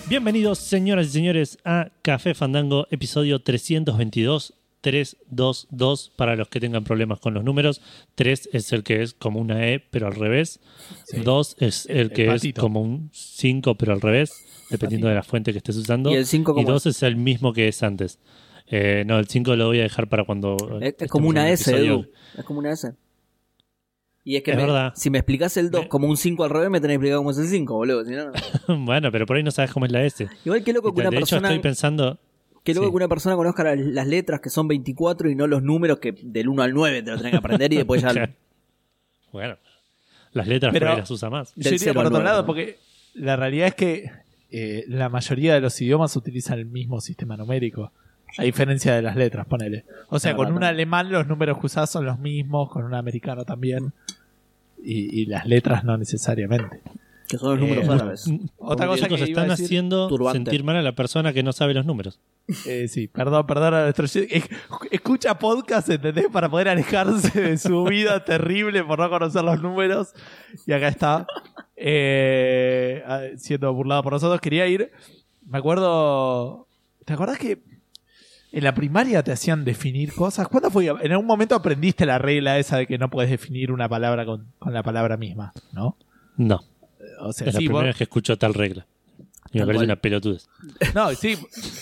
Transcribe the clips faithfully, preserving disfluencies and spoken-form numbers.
Bienvenidos, señoras y señores, a Café Fandango, episodio trescientos veintidós, trescientos veintidós, para los que tengan problemas con los números. tres es el que es como una E, pero al revés. Sí. dos es el, el que el es como un cinco, pero al revés, dependiendo de la fuente que estés usando. Y el cinco como y dos es? es el mismo que es antes. Eh, no, el cinco lo voy a dejar para cuando... Es, es como una S, Edu. Es como una S. Y es que es me, verdad. si me explicás el dos como un cinco al revés, me tenés que explicar cómo es el cinco, boludo. Si no, no. Bueno, pero por ahí no sabes cómo es la S. Igual que loco que una de persona... De hecho, estoy pensando... Que loco sí. que una persona conozca las, las letras que son veinticuatro y no los números que del uno al nueve te lo tenés que aprender y después ya... Claro. Bueno, las letras pero por ahí las usa más. Yo iría por otro lado, porque la realidad es que eh, la mayoría de los idiomas utilizan el mismo sistema numérico. A diferencia de las letras, ponele. O sea, no, con no, un no. alemán los números que usás son los mismos, con un americano también. Y, y las letras no necesariamente. Que son los números eh, árabes. Otra cosa que están iba a decir, haciendo turbante. Sentir mal a la persona que no sabe los números. Eh, sí, perdón, perdón a nuestro... Escucha podcast, ¿entendés? Para poder alejarse de su vida terrible por no conocer los números. Y acá está. Eh, siendo burlado por nosotros. Quería ir... Me acuerdo... ¿Te acordás que en la primaria te hacían definir cosas? ¿Cuándo fue? En algún momento aprendiste la regla esa de que no puedes definir una palabra con, con la palabra misma, ¿no? No. O sea, es sí, la primera vos... vez que escucho tal regla. Y me tal parece cual. Una pelotudez. No, sí.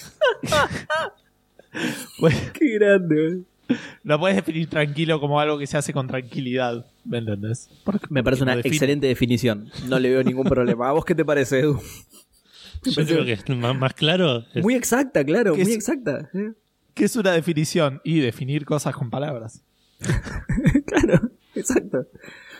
Pues, qué grande. Lo puedes definir tranquilo como algo que se hace con tranquilidad. ¿Me entendés? Porque, me parece una define. excelente definición. No le veo ningún problema. ¿A vos qué te parece, Edu? Yo creo que es más, más claro. Es... Muy exacta, claro, muy es, exacta. ¿Eh? ¿Qué es una definición? Y definir cosas con palabras. Claro, exacto.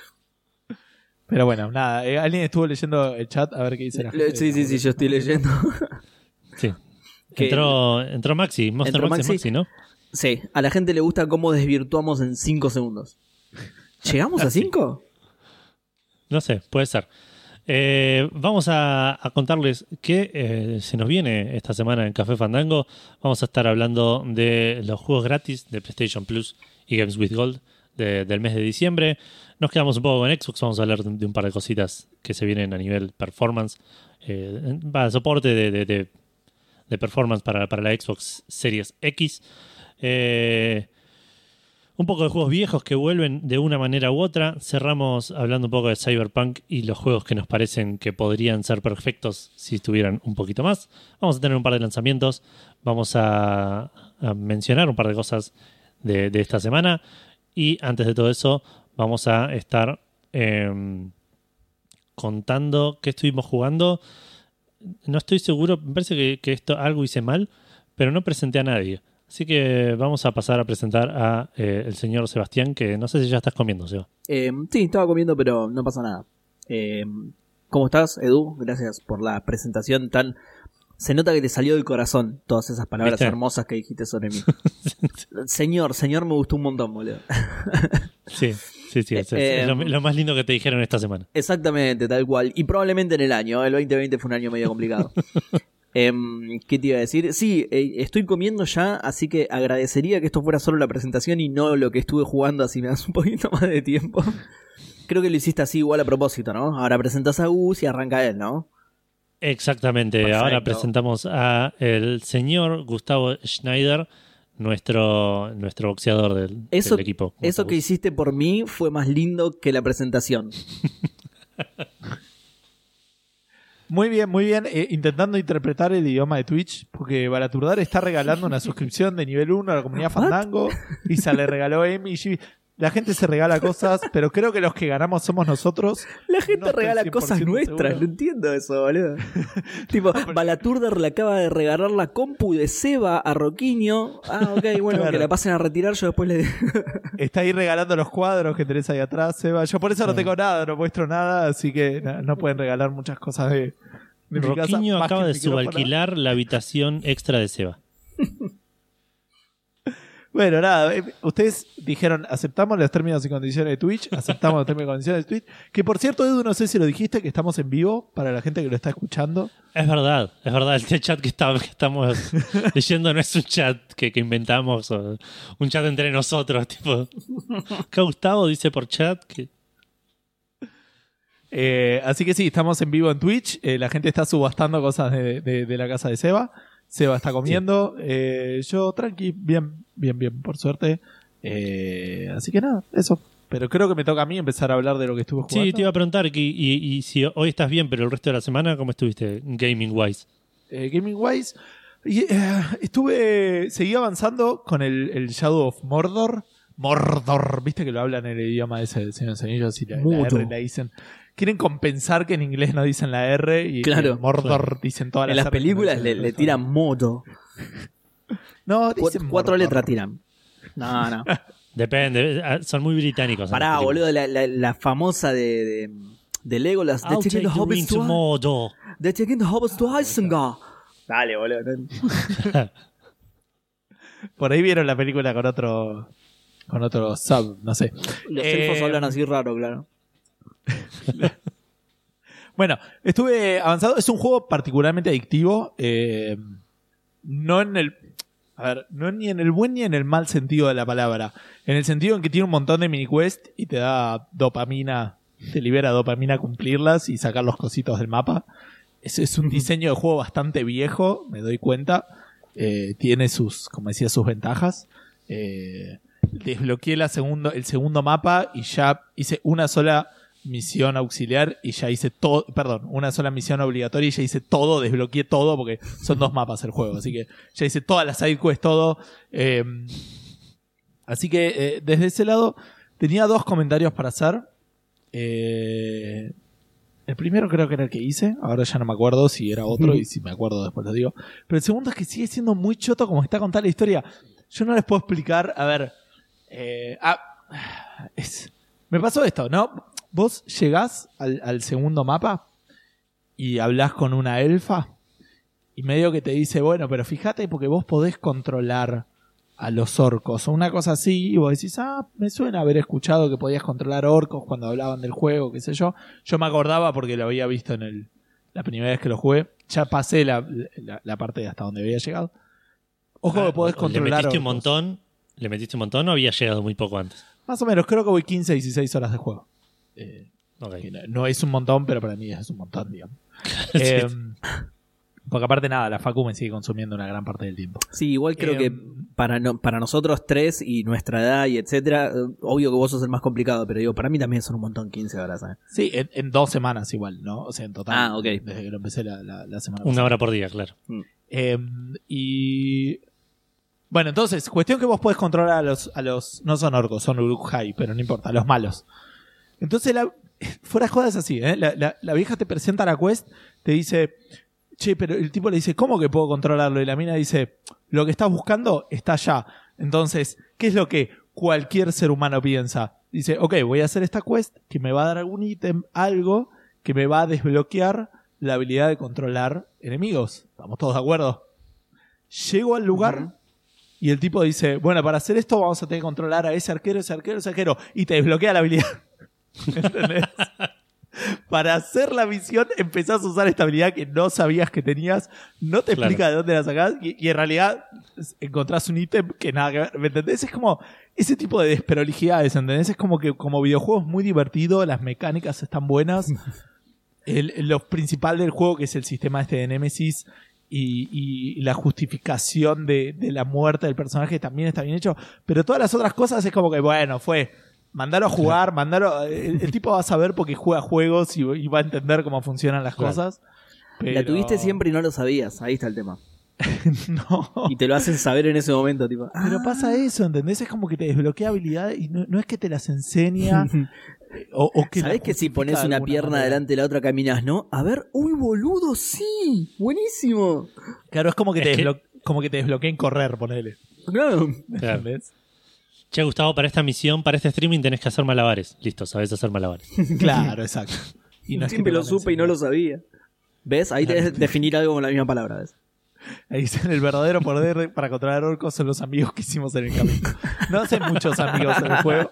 Pero bueno, nada. Eh, ¿Alguien estuvo leyendo el chat? A ver qué dice la gente. Sí, sí, sí, yo estoy leyendo. Sí. Entró, entró Maxi. Monster entró Maxi, Maxi, ¿no? Sí. A la gente le gusta cómo desvirtuamos en cinco segundos. ¿Llegamos a cinco? No sé, puede ser. Eh, vamos a, a contarles que eh, se nos viene esta semana en Café Fandango. Vamos a estar hablando de los juegos gratis de PlayStation Plus y Games with Gold de, del mes de diciembre. Nos quedamos un poco con Xbox. Vamos a hablar de, de un par de cositas que se vienen a nivel performance. Eh, para soporte de, de, de, de performance para, para la Xbox Series X. Eh... Un poco de juegos viejos que vuelven de una manera u otra. Cerramos hablando un poco de Cyberpunk y los juegos que nos parecen que podrían ser perfectos si estuvieran un poquito más. Vamos a tener un par de lanzamientos. Vamos a, a mencionar un par de cosas de, de esta semana. Y antes de todo eso, vamos a estar eh, contando qué estuvimos jugando. No estoy seguro, me parece que, que esto algo hice mal, pero no presenté a nadie. Así que vamos a pasar a presentar a eh, el señor Sebastián, que no sé si ya estás comiendo, Seba. Eh, sí, estaba comiendo, pero no pasa nada. Eh, ¿Cómo estás, Edu? Gracias por la presentación tan... Se nota que te salió del corazón todas esas palabras ¿Viste? hermosas que dijiste sobre mí. Señor, señor me gustó un montón, boludo. Sí, sí, sí. Es, eh, es lo, lo más lindo que te dijeron esta semana. Exactamente, tal cual. Y probablemente en el año. El veinte veinte fue un año medio complicado. Eh, ¿Qué te iba a decir? Sí, eh, estoy comiendo ya, así que agradecería que esto fuera solo la presentación y no lo que estuve jugando, así me das un poquito más de tiempo. Creo que lo hiciste así igual a propósito, ¿no? Ahora presentas a Gus y arranca él, ¿no? Exactamente. Perfecto. Ahora presentamos a el señor Gustavo Schneider, nuestro, nuestro boxeador del, eso, del equipo. Eso que hiciste por mí fue más lindo que la presentación. Muy bien, muy bien. Eh, intentando interpretar el idioma de Twitch, porque Balaturdar está regalando una suscripción de nivel uno a la comunidad Fandango. Y se le regaló a Emi. La gente se regala cosas, pero creo que los que ganamos somos nosotros. La gente no regala cosas nuestras, seguro. No entiendo eso, boludo. Tipo, no, pero... Balaturdar le acaba de regalar la compu de Seba a Roquinho. Ah, ok, bueno, claro. Que la pasen a retirar, yo después le... Está ahí regalando los cuadros que tenés ahí atrás, Seba. Yo por eso no tengo nada, no muestro nada, así que no, no pueden regalar muchas cosas de, de Roquinho mi casa. Acaba de subalquilar la habitación extra de Seba. Bueno, nada, ustedes dijeron, aceptamos los términos y condiciones de Twitch, aceptamos los términos y condiciones de Twitch, que por cierto, Edu, no sé si lo dijiste, que estamos en vivo para la gente que lo está escuchando. Es verdad, es verdad, el chat que, está, que estamos leyendo no es un chat que, que inventamos, o un chat entre nosotros, tipo, acá Gustavo dice por chat que... Eh, así que sí, estamos en vivo en Twitch. Eh, la gente está subastando cosas de, de, de la casa de Seba. Seba está comiendo. Sí. Eh, yo tranqui, bien, bien, bien, por suerte. Eh, así que nada, eso. Pero creo que me toca a mí empezar a hablar de lo que estuve jugando. Sí, te iba a preguntar, que, y, y si hoy estás bien, pero el resto de la semana, ¿cómo estuviste gaming-wise? Eh, gaming-wise, y, eh, estuve, seguí avanzando con el, el Shadow of Mordor. Mordor, viste que lo hablan en el idioma ese de Señor de los Anillos y la, la R la dicen. Quieren compensar que en inglés no dicen la R y claro, en Mordor claro. dicen todas las las R. En las películas le, le tiran modo. No, dicen Cu- Cuatro Mordor. letras tiran. No, no. Depende, son muy británicos. Pará, boludo, la, la, la famosa de, de, de Legolas. I'll take the ring to Mordor. De taking the hobbits to Isengard. Dale, boludo. Por ahí vieron la película con otro con otro sub, no sé. Los eh, elfos hablan así raro, claro. Bueno, estuve avanzado. Es un juego particularmente adictivo. Eh, no en el... A ver, no ni en el buen ni en el mal sentido de la palabra. En el sentido en que tiene un montón de mini-quest y te da dopamina, te libera dopamina cumplirlas y sacar los cositos del mapa. Es, es un diseño de juego bastante viejo, me doy cuenta. Eh, tiene sus, como decía, sus ventajas. Eh, desbloqueé la segundo, el segundo mapa y ya hice una sola misión auxiliar y ya hice todo, perdón, una sola misión obligatoria y ya hice todo, desbloqueé todo porque son dos mapas el juego, así que ya hice todas las sidequests, todo. Eh, así que eh, desde ese lado tenía dos comentarios para hacer. Eh, el primero creo que era el que hice, ahora ya no me acuerdo si era otro y si me acuerdo después lo digo. Pero el segundo es que sigue siendo muy choto como está contada la historia. Yo no les puedo explicar, a ver, eh, ah, es, me pasó esto, ¿no? Vos llegás al, al segundo mapa y hablás con una elfa y medio que te dice, bueno, pero fíjate porque vos podés controlar a los orcos o una cosa así y vos decís, ah, me suena haber escuchado que podías controlar orcos cuando hablaban del juego, qué sé yo. Yo me acordaba porque lo había visto en el la primera vez que lo jugué. Ya pasé la, la, la parte de hasta donde había llegado. Ojo que podés controlar ¿Le metiste orcos. un montón? ¿Le metiste un montón o había llegado muy poco antes? Más o menos, creo que voy quince, dieciséis horas de juego. Eh, okay. no, no es un montón, pero para mí es un montón, digamos. eh, porque aparte nada, la Facu me sigue consumiendo una gran parte del tiempo. Sí, igual creo eh, que para no, para nosotros tres y nuestra edad y etcétera, obvio que vos sos el más complicado, pero digo, para mí también son un montón quince horas. ¿eh? Sí, en, en dos semanas igual, ¿no? O sea, en total. Ah, ok. Desde que lo empecé la, la, la semana Una pasada. hora por día, claro. Mm. Eh, y... Bueno, entonces, cuestión que vos podés controlar a los... a los no son orcos, son Uruk-hai, pero no importa, los malos. Entonces, la, fuera de jodas así, ¿eh? La, la, la vieja te presenta la quest, te dice, che, pero el tipo le dice, ¿cómo que puedo controlarlo? Y la mina dice, lo que estás buscando está allá. Entonces, ¿qué es lo que cualquier ser humano piensa? Dice, ok, voy a hacer esta quest que me va a dar algún ítem, algo que me va a desbloquear la habilidad de controlar enemigos. ¿Estamos todos de acuerdo? Llego al lugar... Uh-huh. Y el tipo dice, bueno, para hacer esto vamos a tener que controlar a ese arquero, ese arquero, ese arquero. Y te desbloquea la habilidad. ¿Entendés? Para hacer la misión empezás a usar esta habilidad que no sabías que tenías. No te explica claro. de dónde la sacás. Y, y en realidad encontrás un ítem que nada que ver. ¿Me entendés? Es como ese tipo de desprolijidades, ¿entendés? Es como que como videojuego es muy divertido. Las mecánicas están buenas. el, lo principal del juego, que es el sistema este de Nemesis... Y, y la justificación de, de la muerte del personaje también está bien hecho, pero todas las otras cosas es como que bueno, fue mandalo a jugar, mandalo, el, el tipo va a saber porque juega juegos y, y va a entender cómo funcionan las claro. cosas, pero... La tuviste siempre y no lo sabías, ahí está el tema. No. Y te lo hacen saber en ese momento, tipo. Pero ah. pasa eso, ¿entendés? Es como que te desbloquea habilidades y no, no es que te las enseña. o, o que ¿sabés que si pones una pierna manera? Delante de la otra caminas, no? A ver, uy, boludo, sí, buenísimo. Claro, es como que, es te, que... Desblo- como que te desbloqueen correr, ponele. Claro. ¿Entendés? Che, Gustavo, para esta misión, para este streaming tenés que hacer malabares. Listo, sabés hacer malabares. Claro, exacto. Y no siempre lo supe y no lo sabía. ¿Ves? Ahí tenés que definir algo con la misma palabra, ¿ves? Ahí dicen, el verdadero poder para controlar orcos son los amigos que hicimos en el camino. No hacen muchos amigos en el juego.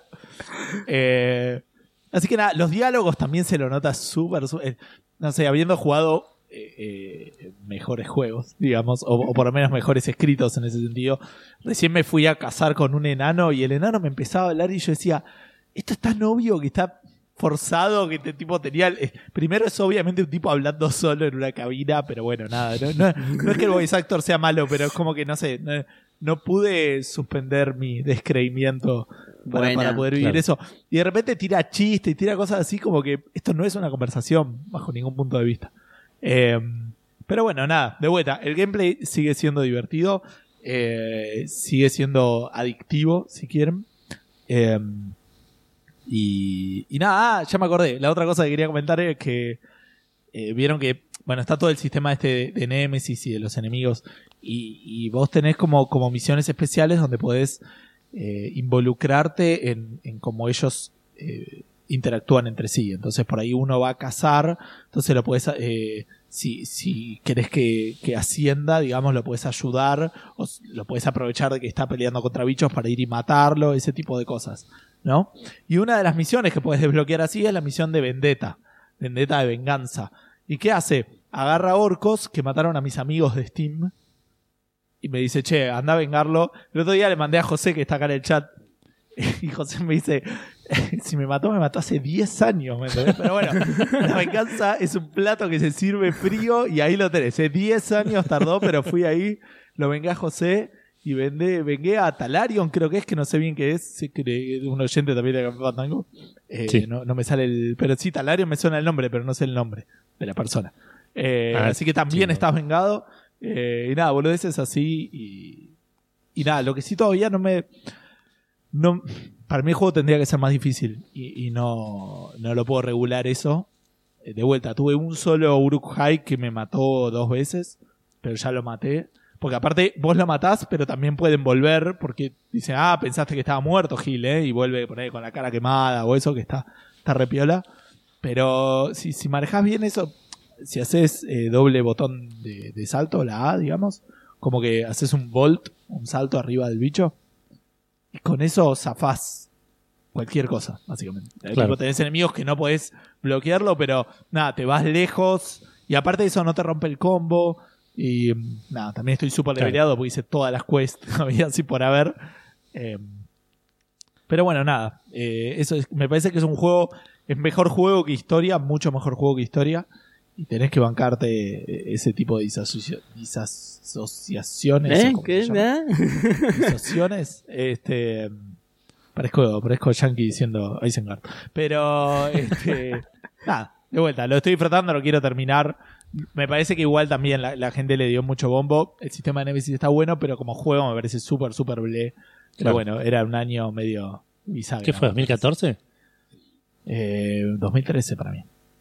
Eh, así que nada, los diálogos también se lo nota súper, súper. No sé, habiendo jugado eh, eh, mejores juegos, digamos, o, o por lo menos mejores escritos en ese sentido. Recién me fui a cazar con un enano y el enano me empezaba a hablar y yo decía, esto es tan obvio que está forzado que este tipo tenía. Eh, primero es obviamente un tipo hablando solo en una cabina, pero bueno, nada. No, no, no es que el voice actor sea malo, pero es como que no sé. No, no pude suspender mi descreimiento para, Buena, para poder vivir claro. eso. Y de repente tira chistes y tira cosas así como que esto no es una conversación bajo ningún punto de vista. Eh, pero bueno, nada, de vuelta. El gameplay sigue siendo divertido. Eh, sigue siendo adictivo, si quieren. Eh, y, y nada, ah, ya me acordé. La otra cosa que quería comentar es que eh, vieron que, bueno, está todo el sistema este de, de Némesis y de los enemigos. Y, y vos tenés como, como misiones especiales donde podés eh, involucrarte en, en cómo ellos eh, interactúan entre sí. Entonces por ahí uno va a cazar, entonces lo podés, eh, si, si querés que, que ascienda, digamos, lo podés ayudar, o lo podés aprovechar de que está peleando contra bichos para ir y matarlo, ese tipo de cosas, ¿no? Y una de las misiones que podés desbloquear así es la misión de Vendetta, Vendetta de venganza. ¿Y qué hace? Agarra orcos que mataron a mis amigos de Steam y me dice, che, anda a vengarlo. El otro día le mandé a José, que está acá en el chat, y José me dice, si me mató, me mató hace diez años, ¿me entendés? Pero bueno, la venganza es un plato que se sirve frío y ahí lo tenés. ¿eh? diez años tardó, pero fui ahí, lo vengué a José y vendé, vengué a Talarion, creo que es, que no sé bien qué es, sé que un oyente también de Café Fandango. Eh, Sí. no, no me sale el... Pero sí, Talarion me suena el nombre, pero no sé el nombre de la persona. Eh, Ah, así que también sí, no. estás vengado. Eh, y nada, boludeces así. Y, y nada, lo que sí todavía no me... No, para mí el juego tendría que ser más difícil. Y, y no, no lo puedo regular eso. Eh, de vuelta, tuve un solo Uruk-hai que me mató dos veces. Pero ya lo maté. Porque aparte vos lo matás, pero también pueden volver. Porque dicen, ah, pensaste que estaba muerto, Gil, ¿eh? Y vuelve por ahí con la cara quemada o eso, que está, está re piola. Pero si, si manejás bien eso... Si haces eh, doble botón de, de salto, la A, digamos, como que haces un volt, un salto arriba del bicho, y con eso zafás cualquier cosa, básicamente. Claro. Tipo, tenés enemigos que no podés bloquearlo, pero nada, te vas lejos, y aparte de eso no te rompe el combo, y mm, nada, también estoy súper Claro. leveleado porque hice todas las quests, había así por haber. Eh, pero bueno, nada, eh, eso es, me parece que es un juego, es mejor juego que historia, mucho mejor juego que historia. Y tenés que bancarte ese tipo de disasocio- disasociaciones. ¿Eh? ¿o cómo ¿Qué? se llama? ¿Eh? Disasociaciones. Este, parezco, parezco yankee diciendo Isengard. Pero, este, nada, de vuelta, lo estoy disfrutando, lo quiero terminar. Me parece que igual también la, la gente le dio mucho bombo. El sistema de Nemesis está bueno, pero como juego me parece súper, súper bleh. Pero Claro. bueno, era un año medio bisagra. ¿Qué fue? ¿dos mil catorce? Eh, dos mil trece para mí.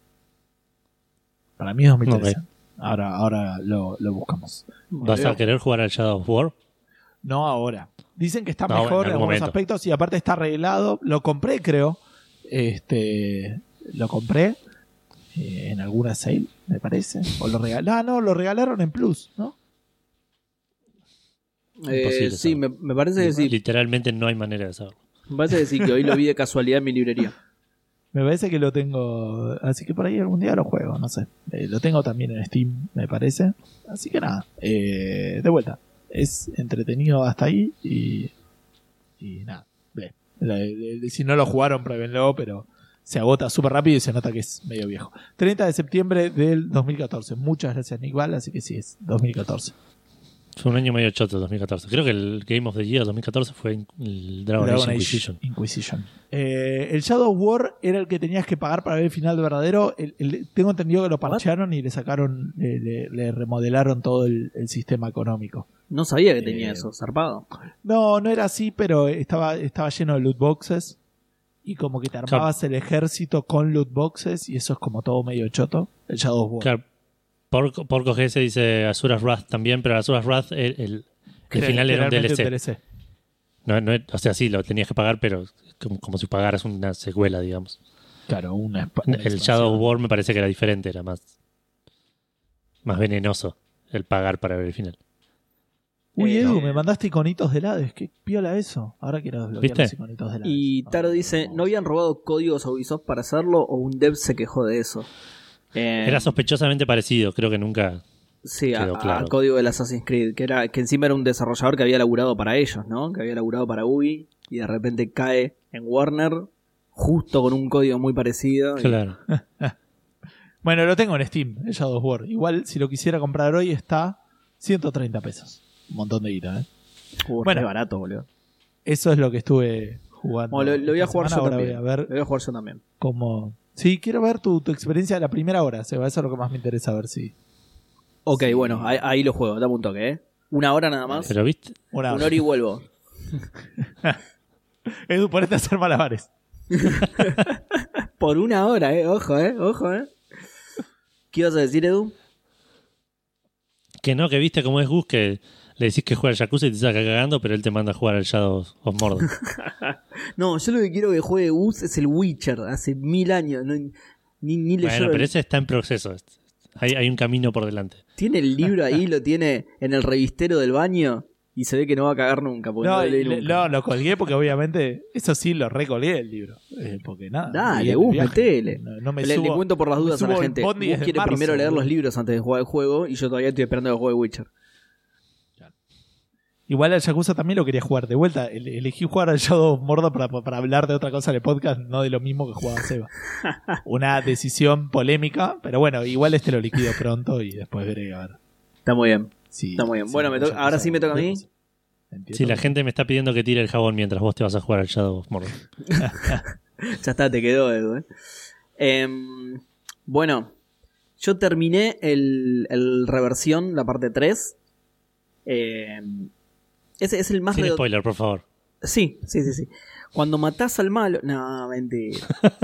Para mí es dos mil trece. Ok. Ahora, ahora lo, lo buscamos. ¿Vas Veo. a querer jugar al Shadow of War? No ahora. Dicen que está No, mejor en en, algún algunos momento. aspectos y aparte está arreglado. Lo compré, creo. Este, lo compré eh, en alguna sale, me parece. O lo regalaron. Ah, no, lo regalaron en Plus, ¿no? Eh, Imposible sí, saberlo. me, me parece que sí. Literalmente no hay manera de saberlo. Me parece que sí, que hoy lo vi de casualidad en mi librería. Me parece que lo tengo. Así que por ahí algún día lo juego, no sé. Eh, lo tengo también en Steam, me parece. Así que nada. Eh, de vuelta. Es entretenido hasta ahí y. Y nada. Ve. La- la- Si no lo jugaron, pruébenlo, pero se agota súper rápido y se nota que es medio viejo. treinta de septiembre del dos mil catorce. Muchas gracias, Nick Val, así que sí, es dos mil catorce. Fue un año medio choto, dos mil catorce. Creo que el Game of the Year dos mil catorce fue el Dragon, Dragon Age Age Inquisition. Inquisition. Eh, el Shadow of War era el que tenías que pagar para ver el final verdadero. El- el- tengo entendido que lo parchearon y le sacaron, le, le- le remodelaron todo el, el sistema económico. No sabía que tenía Eh, eso, zarpado. No, no era así, pero estaba, estaba lleno de loot boxes. Y como que te armabas el ejército con loot boxes. Y eso es como todo medio choto. El Shadow of War. Claro, Porco, Porco G S dice Azura's Wrath también, pero Azura's Wrath, el, el, el Que final era un literalmente D L C. un D L C. No, no, o sea, sí, lo tenías que pagar, pero como, como si pagaras una secuela, digamos. Claro, una, espa- una El expansión. Shadow of War me parece que era diferente, era más, más venenoso el pagar para ver el final. Uy, Eh, Edu, me mandaste iconitos de Hades. Qué piola eso. Ahora quiero desbloquear ¿Viste? los iconitos de Hades. Y Taro dice, ¿no habían robado códigos a Ubisoft para hacerlo o un dev se quejó de eso? Eh, Era sospechosamente parecido, creo que nunca... Sí, a, quedó a claro. código del Assassin's Creed, que era que encima era un desarrollador que había laburado para ellos, ¿no? Que había laburado para Ubi y de repente cae en Warner justo con un código muy parecido. Claro. Bueno, lo tengo en Steam, el Shadow of War. Igual, si lo quisiera comprar hoy, está ciento treinta pesos. Un montón de guita, ¿eh? Y, uh, bueno, es barato, boludo. Eso es lo que estuve jugando. Bueno, lo, lo voy a jugar yo Ahora también. Voy a ver lo voy a jugar yo también. cómo... Sí, quiero ver tu, tu experiencia de la primera hora, Seba. Eso es lo que más me interesa ver si... Ok, sí. bueno, ahí, ahí lo juego. Dame un toque, ¿eh? Una hora nada más. Pero viste, Una Una hora y vuelvo. Edu, ponete a hacer malabares. Por una hora, ¿eh? Ojo, ¿eh? Ojo, ¿eh? ¿Qué ibas a decir, Edu? que no, que viste cómo es Gus, que le decís que juega al Yakuza y te saca cagando, pero él te manda a jugar al Shadow of Mordor. No, yo lo que quiero que juegue Gus es el Witcher. Hace mil años. No, ni ni leyó Bueno, el- pero ese está en proceso. Hay, hay un camino por delante. Tiene el libro ahí, lo tiene en el revistero del baño y se ve que no va a cagar nunca. Porque no, No, lo leí le- nunca. no, lo colgué porque obviamente, eso sí, lo recolgué el libro. Eh, porque nada. Dale, leí el Gus, viaje. metele. No, no me le, le subo- cuento por las me dudas a la subo el gente. bondi Gus desde quiere marzo, primero leer boludo. los libros antes de jugar el juego y yo todavía estoy esperando que juegue Witcher. Igual al Yakuza también lo quería jugar de vuelta. Ele- Elegí jugar al Shadow of Mordor para, para hablar de otra cosa en el podcast, no de lo mismo que jugaba Seba. Una decisión polémica, pero bueno, igual este lo liquido pronto y después veré a ver. Está muy bien. si- Está muy bien. si Bueno, me to- Yakuza ahora sí me toca a mí. vemos. Entiendo. Sí, la gente me está pidiendo que tire el jabón mientras vos te vas a jugar al Shadow of Mordor. Ya está, te quedó, Edu. ¿eh? Em, bueno, yo terminé el, el reversión, la parte tres. Em, ese es el más Sin redo- spoiler, por favor. Sí, sí, sí, sí. Cuando matás al malo. No, mentira.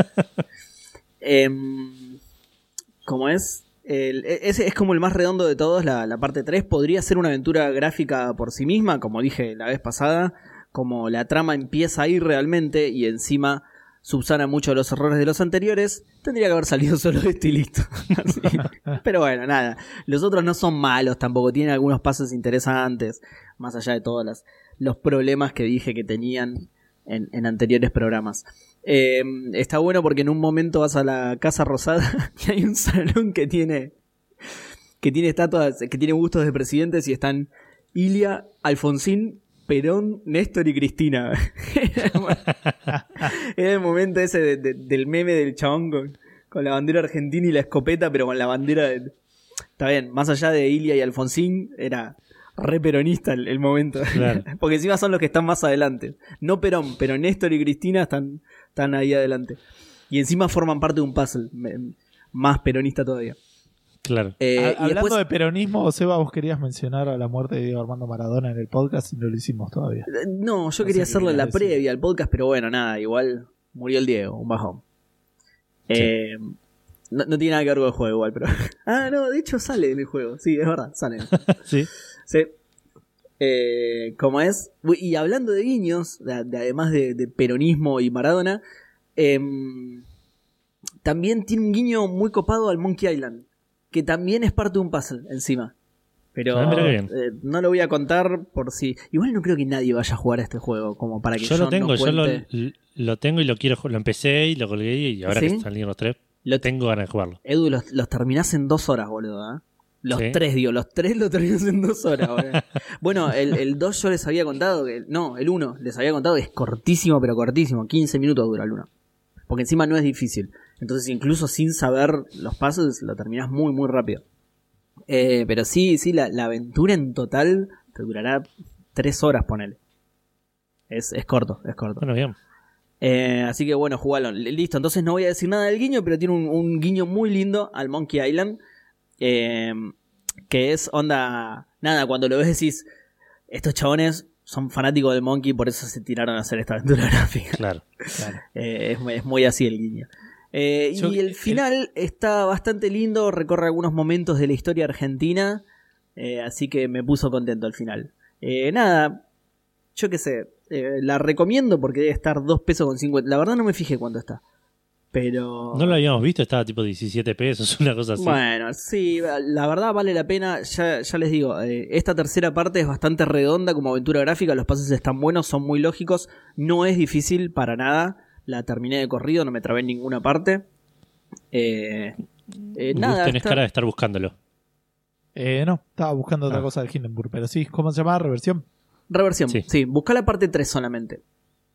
Em, ¿Cómo es? El- e- ese es como el más redondo de todos, la, la parte tres. Podría ser una aventura gráfica por sí misma, como dije la vez pasada. Como la trama empieza ahí realmente y encima subsana mucho los errores de los anteriores, tendría que haber salido solo este y listo. Así. Pero bueno, nada. Los otros no son malos tampoco, tienen algunos pasos interesantes, más allá de todos las, los problemas que dije que tenían en, en anteriores programas. Eh, está bueno porque en un momento vas a la Casa Rosada y hay un salón que tiene que tiene estatuas, que tiene bustos de presidentes y están Ilia, Alfonsín, Perón, Néstor y Cristina. Era el momento ese de- de- del meme del chabón con, con la bandera argentina y la escopeta, pero con la bandera de... Está bien, más allá de Ilia y Alfonsín, era re peronista el, el momento. Claro. Porque encima son los que están más adelante. No Perón, pero Néstor y Cristina están, están ahí adelante. Y encima forman parte de un puzzle me- más peronista todavía. Claro. Eh, Ha- y Hablando después- de peronismo, Seba, vos querías mencionar a la muerte de Diego Armando Maradona en el podcast y no lo hicimos todavía. No, yo No sé quería qué hacerle querías la decir. previa al podcast, pero bueno, nada, igual murió el Diego, un bajón. Sí. Eh, no, no tiene nada que ver con el juego igual, pero... Ah, no, de hecho sale en el juego, sí, es verdad, sale. Sí. Sí. Eh, como es. Uy, y hablando de guiños, de, de- además de, de peronismo y Maradona, em, también tiene un guiño muy copado al Monkey Island, que también es parte de un puzzle encima. Pero Ah, mira qué bien. eh, no lo voy a contar por si... Igual no creo que nadie vaya a jugar a este juego, como para que Yo yo lo tengo, no yo lo, cuente. lo tengo y lo quiero jugar. Lo empecé y lo colgué y ahora ¿Sí? que salieron los tres, Lo- tengo ganas de jugarlo. Edu, los, los terminás en dos horas, boludo. ¿eh? Los Sí. tres, digo, los tres los terminás en dos horas, boludo. Bueno, el, el dos yo les había contado que. No, el uno les había contado que es cortísimo, pero cortísimo. quince minutos dura el uno. Porque encima no es difícil. Entonces, incluso sin saber los pasos, lo terminás muy, muy rápido. Eh, pero sí, sí, la, la aventura en total te durará tres horas, ponele. Es, es corto, es corto. Bueno, bien. Eh, así que bueno, jugalo. L- Listo, entonces no voy a decir nada del guiño, pero tiene un, un guiño muy lindo al Monkey Island. eh, que es onda. Nada, cuando lo ves decís: estos chabones son fanáticos del Monkey, por eso se tiraron a hacer esta aventura gráfica. Claro. Claro. Eh, es, es muy así el guiño. Eh, Yo- y el final está bastante lindo, recorre algunos momentos de la historia argentina. eh, así que me puso contento al final. Eh, nada, yo qué sé. Eh, la recomiendo porque debe estar dos pesos con cincuenta. La verdad no me fijé cuánto está. Pero... No lo habíamos visto, estaba tipo diecisiete pesos, una cosa así. Bueno, sí, la verdad vale la pena. Ya, ya les digo, eh, esta tercera parte es bastante redonda como aventura gráfica. Los pases están buenos, son muy lógicos. No es difícil para nada. La terminé de corrido, no me trabé en ninguna parte. Eh, eh, Gus, nada, tenés está- cara de estar buscándolo. Eh, no, estaba buscando otra Ah. cosa del Hindenburg, pero sí, ¿cómo se llama? ¿Reversión? Reversión, Sí. sí. Busca la parte tres solamente.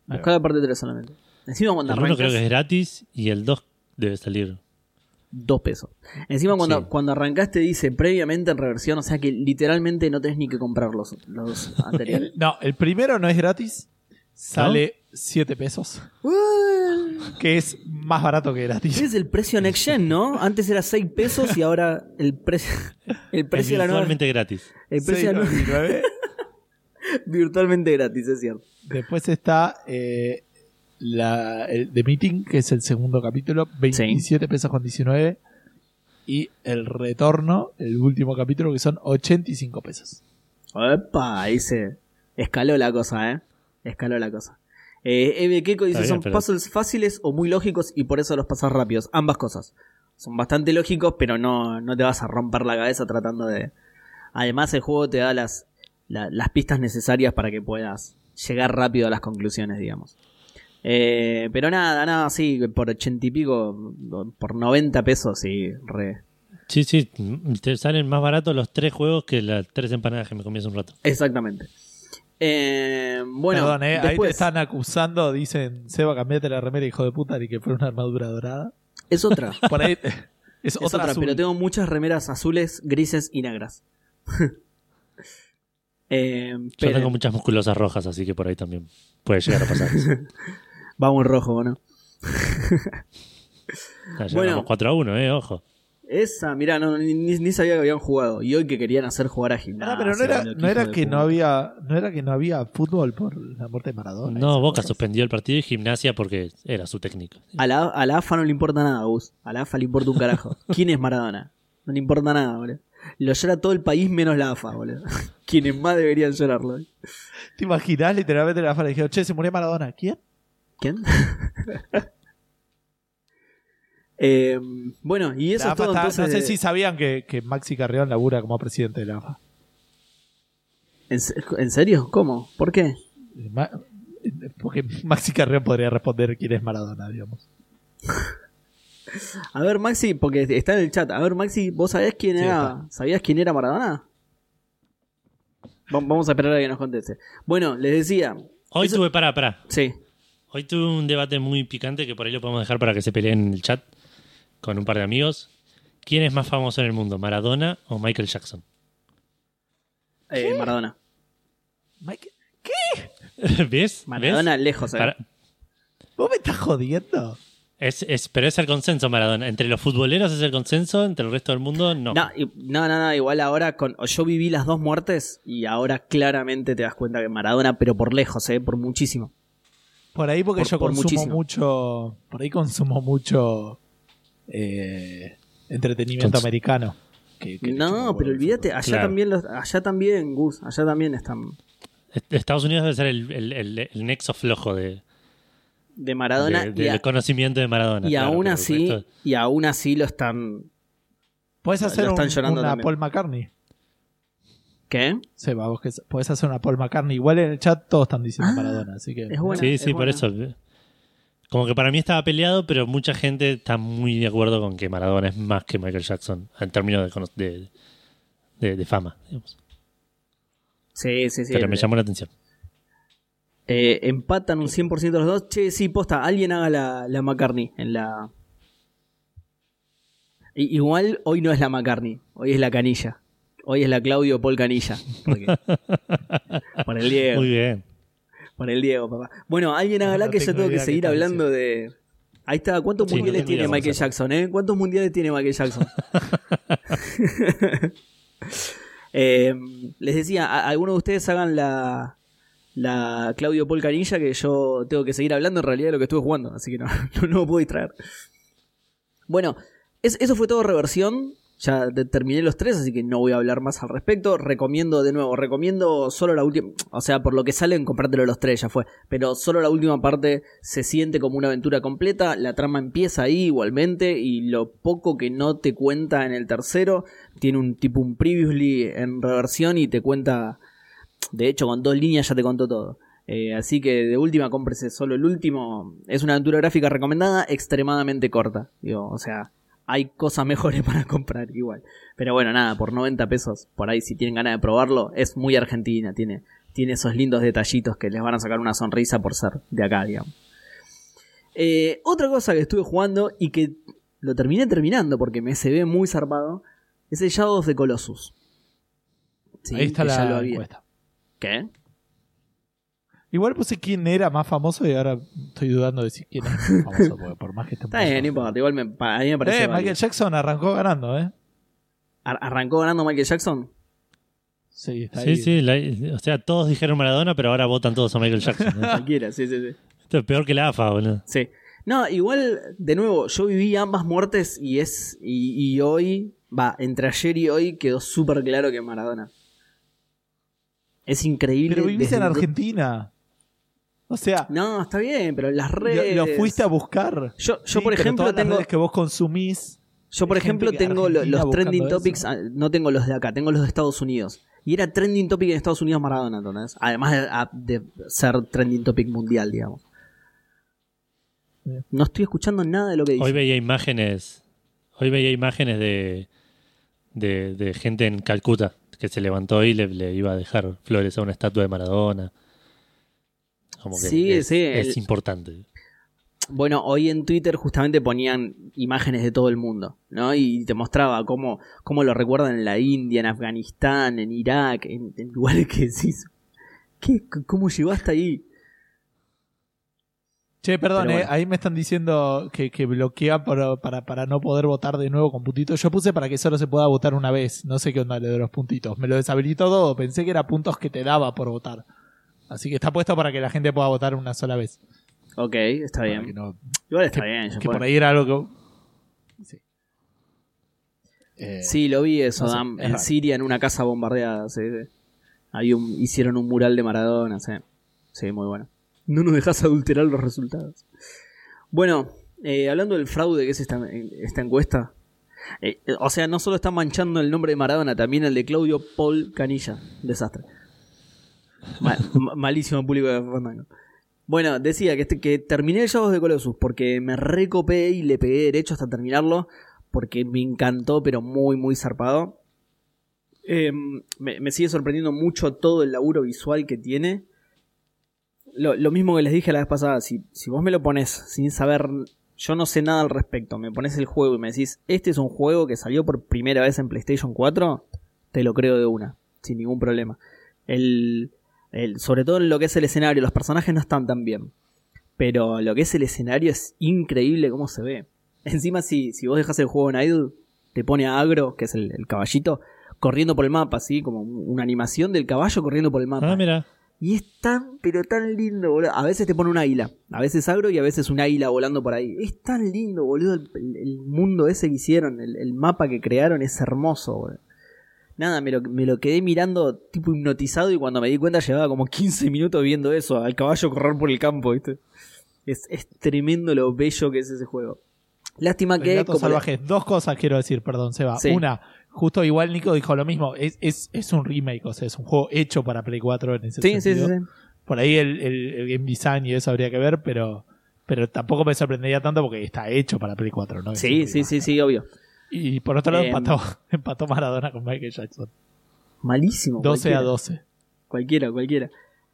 Buscá la parte tres solamente. Encima cuando El uno arrancas, creo que es gratis y el dos debe salir. dos pesos. Encima cuando, Sí. cuando arrancás te dice previamente en reversión, o sea que literalmente no tenés ni que comprar los, los anteriores. El- no, el primero no es gratis. Sale siete pesos. Que es más barato que gratis. Ese es el precio Next Gen, ¿no? Antes era seis pesos y ahora el precio el Es precio de la nueva virtualmente gratis. el precio de la nueva- seis noventa y nueve. virtualmente gratis, es cierto. Después está eh, la, el The Meeting, que es el segundo capítulo, veintisiete pesos con diecinueve. Y el retorno, el último capítulo, que son ochenta y cinco pesos. Opa, ahí se escaló la cosa, ¿eh? Escaló la cosa. Eh, Eve Keiko dice, Está bien, son pero- puzzles fáciles o muy lógicos y por eso los pasas rápidos. Ambas cosas. Son bastante lógicos, pero no, no te vas a romper la cabeza tratando de... Además, el juego te da las, la- las pistas necesarias para que puedas llegar rápido a las conclusiones, digamos. Eh, pero nada, nada, sí, por ochenta y pico, por noventa pesos, sí, re... Sí, sí. Te salen más baratos los tres juegos que las tres empanadas que me comí hace un rato. Exactamente. Eh, bueno, Perdón, eh, ahí te después, están acusando, dicen, Seba, cambiate la remera, hijo de puta, y que fue una armadura dorada. es otra. Por ahí es, Es otra, otra, azul. pero tengo muchas remeras azules, grises y negras. eh, Yo pero- tengo muchas musculosas rojas, así que por ahí también puede llegar a pasar eso. Vamos rojo, ¿no? Ya Bueno. llevamos cuatro a uno, eh, ojo. Esa, mirá, no, ni, ni sabía que habían jugado. Y hoy que querían hacer jugar a gimnasia. Ah, pero no era, boludo, qué no era hijo de que no puta. había no era que no había fútbol por la muerte de Maradona. No, esas Boca cosas. suspendió el partido y Gimnasia porque era su técnico. A la, a la A F A no le importa nada, Gus. A la A F A le importa un carajo. ¿Quién es Maradona? No le importa nada, boludo. Lo llora todo el país menos la A F A, boludo. Quienes más deberían llorarlo. ¿Te imaginas literalmente la fala y dijeron, che, se murió Maradona? ¿Quién? ¿Quién? eh, bueno, y eso La es A F A todo está- entonces. no sé de- si sabían que, que Maxi Carrión labura como presidente de la A F A. ¿En, se- ¿En serio? ¿Cómo? ¿Por qué? Ma- Porque Maxi Carrión podría responder quién es Maradona, digamos. A ver, Maxi, porque está en el chat. A ver, Maxi, ¿vos sabés quién Sí, era? ¿Sabías quién era Maradona? Va- Vamos a esperar a que nos conteste. Bueno, les decía. Hoy eso- tuve, pará, pará. Sí. Hoy tuve un debate muy picante que por ahí lo podemos dejar para que se peleen en el chat con un par de amigos. ¿Quién es más famoso en el mundo, Maradona o Michael Jackson? Eh, Maradona. Mike, ¿Ves? Maradona ¿Ves? lejos, eh. Para- ¿vos me estás jodiendo? es, es- pero es el consenso, Maradona. Entre los futboleros es el consenso, entre el resto del mundo no. No, y- no, no, no, igual ahora con yo viví las dos muertes y ahora claramente te das cuenta que Maradona, pero por lejos, eh, por muchísimo. Por ahí porque Por- yo por consumo muchísimo. mucho. Por ahí consumo mucho eh, entretenimiento Cons- americano. que- que le chupa No, huevo pero el olvídate, fútbol. allá Claro. también los, allá también, Gus, allá también están Est- Estados Unidos debe ser el, el- el- el nexo flojo de, de Maradona de- y, a- del conocimiento de Maradona. y claro, aún pero el así, resto- y aún así lo están. Podés hacer Lo están un- llorando una también. Paul McCartney. ¿Qué? Seba, vos que podés hacer una Paul McCartney. Igual en el chat todos están diciendo Ah, Maradona, así que. es buena. Sí, sí, por buena. eso. Como que para mí estaba peleado, pero mucha gente está muy de acuerdo con que Maradona es más que Michael Jackson en términos de, cono- de, de- de fama. Digamos. Sí, sí, sí. pero me eh, llamó la atención. eh, empatan un cien por ciento los dos. Che, sí, posta, alguien haga la, la McCartney en la. I- igual hoy no es la McCartney, hoy es la Canilla. Hoy es la Claudio Paul Canilla. Porque- por el Diego. Muy bien. Por el Diego, papá. Bueno, alguien hágala No que yo tengo tengo que idea seguir qué está hablando de. Ahí está, ¿cuántos Sí, no mundiales tengo tiene idea cómo Michael se llama. Jackson, eh? ¿Cuántos mundiales tiene Michael Jackson? Eh, les decía, a- algunos de ustedes hagan la, la Claudio Paul Canilla, que yo tengo que seguir hablando en realidad de lo que estuve jugando, así que no, no, no me puedo distraer. Bueno, es- eso fue todo reversión. Ya de- terminé los tres, así que no voy a hablar más al respecto. Recomiendo, de nuevo, recomiendo solo la última. O sea, por lo que salen, comprártelo los tres, ya fue. Pero solo la última parte se siente como una aventura completa. La trama empieza ahí igualmente. Y lo poco que no te cuenta en el tercero, tiene un tipo un previously en reversión y te cuenta. De hecho, con dos líneas ya te contó todo. Eh, así que de última, cómprese solo el último. Es una aventura gráfica recomendada, extremadamente corta. Digo, o sea. Hay cosas mejores para comprar igual. Pero bueno, nada, por noventa pesos, por ahí si tienen ganas de probarlo, es muy argentina. Tiene, tiene esos lindos detallitos que les van a sacar una sonrisa por ser de acá, digamos. Eh, otra cosa que estuve jugando y que lo terminé terminando porque me se ve muy zarpado es el Shadow of the Colossus. Sí, ahí está que ya lo la había. encuesta. ¿Qué? Igual puse quién era más famoso y ahora estoy dudando de si quién es más famoso, porque por más que esté Está bien, no importa. Igual me, a mí me parece. Eh, válido. Michael Jackson arrancó ganando, ¿eh? Ar- ¿Arrancó ganando Michael Jackson? Sí, está Sí, ahí. sí, la- o sea, todos dijeron Maradona, pero ahora votan todos a Michael Jackson. ¿eh? Cualquiera, sí, sí, sí. Esto es peor que la A F A, boludo. Sí. No, igual, de nuevo, yo viví ambas muertes y es. Y, y hoy, va, entre ayer y hoy quedó súper claro que es Maradona. Es increíble. Pero vivís desde en do- Argentina. O sea, No, está bien, pero en las lo, redes. lo fuiste a buscar. Yo, yo Sí, por pero ejemplo, todas las tengo. redes que vos consumís. Yo, por hay gente ejemplo, que- tengo lo- Argentina los trending buscando topics. eso. ah, No tengo los de acá, tengo los de Estados Unidos. Y era trending topic en Estados Unidos Maradona, ¿entendés? Además de, a- de ser trending topic mundial, digamos. No estoy escuchando nada de lo que dice. Hoy veía imágenes. Hoy veía imágenes de, de, de gente en Calcuta que se levantó y le, le iba a dejar flores a una estatua de Maradona. Como que Sí, es, sí, es el- importante. Bueno, hoy en Twitter justamente ponían imágenes de todo el mundo, ¿no? Y te mostraba cómo, cómo lo recuerdan en la India, en Afganistán, en Irak, en, en lugares que decís, ¿qué? ¿Cómo llegó hasta ahí? Che, perdón, Pero eh, bueno. ahí me están diciendo que, que bloquea por- para, para no poder votar de nuevo con puntitos. Yo puse para que solo se pueda votar una vez. No sé qué onda lo de los puntitos. Me lo deshabilitó todo. Pensé que era puntos que te daba por votar. Así que está puesto para que la gente pueda votar una sola vez. Ok, está Para bien. que no- Igual está que, bien. ya que fue. por ahí era algo que... Sí. Eh, Sí, lo vi eso, no sé, Dan, es en raro. Siria, en una casa bombardeada. Sí, sí. Ahí un- hicieron un mural de Maradona, sí. Sí, muy bueno. No nos dejas adulterar los resultados. Bueno, eh, hablando del fraude que es esta, esta encuesta. eh, o sea, no solo está manchando el nombre de Maradona, también el de Claudio Paul Canilla. Desastre. Ma- ma- malísimo público de Fandango. Bueno, decía que, este- que terminé el Shadow of the Colossus porque me recopé y le pegué derecho hasta terminarlo. Porque me encantó, pero muy, muy zarpado. Eh, me, me sigue sorprendiendo mucho todo el laburo visual que tiene. Lo, lo mismo que les dije la vez pasada. Si, si vos me lo pones sin saber... Yo no sé nada al respecto. Me pones el juego y me decís... Este es un juego que salió por primera vez en PlayStation cuatro. Te lo creo de una. Sin ningún problema. El, el, sobre todo en lo que es el escenario. Los personajes no están tan bien. Pero lo que es el escenario es increíble cómo se ve. Encima si, si vos dejas el juego en idle, te pone a Agro, que es el, el caballito, corriendo por el mapa, así como una animación del caballo corriendo por el mapa. Ah, mira. Y es tan, pero tan lindo, boludo. A veces te pone un águila, a veces Agro y a veces un águila volando por ahí. Es tan lindo, boludo, el, el- el mundo ese que hicieron, el, el mapa que crearon es hermoso, boludo. Nada, me lo, me lo quedé mirando tipo hipnotizado y cuando me di cuenta llevaba como quince minutos viendo eso, al caballo correr por el campo, ¿viste? Es, es tremendo lo bello que es ese juego. Lástima que... Relatos como la- salvajes. Dos cosas quiero decir, perdón, Seba. Sí. Una, justo igual Nico dijo lo mismo. Es, es, es un remake, o sea, es un juego hecho para Play cuatro en ese Sí, sí, sí, sentido. sí. Por ahí el, el, el game design y eso habría que ver, pero, pero tampoco me sorprendería tanto porque está hecho para Play cuatro, ¿no? Es Sí, un sí, sí, remaster. sí, obvio. Y por otro lado Em, empató, empató Maradona con Michael Jackson. Malísimo. doce a cualquiera. doce. Cualquiera, cualquiera.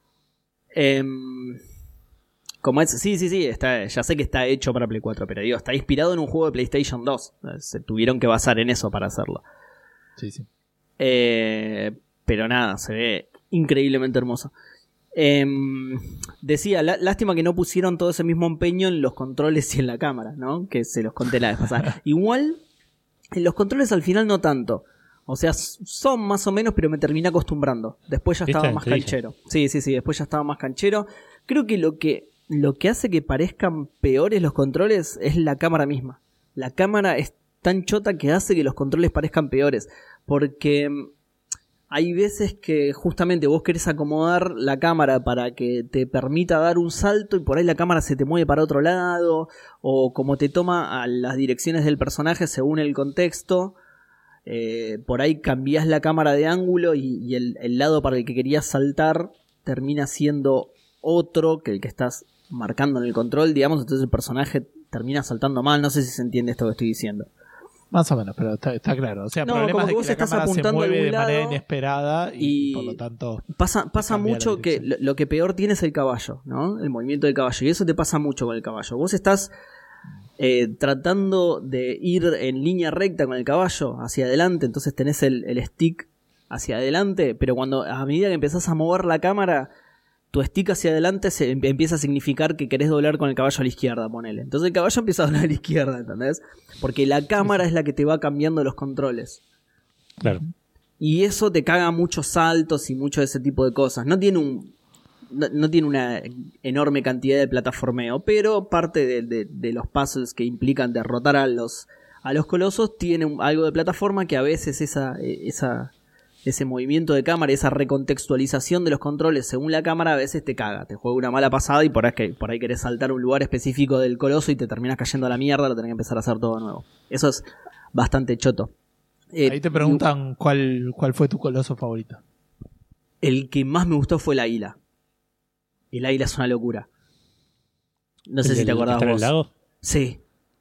Em, como es, sí, sí, sí, está, ya sé que está hecho para Play cuatro, pero digo, está inspirado en un juego de PlayStation dos. Se tuvieron que basar en eso para hacerlo. Sí, sí. Eh, pero nada, se ve increíblemente hermoso. Em, decía, lá- lástima que no pusieron todo ese mismo empeño en los controles y en la cámara, ¿no? Que se los conté la vez pasada. Igual, en los controles al final no tanto. O sea, s- son más o menos, pero me terminé acostumbrando. Después ya ¿Viste? estaba más Te dije. canchero. Sí, sí, sí, después ya estaba más canchero. Creo que lo que lo que hace que parezcan peores los controles es la cámara misma. La cámara es tan chota que hace que los controles parezcan peores. Porque mm, hay veces que justamente vos querés acomodar la cámara para que te permita dar un salto y por ahí la cámara se te mueve para otro lado. O como te toma a las direcciones del personaje según el contexto. Eh, por ahí cambiás la cámara de ángulo y, y el, el lado para el que querías saltar termina siendo otro que el que estás marcando en el control, digamos, entonces el personaje termina saltando mal. No sé si se entiende esto que estoy diciendo. Más o menos, pero está, está claro. O sea, No, problemas como que de vos que la estás cámara se apuntando a mueve algún de manera lado inesperada y, y por lo tanto Pasa, pasa cambia la mucho que dirección. lo, lo que peor tiene es el caballo, ¿no? El movimiento del caballo. Y eso te pasa mucho con el caballo. Vos estás eh, tratando de ir en línea recta con el caballo hacia adelante, entonces tenés el, el stick hacia adelante, pero cuando a medida que empezás a mover la cámara, tu stick hacia adelante se em- empieza a significar que querés doblar con el caballo a la izquierda, ponele. Entonces el caballo empieza a doblar a la izquierda, ¿entendés? Porque la cámara es la que te va cambiando los controles. Claro. Y eso te caga muchos saltos y mucho de ese tipo de cosas. No tiene un no, no tiene una enorme cantidad de plataformeo, pero parte de, de, de los puzzles que implican derrotar a los a los colosos tiene un- algo de plataforma que a veces esa esa ese movimiento de cámara, esa recontextualización de los controles según la cámara a veces te caga, te juega una mala pasada y por ahí, que, por ahí querés saltar a un lugar específico del coloso y te terminas cayendo a la mierda, lo tenés que empezar a hacer todo de nuevo. Eso es bastante choto. Eh, Ahí te preguntan cuál, cuál fue tu coloso favorito. El que más me gustó fue el águila. El águila es una locura. No sé ¿El si te del que acordás está en el vos. lago? Sí.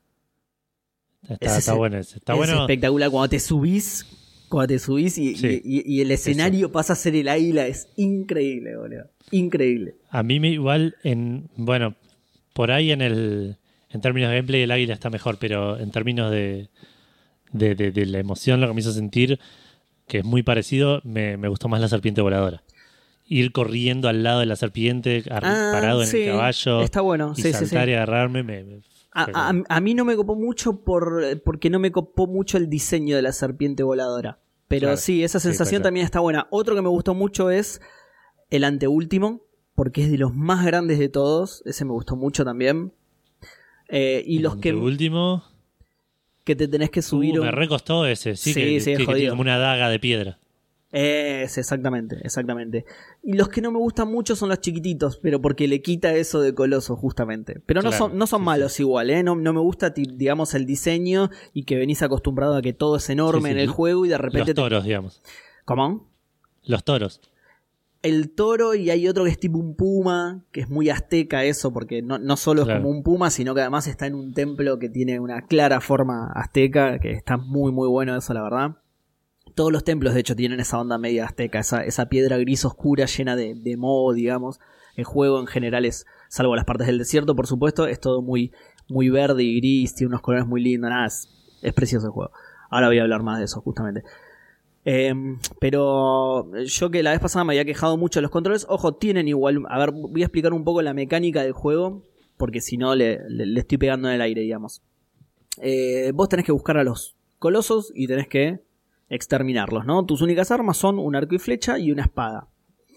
Está, Ese está es- bueno ese. Está es bueno. espectacular. Cuando te subís, cuando te subís y, Sí. y- y- y el escenario pasa a ser el águila, es increíble, boludo. Increíble. A mí me igual en bueno, por ahí en el en términos de gameplay el águila está mejor, pero en términos de de, de, de la emoción, lo que me hizo sentir, que es muy parecido, me, me gustó más la serpiente voladora. Ir corriendo al lado de la serpiente, ar- Ah, parado en sí, el caballo, está bueno. y Sí, sí, saltar sí. y agarrarme, me, me- A, fue a- como- a mí no me copó mucho por, porque no me copó mucho el diseño de la serpiente voladora. Pero Claro. sí, esa Sí, sensación puede ser. también está buena. Otro que me gustó mucho es el anteúltimo, porque es de los más grandes de todos. Ese me gustó mucho también. Eh, y el los que, último, que te tenés que subir. uh, un- me recostó ese, sí, Sí, que, sí, es que- que jodido. tiene como una daga de piedra. Es, exactamente, exactamente. Y los que no me gustan mucho son los chiquititos, pero porque le quita eso de coloso, justamente. Pero no Claro, son, no son sí, malos igual, ¿eh? No, no me gusta, ti- digamos, el diseño y que venís acostumbrado a que todo es enorme Sí, sí. en el juego y de repente. Los toros, digamos. Te... ¿Cómo? Los toros. El toro y hay otro que es tipo un puma, que es muy azteca eso, porque no, no solo es Claro. como un puma, sino que además está en un templo que tiene una clara forma azteca, que está muy muy bueno eso, la verdad. Todos los templos, de hecho, tienen esa onda media azteca, esa, esa piedra gris oscura llena de, de moho, digamos. El juego en general es, salvo las partes del desierto, por supuesto, es todo muy, muy verde y gris, tiene unos colores muy lindos, nada, es, es precioso el juego. Ahora voy a hablar más de eso, justamente. Eh, pero yo que la vez pasada me había quejado mucho de los controles, ojo, tienen igual, a ver, voy a explicar un poco la mecánica del juego, porque si no le, le, le estoy pegando en el aire, digamos. Eh, vos tenés que buscar a los colosos y tenés que exterminarlos, ¿no? Tus únicas armas son un arco y flecha y una espada.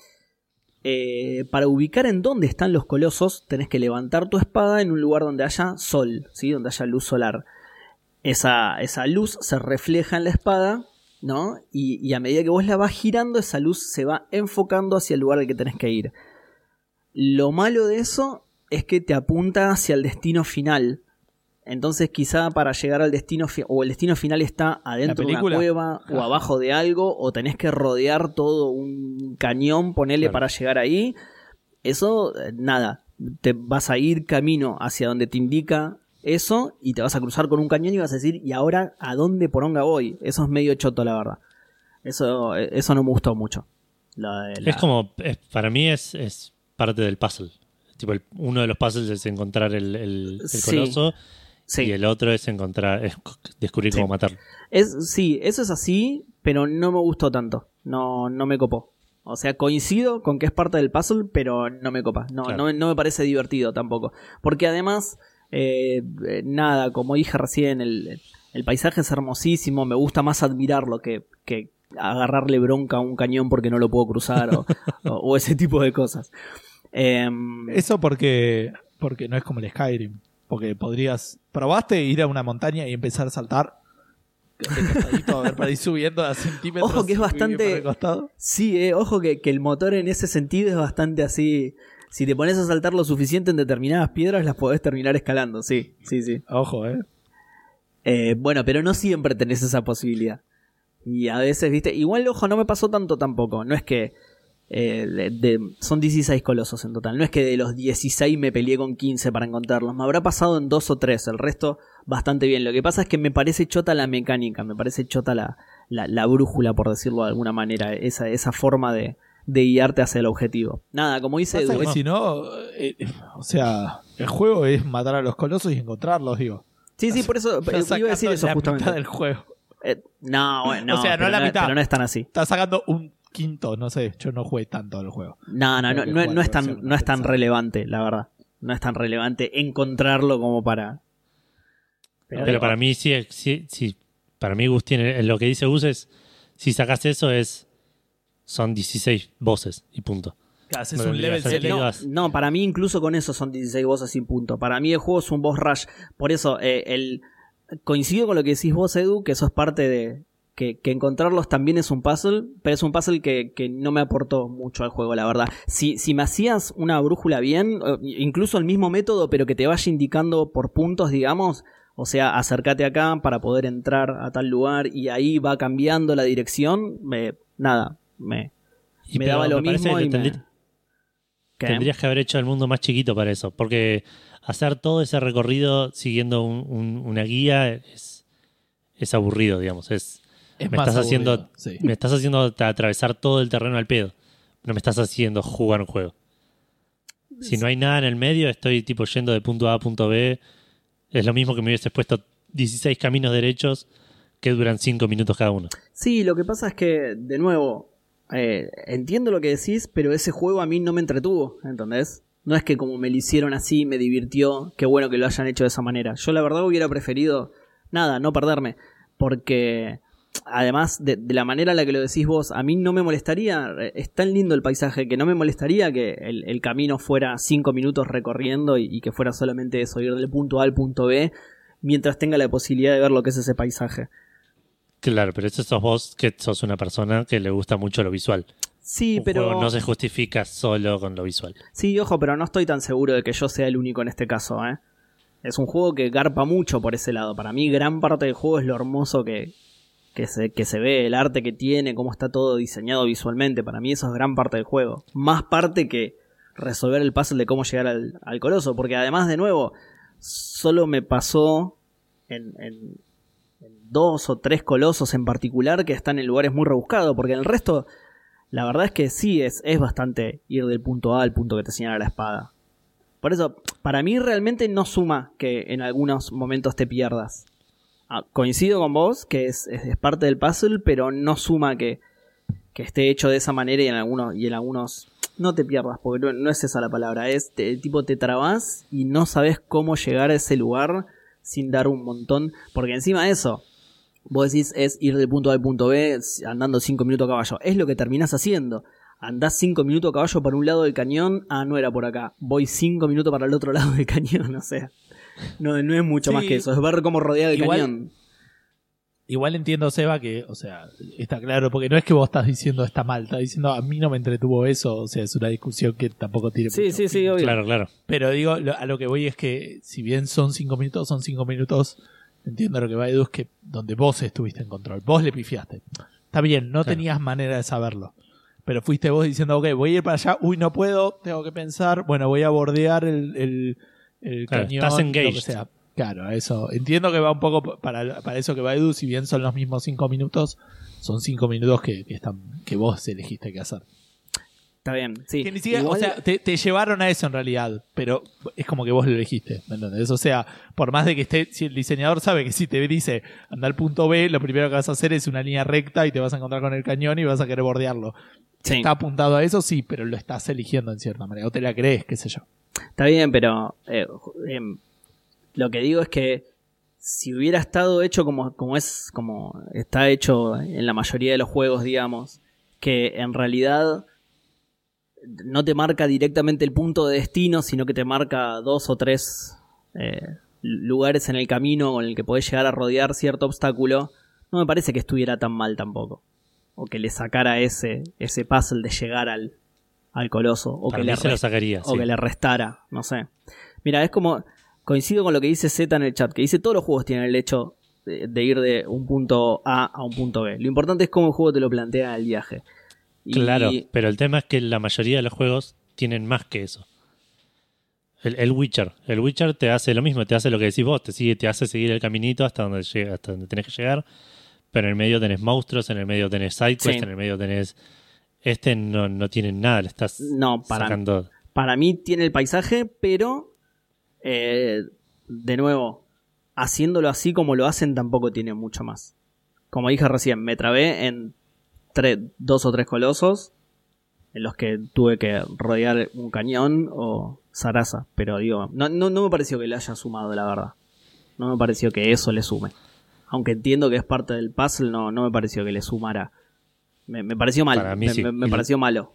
Eh, para ubicar en dónde están los colosos, tenés que levantar tu espada en un lugar donde haya sol, ¿sí? Donde haya luz solar. Esa, esa luz se refleja en la espada, ¿no? Y, y a medida que vos la vas girando, esa luz se va enfocando hacia el lugar al que tenés que ir. Lo malo de eso es que te apunta hacia el destino final. Entonces quizá para llegar al destino fi- o el destino final está adentro de una película? cueva o abajo de algo, o tenés que rodear todo un cañón, ponerle Claro. para llegar ahí. Eso, eh, nada, te vas a ir camino hacia donde te indica eso y te vas a cruzar con un cañón y vas a decir, ¿y ahora a dónde poronga voy? Eso es medio choto, la verdad. Eso, eh, eso no me gustó mucho. La- la- Es como, es- para mí es, es parte del puzzle. Tipo, el- uno de los puzzles es encontrar el, el, el Sí. coloso Sí. y el otro es encontrar, es descubrir Sí. cómo matarlo. Es, sí, eso es así, pero no me gustó tanto. No, no me copó. O sea, coincido con que es parte del puzzle, pero no me copa. No, Claro. no, me- no me parece divertido tampoco. Porque además, eh, eh, nada, como dije recién, el, el paisaje es hermosísimo. Me gusta más admirarlo que, que agarrarle bronca a un cañón porque no lo puedo cruzar o, o- o ese tipo de cosas. Em, Eso porque, porque no es como el Skyrim. Porque podrías... ¿Probaste ir a una montaña y empezar a saltar? De costadito, a ver, para ir subiendo a centímetros. Ojo que es y bastante- por el costado. Sí, eh, ojo que, que el motor en ese sentido es bastante así. Si te pones a saltar lo suficiente en determinadas piedras, las podés terminar escalando. Sí, sí, sí. Ojo, eh. Eh, bueno, pero no siempre tenés esa posibilidad. Y a veces, viste, igual, ojo, no me pasó tanto tampoco. No es que Eh, de, de, son dieciséis colosos en total. No es que de los dieciséis me peleé con quince para encontrarlos. Me habrá pasado en dos o tres. El resto bastante bien. Lo que pasa es que me parece chota la mecánica. Me parece chota la, la, la brújula, por decirlo de alguna manera. Esa, esa forma de, de guiarte hacia el objetivo. Nada, como dice Edu. Que si no, eh, o sea, el juego es matar a los colosos y encontrarlos, digo. Sí, sí, por eso iba a decir eso la justamente. Mitad del juego. Eh, no, no, o sea, no pero, la no mitad. pero no es tan así. Está sacando un quinto, no sé, yo no jugué tanto al juego. No, no, no, no, no es tan, no es tan relevante, la verdad. No es tan relevante encontrarlo como para... Pero, pero para mí sí, sí, sí, para mí Gus tiene, lo que dice Gus es, si sacas eso es, son dieciséis voces y punto. Claro, es No un level tendría select. No, no, para mí incluso con eso son dieciséis voces sin punto. Para mí el juego es un boss rush. Por eso, eh, el coincido con lo que decís vos, Edu, que eso es parte de... Que, que encontrarlos también es un puzzle, pero es un puzzle que, que no me aportó mucho al juego, la verdad. Si, si me hacías una brújula bien, incluso el mismo método, pero que te vaya indicando por puntos, digamos, o sea, acércate acá para poder entrar a tal lugar y ahí va cambiando la dirección, me, nada, me, y me daba lo me mismo. Que y tendrí- me... ¿Qué? Tendrías que haber hecho el mundo más chiquito para eso, porque hacer todo ese recorrido siguiendo un, un, una guía es, es aburrido, digamos, es... Es me más estás aburrido, haciendo sí. me estás haciendo atravesar todo el terreno al pedo. No me estás haciendo jugar un juego. Si no hay nada en el medio, estoy tipo yendo de punto A a punto B. Es lo mismo que me hubieses puesto dieciséis caminos derechos que duran cinco minutos cada uno. Sí, lo que pasa es que, de nuevo, eh, entiendo lo que decís, pero ese juego a mí no me entretuvo, ¿entendés? No es que como me lo hicieron así, me divirtió, qué bueno que lo hayan hecho de esa manera. Yo la verdad hubiera preferido, nada, no perderme, porque... Además de, de la manera en la que lo decís vos, a mí no me molestaría, es tan lindo el paisaje que no me molestaría que el, el camino fuera cinco minutos recorriendo y, y que fuera solamente eso, ir del punto A al punto B, mientras tenga la posibilidad de ver lo que es ese paisaje. Claro, pero eso sos vos que sos una persona que le gusta mucho lo visual. Sí, Un pero... juego no se justifica solo con lo visual. Sí, ojo, pero no estoy tan seguro de que yo sea el único en este caso, ¿eh? Es un juego que garpa mucho por ese lado. Para mí gran parte del juego es lo hermoso que... Que se, que se ve, el arte que tiene, cómo está todo diseñado visualmente. Para mí eso es gran parte del juego. Más parte que resolver el puzzle de cómo llegar al, al coloso. Porque además, de nuevo, solo me pasó en, en, en dos o tres colosos en particular que están en lugares muy rebuscados. Porque en el resto, la verdad es que sí, es, es bastante ir del punto A al punto que te señala la espada. Por eso, para mí realmente no suma que en algunos momentos te pierdas. Ah, coincido con vos que es, es, es parte del puzzle, pero no suma que, que esté hecho de esa manera y en algunos, y en algunos no te pierdas, porque no, no es esa la palabra, es te, tipo te trabas y no sabes cómo llegar a ese lugar sin dar un montón, porque encima de eso, vos decís es ir del punto A al punto B andando cinco minutos a caballo, es lo que terminás haciendo. Andás cinco minutos a caballo para un lado del cañón, ah, no era por acá, voy cinco minutos para el otro lado del cañón, o sea... No, no es mucho sí, más que eso, es ver cómo rodea el igual, cañón. Igual entiendo, Seba, que, o sea, está claro, porque no es que vos estás diciendo está mal, estás diciendo a mí no me entretuvo eso, o sea, es una discusión que tampoco tiene Sí, mucho sí, fin. sí, obvio. Claro, claro. Pero digo, lo, a lo que voy es que si bien son cinco minutos, son cinco minutos, entiendo lo que va Edu, es que donde vos estuviste en control, vos le pifiaste. Está bien, no Claro. tenías manera de saberlo, pero fuiste vos diciendo, ok, voy a ir para allá, uy, no puedo, tengo que pensar, bueno, voy a bordear el, el, el Claro, cañón, estás lo engaged. que sea. Claro, eso. Entiendo que va un poco para, para eso que va Edu, si bien son los mismos cinco minutos, son cinco minutos que, que están que vos elegiste que hacer. Está bien, sí. Que ni siquiera, Igual- o sea, te, te llevaron a eso en realidad, pero es como que vos lo elegiste, ¿me entendés? O sea, por más de que esté, si el diseñador sabe que si te dice anda al punto B, lo primero que vas a hacer es una línea recta y te vas a encontrar con el cañón y vas a querer bordearlo. Sí. Está apuntado a eso, sí, pero lo estás eligiendo en cierta manera, o te la crees, qué sé yo. Está bien, pero eh, eh, lo que digo es que si hubiera estado hecho como, como es, como está hecho en la mayoría de los juegos, digamos, que en realidad no te marca directamente el punto de destino, sino que te marca dos o tres eh, lugares en el camino con el que podés llegar a rodear cierto obstáculo, no me parece que estuviera tan mal tampoco. O que le sacara ese, ese puzzle de llegar al, al coloso. O Para que mí le se lo rest- sacaría, o sí. que le restara, no sé. Mira, es como... Coincido con lo que dice Z en el chat, que dice todos los juegos tienen el hecho de, de ir de un punto A a un punto B. Lo importante es cómo el juego te lo plantea el viaje. Y, Claro, pero el tema es que la mayoría de los juegos tienen más que eso. El, el Witcher. El Witcher te hace lo mismo, te hace lo que decís vos, te sigue, te hace seguir el caminito hasta donde llega, hasta donde tenés que llegar. Pero en el medio tenés monstruos, en el medio tenés sidequests, Sí. en el medio tenés. Este no, no tiene nada, le estás No, para, sacando. para mí tiene el paisaje, pero eh, de nuevo, haciéndolo así como lo hacen tampoco tiene mucho más. Como dije recién, me trabé en tres, dos o tres colosos en los que tuve que rodear un cañón o zaraza, pero digo, no, no, no me pareció que le haya sumado, la verdad. No me pareció que eso le sume. Aunque entiendo que es parte del puzzle, no, no me pareció que le sumara. Me, me pareció mal, Para mí me, sí. me, me El- pareció malo.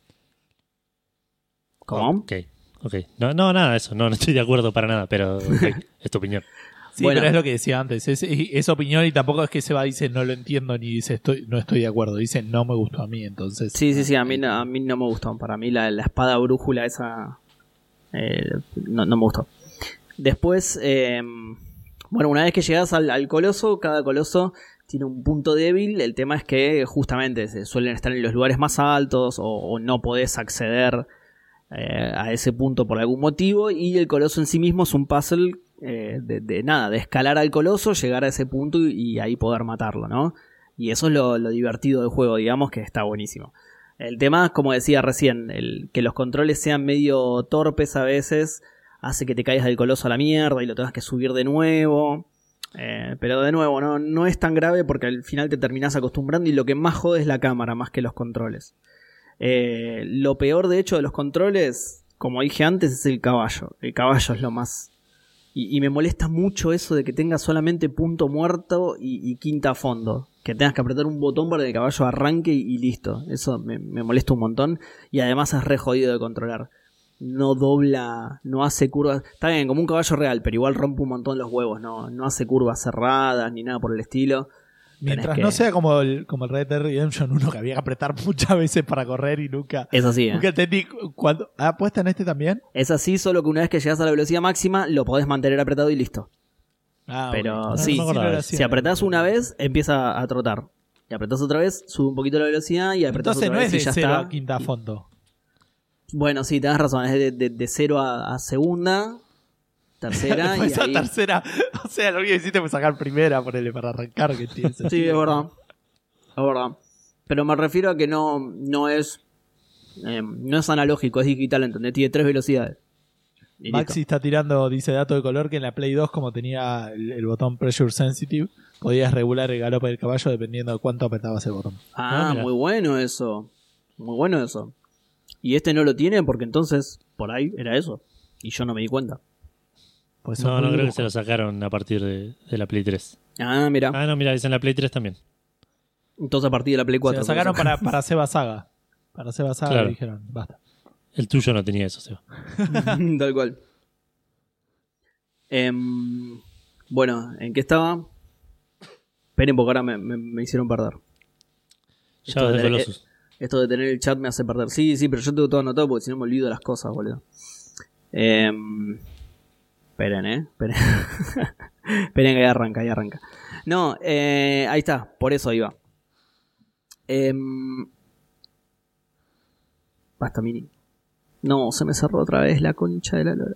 ¿Cómo? Ok, ok. No, no, nada de eso. No, no estoy de acuerdo para nada, pero ok, es tu opinión. Sí, Bueno. pero es lo que decía antes. Es, es opinión y tampoco es que se va y dice no lo entiendo ni dice estoy, no estoy de acuerdo. Dice no me gustó a mí, entonces. Sí, sí, sí, a mí, no- a mí no me gustó. Para mí la, la espada brújula esa eh, no, no me gustó. Después, eh, bueno, una vez que llegas al, al coloso, cada coloso tiene un punto débil. El tema es que justamente se suelen estar en los lugares más altos o, o no podés acceder eh, a ese punto por algún motivo. Y el coloso en sí mismo es un puzzle eh, de, de nada, de escalar al coloso, llegar a ese punto y, y ahí poder matarlo, ¿no? Y eso es lo, lo divertido del juego, digamos, que está buenísimo. El tema, como decía recién, el, que los controles sean medio torpes a veces, hace que te caigas del coloso a la mierda y lo tengas que subir de nuevo. Eh, pero de nuevo, no, no es tan grave porque al final te terminás acostumbrando y lo que más jode es la cámara, más que los controles. Eh, lo peor, de hecho, de los controles, como dije antes, es el caballo. El caballo es lo más... Y, y me molesta mucho eso de que tenga solamente punto muerto y, y quinta a fondo. Que tengas que apretar un botón para que el caballo arranque y, y listo. Eso me, me molesta un montón. Y además es re jodido de controlar. No dobla, no hace curvas. Está bien, como un caballo real, pero igual rompe un montón los huevos. No, no hace curvas cerradas ni nada por el estilo. Mientras que- no sea como el, como el Red Dead Redemption uno que había que apretar muchas veces para correr y nunca. Es así, ¿eh? Nunca entendí cuando. ¿Ah, puesta en este también? Es así, solo que una vez que llegas a la velocidad máxima, lo podés mantener apretado y listo. Ah, Pero ok. sí, No me acordaba de eso. Si apretás una vez, empieza a trotar. Y apretás otra vez, sube un poquito la velocidad y apretás Entonces otra no vez es de y ya cero está. a quinta a fondo. Bueno, sí, tenés razón, es de, de, de cero a, a segunda, tercera y Después a ahí... tercera. O sea, lo único que hiciste fue sacar primera, ponerle para arrancar. Que tiene Sí, sentido. es verdad. Es verdad. Pero me refiero a que no, no es eh, no es analógico, es digital, ¿entendés? Tiene tres velocidades. Y Maxi listo. está tirando, dice dato de color, que en la Play dos, como tenía el, el botón Pressure Sensitive, podías regular el galope del caballo dependiendo de cuánto apretabas el botón. Ah, Ah, mira. muy bueno eso. Muy bueno eso. Y este no lo tiene porque entonces por ahí era eso. Y yo no me di cuenta. Pues son No, muy no creo que brujos. se lo sacaron a partir de, de la Play tres. Ah, mira. Ah, no, mira, dicen la Play tres también. Entonces a partir de la Play Se cuatro. lo sacaron para, para Seba Saga. Para Seba Saga Claro. le dijeron, basta. El tuyo no tenía eso, Seba. Tal cual. Em, bueno, ¿en qué estaba? Esperen porque ahora me, me- me hicieron perder. Ya Esto de de, tener, Colossus. esto de tener el chat me hace perder. Sí, sí, pero yo tengo todo anotado porque si no me olvido las cosas, boludo. Em, esperen, eh. Esperen. Esperen que ahí arranca, ahí arranca. No, eh, ahí está, por eso iba. Em, basta, Mini. No, se me cerró otra vez la concha de la lora.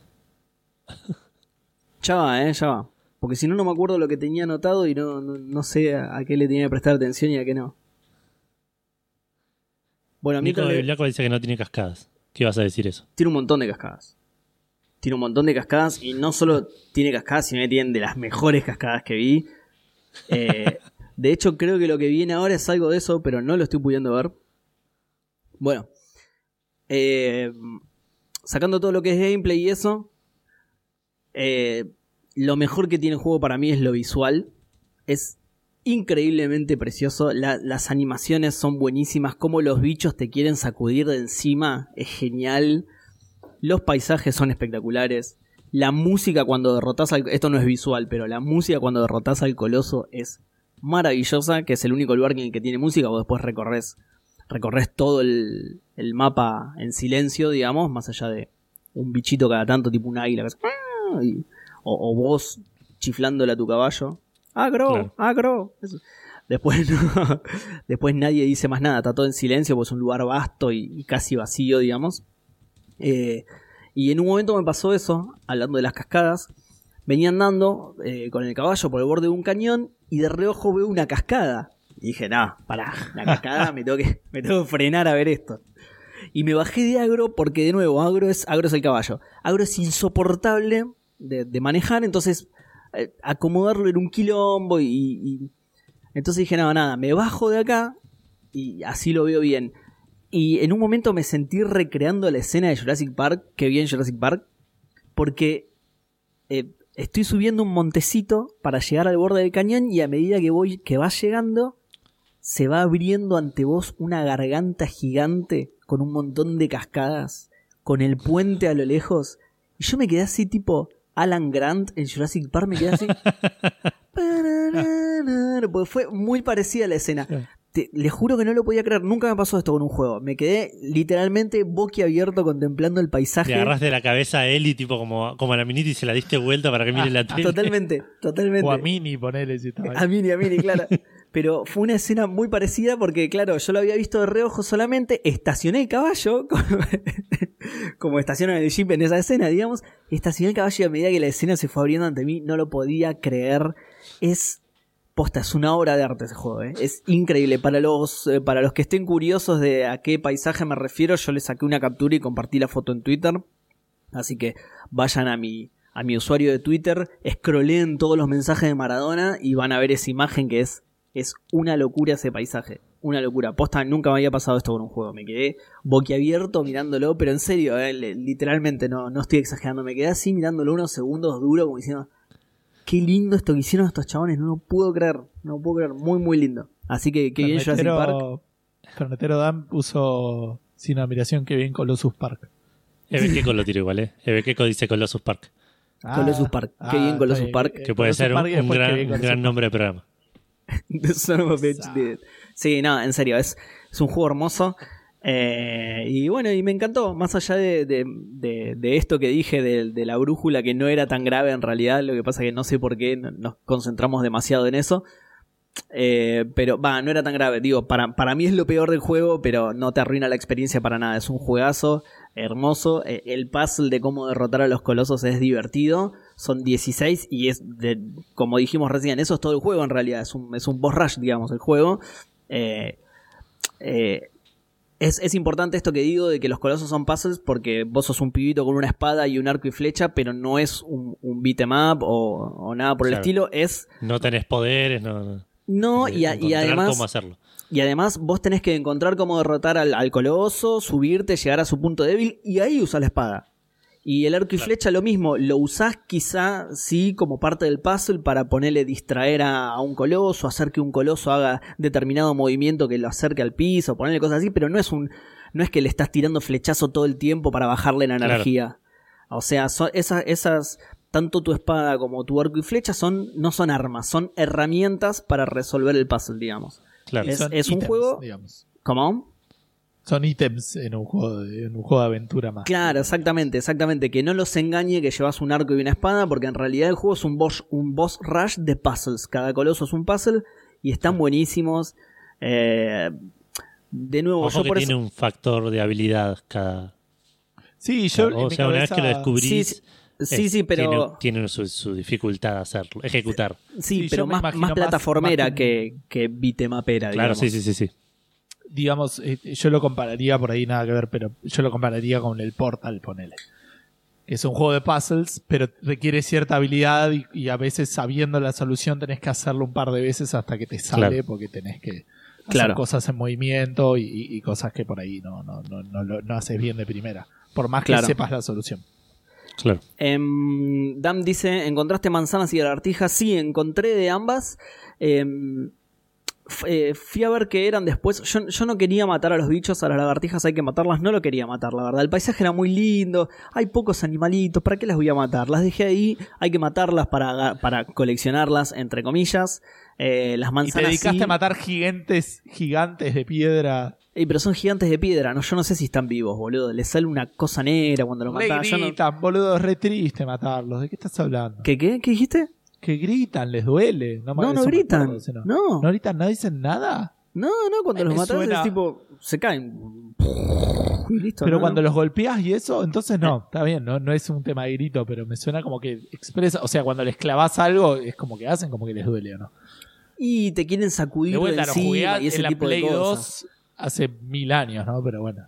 Ya va, eh, ya va. Porque si no, no me acuerdo lo que tenía anotado y no, no, no sé a, a qué le tenía que prestar atención y a qué no. Bueno, Nico mientras de le- Bibliaco dice que no tiene cascadas. ¿Qué vas a decir eso? tiene un montón de cascadas. Tiene un montón de cascadas y no solo tiene cascadas, sino que tiene de las mejores cascadas que vi. Eh, de hecho, creo que lo que viene ahora es algo de eso, pero no lo estoy pudiendo ver. Bueno, eh, sacando todo lo que es gameplay y eso, eh, lo mejor que tiene el juego para mí es lo visual. Es increíblemente precioso. La- las animaciones son buenísimas. Cómo los bichos te quieren sacudir de encima es genial. Los paisajes son espectaculares. La música cuando derrotas al... Esto no es visual, pero la música cuando derrotas al coloso es maravillosa, que es el único lugar en el que tiene música. Vos después recorres, recorres todo el, el mapa en silencio, digamos, más allá de un bichito cada tanto, tipo un águila. Que hace... y- o, o vos chiflándole a tu caballo. Agro, Claro. agro. Eso. Después no, después nadie dice más nada, está todo en silencio porque es un lugar vasto y, y casi vacío, digamos. Eh, y en un momento me pasó eso, hablando de las cascadas. Venía andando eh, con el caballo por el borde de un cañón y de reojo veo una cascada. Y dije, no, pará, la cascada me tengo que, me tengo que frenar a ver esto. Y me bajé de agro porque, de nuevo, agro es, agro es el caballo. Agro es insoportable de, de manejar, entonces eh, acomodarlo en un quilombo y, y... Entonces dije, no, nada, me bajo de acá y así lo veo bien. Y en un momento me sentí recreando la escena de Jurassic Park que vi en Jurassic Park, porque eh, estoy subiendo un montecito para llegar al borde del cañón y a medida que voy, que va llegando, se va abriendo ante vos una garganta gigante con un montón de cascadas, con el puente a lo lejos. Y yo me quedé así tipo Alan Grant en Jurassic Park, me quedé así. Porque fue muy parecida a la escena. Te, le juro que no lo podía creer, nunca me pasó esto con un juego. Me quedé literalmente boquiabierto contemplando el paisaje. Le agarraste la cabeza a Ellie tipo como, como a la Minita y se la diste vuelta para que mire la tele. Totalmente, totalmente. O a Mini, ponele si estaba ahí. A Mini, a Mini, claro. Pero fue una escena muy parecida porque, claro, yo lo había visto de reojo solamente, estacioné el caballo, como, como estacionan el jeep en esa escena, digamos, estacioné el caballo y a medida que la escena se fue abriendo ante mí, no lo podía creer. Es... Posta, es una obra de arte ese juego, ¿eh? Es increíble. Para los, eh, para los que estén curiosos de a qué paisaje me refiero, yo les saqué una captura y compartí la foto en Twitter. Así que vayan a mi, a mi usuario de Twitter, scrolleen todos los mensajes de Maradona y van a ver esa imagen que es, es una locura ese paisaje. Una locura. Posta, nunca me había pasado esto con un juego. Me quedé boquiabierto mirándolo, pero en serio, ¿eh? Literalmente, no, no estoy exagerando. Me quedé así mirándolo unos segundos duro como diciendo... Qué lindo esto que hicieron estos chabones, no lo puedo creer, no lo puedo creer, muy muy lindo. Así que qué bien Jurassic Park. Fernetero Dan puso sin admiración qué bien Colossus Park. Eve Keiko lo tiro igual, ¿eh? Eve Keiko dice Colossus Park. Ah, Colossus Park, qué bien Colossus bien, Park. Que puede Colossus ser un, Park y un después gran, qué bien un gran nombre de programa. The son of a bitch did. Sí, no, en serio, es, es un juego hermoso. Eh, y bueno, y me encantó, más allá de, de, de, de esto que dije de, de la brújula, que no era tan grave en realidad, lo que pasa que no sé por qué nos concentramos demasiado en eso, eh, pero va, no era tan grave, digo, para, para mí es lo peor del juego, pero no te arruina la experiencia para nada, es un juegazo hermoso, eh, el puzzle de cómo derrotar a los colosos es divertido, son dieciséis y es, de, como dijimos recién, eso es todo el juego en realidad, es un, es un boss rush, digamos, el juego. eh, eh, Es, es importante esto que digo de que los colosos son puzzles porque vos sos un pibito con una espada y un arco y flecha, pero no es un, un beat 'em up o, o nada por el Claro. estilo. Es No tenés poderes, no. no. no y, a- y Encontrar además cómo hacerlo. y además vos tenés que encontrar cómo derrotar al, al coloso, subirte, llegar a su punto débil y ahí usás la espada. Y el arco y Claro. flecha lo mismo, lo usás quizá sí como parte del puzzle para ponerle distraer a, a un coloso, hacer que un coloso haga determinado movimiento que lo acerque al piso, ponerle cosas así, pero no es un no es que le estás tirando flechazo todo el tiempo para bajarle la Claro. energía. O sea, son esas esas tanto tu espada como tu arco y flecha son no son armas, son herramientas para resolver el puzzle, digamos. Claro. Es- Son es un ítems, juego- digamos. ¿Cómo? Son ítems en un juego de, en un juego de aventura más. Claro, exactamente, exactamente. Que no los engañe que llevas un arco y una espada, porque en realidad el juego es un boss, un boss rush de puzzles. Cada coloso es un puzzle y están buenísimos. Eh, de nuevo, Ojo yo que por tiene eso... un factor de habilidad cada. Sí, yo en o mi sea, una vez cabeza- que lo descubrís, Sí, sí, sí, es- sí, pero... tiene, tiene su, su dificultad hacerlo, ejecutar. Sí, Sí, pero yo me más, imagino más más- plataformera más que, que bitemapera, Claro, digamos. sí, sí, sí, sí. digamos, eh, yo lo compararía por ahí nada que ver, pero yo lo compararía con el Portal, ponele. Es un juego de puzzles, pero requiere cierta habilidad y, y a veces sabiendo la solución tenés que hacerlo un par de veces hasta que te sale, Claro. porque tenés que hacer Claro. cosas en movimiento y, y- y cosas que por ahí no, no, no, no, lo- no haces bien de primera, por más que Claro. sepas la solución. Claro. Em, Dam dice, ¿encontraste manzanas y lagartijas? Sí, encontré de ambas. Em, f- eh, fui a ver qué eran después. Yo, yo no quería matar a los bichos, a las lagartijas hay que matarlas. No lo quería matar, la verdad. El paisaje era muy lindo. Hay pocos animalitos. ¿Para qué las voy a matar? Las dejé ahí. Hay que matarlas para, para coleccionarlas, entre comillas. Eh, las Y te manzanas dedicaste sí. a matar gigantes, gigantes de piedra. Ey, pero son gigantes de piedra. No, yo no sé si están vivos, boludo. Les sale una cosa negra cuando los Le matás. Yo no- gritan, boludo, es re triste matarlos. ¿De qué estás hablando? ¿Qué, qué? ¿Qué dijiste? Que gritan, les duele. No, No, no eso me gritan. acuerdo, ese no. No. no gritan, no dicen nada. No, no, cuando Ay, los me matas suena- es tipo, se caen. Y listo. Pero no, cuando no. los golpeas y eso, entonces no, está bien, no, no es un tema de grito, pero me suena como que expresa, o sea, cuando les clavas algo, es como que hacen como que les duele, ¿o no? Y te quieren sacudir De vuelta, lo jugué encima y ese en la tipo Play de cosas. dos hace mil años, ¿no? Pero bueno.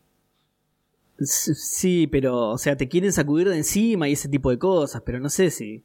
S- Sí, pero, o sea, te quieren sacudir de encima y ese tipo de cosas, pero no sé si...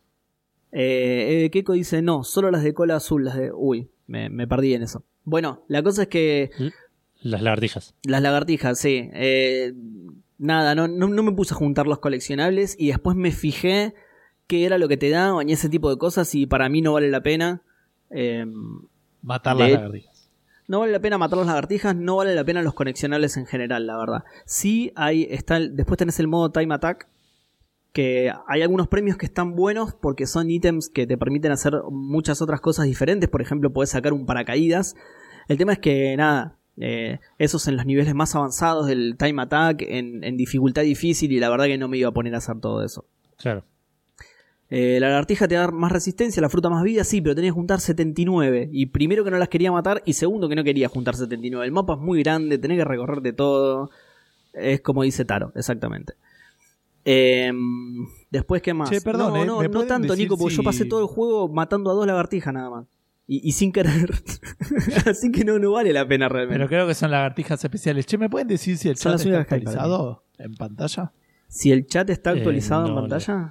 Eh, eh, Keiko dice, no, solo las de cola azul, las de... Uy, me, me perdí en eso. Bueno, la cosa es que Las lagartijas. las lagartijas, sí. Eh, nada, no, no, no me puse a juntar los coleccionables y después me fijé qué era lo que te daban y ese tipo de cosas y para mí no vale la pena. Eh, Matar De- las lagartijas. No vale la pena matar las lagartijas, no vale la pena los coleccionables en general, la verdad. Sí, hay, está el- después tenés el modo Time Attack, que hay algunos premios que están buenos porque son ítems que te permiten hacer muchas otras cosas diferentes. Por ejemplo, podés sacar un paracaídas. El tema es que, nada, eh, esos en los niveles más avanzados del Time Attack, en, en dificultad difícil, y la verdad que no me iba a poner a hacer todo eso. Claro. Eh, la lagartija te da más resistencia, la fruta más vida, sí, pero tenés que juntar setenta y nueve. Y primero que no las quería matar, y segundo que no quería juntar setenta y nueve. El mapa es muy grande, tenés que recorrerte todo. Es como dice Taro, exactamente. Eh, después, ¿qué más? Che, perdón, no, eh, no, ¿me no pueden tanto, decir Nico, porque si- yo pasé todo el juego matando a dos lagartijas nada más. Y, y sin querer. Así que no, no vale la pena realmente. Pero creo que son lagartijas especiales. Che, ¿me pueden decir si el Son chat las está únicas que hay para actualizado en pantalla? Si el chat está Eh, actualizado en no, pantalla.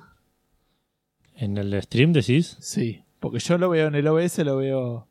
¿En el stream decís? Sí, porque yo lo veo en el O B S, lo veo...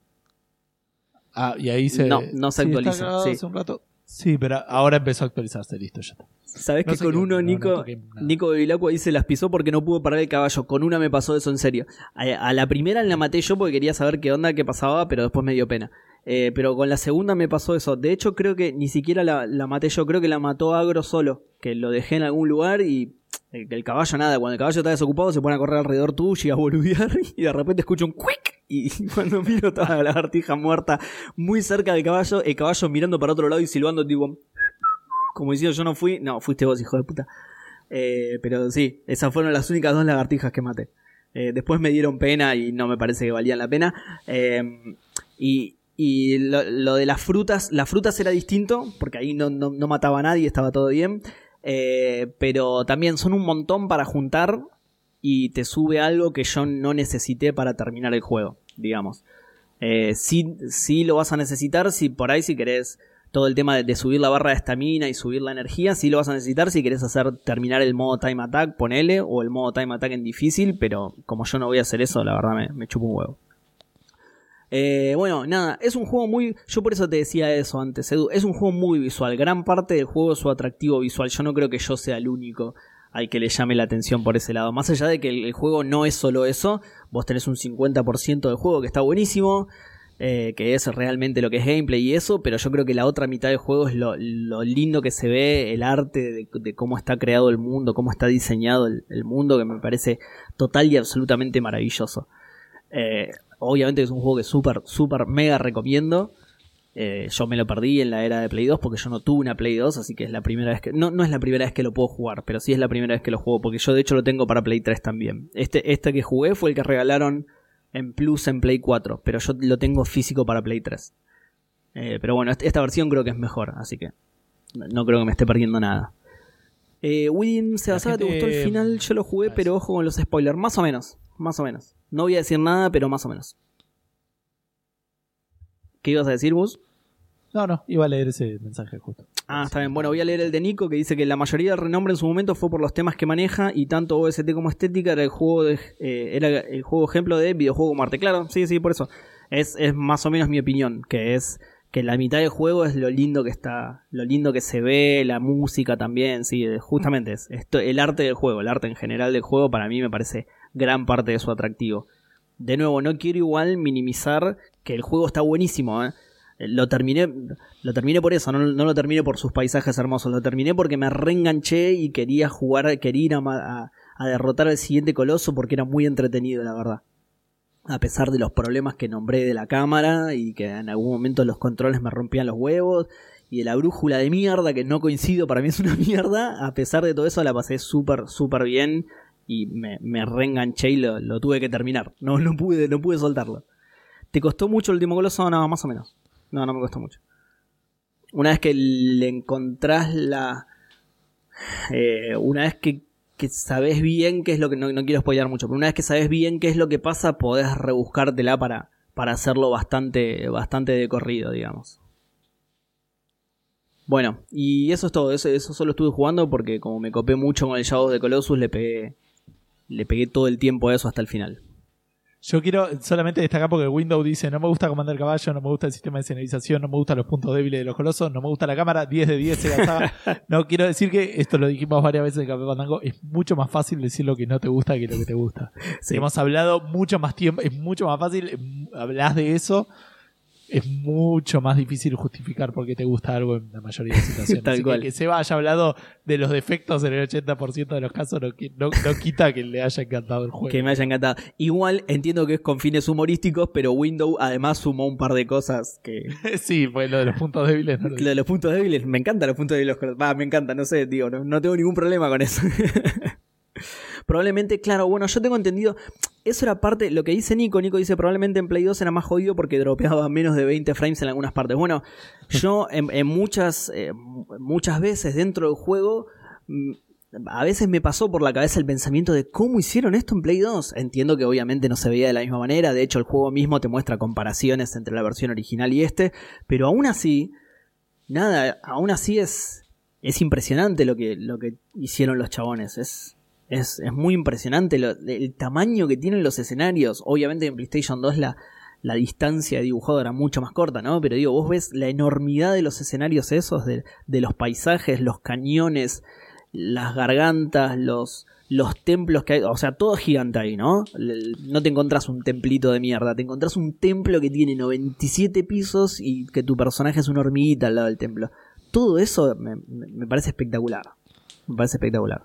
Ah, y ahí se... No, no se Sí, está actualiza, grabado sí. hace un rato. Sí, pero ahora empezó a actualizarse, listo, ya está. Sabés No que sé con qué uno onda, no, Nico, no toqué nada. Nico Bevilacqua dice las pisó porque no pudo parar el caballo. Con una me pasó eso en serio. A, a la primera la maté yo porque quería saber qué onda, qué pasaba, pero después me dio pena. Eh, pero con la segunda me pasó eso. De hecho creo que ni siquiera la, la maté yo, creo que la mató Agro solo. Que lo dejé en algún lugar y el, el caballo nada. Cuando el caballo está desocupado se pone a correr alrededor tuyo y a boludear y de repente escucho un quick. Y cuando miro toda la lagartija muerta muy cerca del caballo, el caballo mirando para otro lado y silbando tipo... Como diciendo yo no fui, no, fuiste vos, hijo de puta. Eh, pero sí, esas fueron las únicas dos lagartijas que maté. Eh, después me dieron pena y no me parece que valían la pena. Eh, y y lo, lo de las frutas, las frutas era distinto, porque ahí no, no, no mataba a nadie, estaba todo bien. Eh, pero también son un montón para juntar y te sube algo que yo no necesité para terminar el juego, digamos. Eh, sí, sí lo vas a necesitar si por ahí si querés... Todo el tema de, de subir la barra de estamina y subir la energía, sí lo vas a necesitar si querés hacer terminar el modo Time Attack, ponele, o el modo Time Attack en difícil, pero como yo no voy a hacer eso, la verdad me, me chupo un huevo. Eh, bueno, nada, es un juego muy... Yo por eso te decía eso antes, Edu, es un juego muy visual, gran parte del juego es su atractivo visual, yo no creo que yo sea el único al que le llame la atención por ese lado. Más allá de que el, el juego no es solo eso, vos tenés un cincuenta por ciento del juego que está buenísimo, Eh, que es realmente lo que es gameplay y eso, pero yo creo que la otra mitad del juego es lo, lo lindo que se ve, el arte de, de cómo está creado el mundo, cómo está diseñado el, el mundo, que me parece total y absolutamente maravilloso. Eh, obviamente es un juego que súper, súper mega recomiendo. Eh, yo me lo perdí en la era de Play dos porque yo no tuve una Play dos, así que es la primera vez que... No, no es la primera vez que lo puedo jugar, pero sí es la primera vez que lo juego, porque yo de hecho lo tengo para Play tres también. Este, este que jugué fue el que regalaron en Plus en Play cuatro, pero yo lo tengo físico para Play tres. Eh, pero bueno, esta versión creo que es mejor, así que no, no creo que me esté perdiendo nada. Eh, Win, Sebasada, ¿te gente- gustó el final? Yo lo jugué, pero ojo con los spoilers, más o menos, más o menos. No voy a decir nada, pero más o menos. ¿Qué ibas a decir, Bus? No, no, iba a leer ese mensaje justo. Ah, está bien. Bueno, voy a leer el de Nico, que dice que la mayoría del renombre en su momento fue por los temas que maneja y tanto O S T como estética era el juego de, eh, era el juego ejemplo de videojuego como arte. Claro, sí, sí, por eso. Es, es más o menos mi opinión, que es que la mitad del juego es lo lindo que está, lo lindo que se ve, la música también, sí, justamente es esto, el arte del juego, el arte en general del juego para mí me parece gran parte de su atractivo. De nuevo, no quiero igual minimizar que el juego está buenísimo, ¿eh? Lo terminé, lo terminé por eso, no, no lo terminé por sus paisajes hermosos, lo terminé porque me reenganché y quería jugar, quería ir a, a, a derrotar al siguiente coloso porque era muy entretenido, la verdad. A pesar de los problemas que nombré de la cámara y que en algún momento los controles me rompían los huevos y de la brújula de mierda que no coincido, para mí es una mierda, a pesar de todo eso la pasé súper, súper bien y me, me reenganché y lo, lo tuve que terminar. No, no pude, no pude soltarlo. ¿Te costó mucho el último coloso? No, más o menos. No, no me costó mucho. Una vez que le encontrás la... Eh, una vez que, que sabés bien qué es lo que... No, no quiero spoilear mucho, pero una vez que sabés bien qué es lo que pasa, podés rebuscártela para, para hacerlo bastante, bastante de corrido, digamos. Bueno, y eso es todo. Eso, eso solo estuve jugando porque como me copé mucho con el Shadow of the Colossus, le pegué, le pegué todo el tiempo a eso hasta el final. Yo quiero solamente destacar porque Windows dice: no me gusta comandar caballo, no me gusta el sistema de señalización, no me gustan los puntos débiles de los colosos, no me gusta la cámara, diez de diez Sega Saga. No, quiero decir que, esto lo dijimos varias veces en Café Fandango, es mucho más fácil decir lo que no te gusta que lo que te gusta. Sí. Hemos hablado mucho más tiempo, es mucho más fácil, hablas de eso, es mucho más difícil justificar por qué te gusta algo en la mayoría de situaciones. Tal Así cual. Que, que Seba haya hablado de los defectos en el ochenta por ciento de los casos no, no, no quita que le haya encantado el juego. Que me haya encantado. Igual entiendo que es con fines humorísticos, pero Windows además sumó un par de cosas que... Sí, pues lo de los puntos débiles no lo Lo de los puntos débiles, me encantan los puntos débiles. Va, me encanta, no sé, digo, no, no tengo ningún problema con eso. Probablemente, claro, bueno, yo tengo entendido, eso era parte, lo que dice Nico, Nico dice probablemente en Play dos era más jodido porque dropeaba menos de veinte frames en algunas partes. Bueno, yo en, en muchas, eh, muchas veces dentro del juego, a veces me pasó por la cabeza el pensamiento de cómo hicieron esto en Play dos. Entiendo que obviamente no se veía de la misma manera, de hecho el juego mismo te muestra comparaciones entre la versión original y este, pero aún así, nada, aún así es, es impresionante lo que, lo que hicieron los chabones, es... Es, es muy impresionante lo, el tamaño que tienen los escenarios. Obviamente en PlayStation dos la, la distancia de dibujado era mucho más corta, ¿no? Pero digo, vos ves la enormidad de los escenarios esos, de, de los paisajes, los cañones, las gargantas, los, los templos que hay. O sea, todo es gigante ahí, ¿no? No te encontrás un templito de mierda, te encontrás un templo que tiene noventa y siete pisos y que tu personaje es una hormiguita al lado del templo. Todo eso me, me parece espectacular. Me parece espectacular.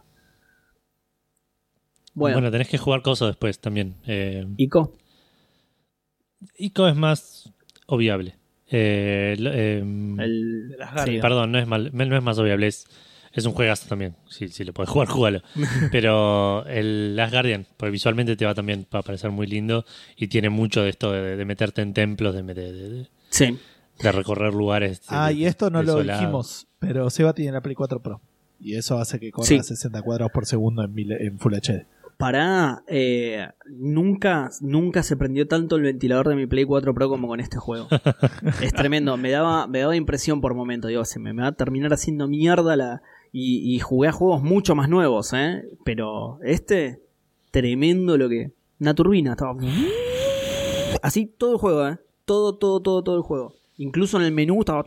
Bueno. bueno, tenés que jugar cosas después también. Eh, ¿Ico? Ico es más obviable. Eh, eh, el, sí, perdón, no es, mal, no es más obviable. Es, es un juegazo también. Si, si lo podés jugar, jugalo. Pero el Last Guardian, porque visualmente te va también va a parecer muy lindo y tiene mucho de esto de, de meterte en templos, de, de, de, sí. de recorrer lugares. Ah, de, y esto no lo desolado. dijimos, pero Seba tiene la Play cuatro Pro. Y eso hace que corra sí. a sesenta cuadros por segundo en, mil, en Full H D. Pará, eh, nunca, nunca se prendió tanto el ventilador de mi Play cuatro Pro como con este juego. Es tremendo, me daba, me daba impresión por momento, digo, se me, me va a terminar haciendo mierda la... Y, y jugué a juegos mucho más nuevos, ¿eh? Pero este, tremendo lo que... Una turbina, estaba... Así todo el juego, ¿eh? Todo, todo, todo, todo el juego. Incluso en el menú estaba...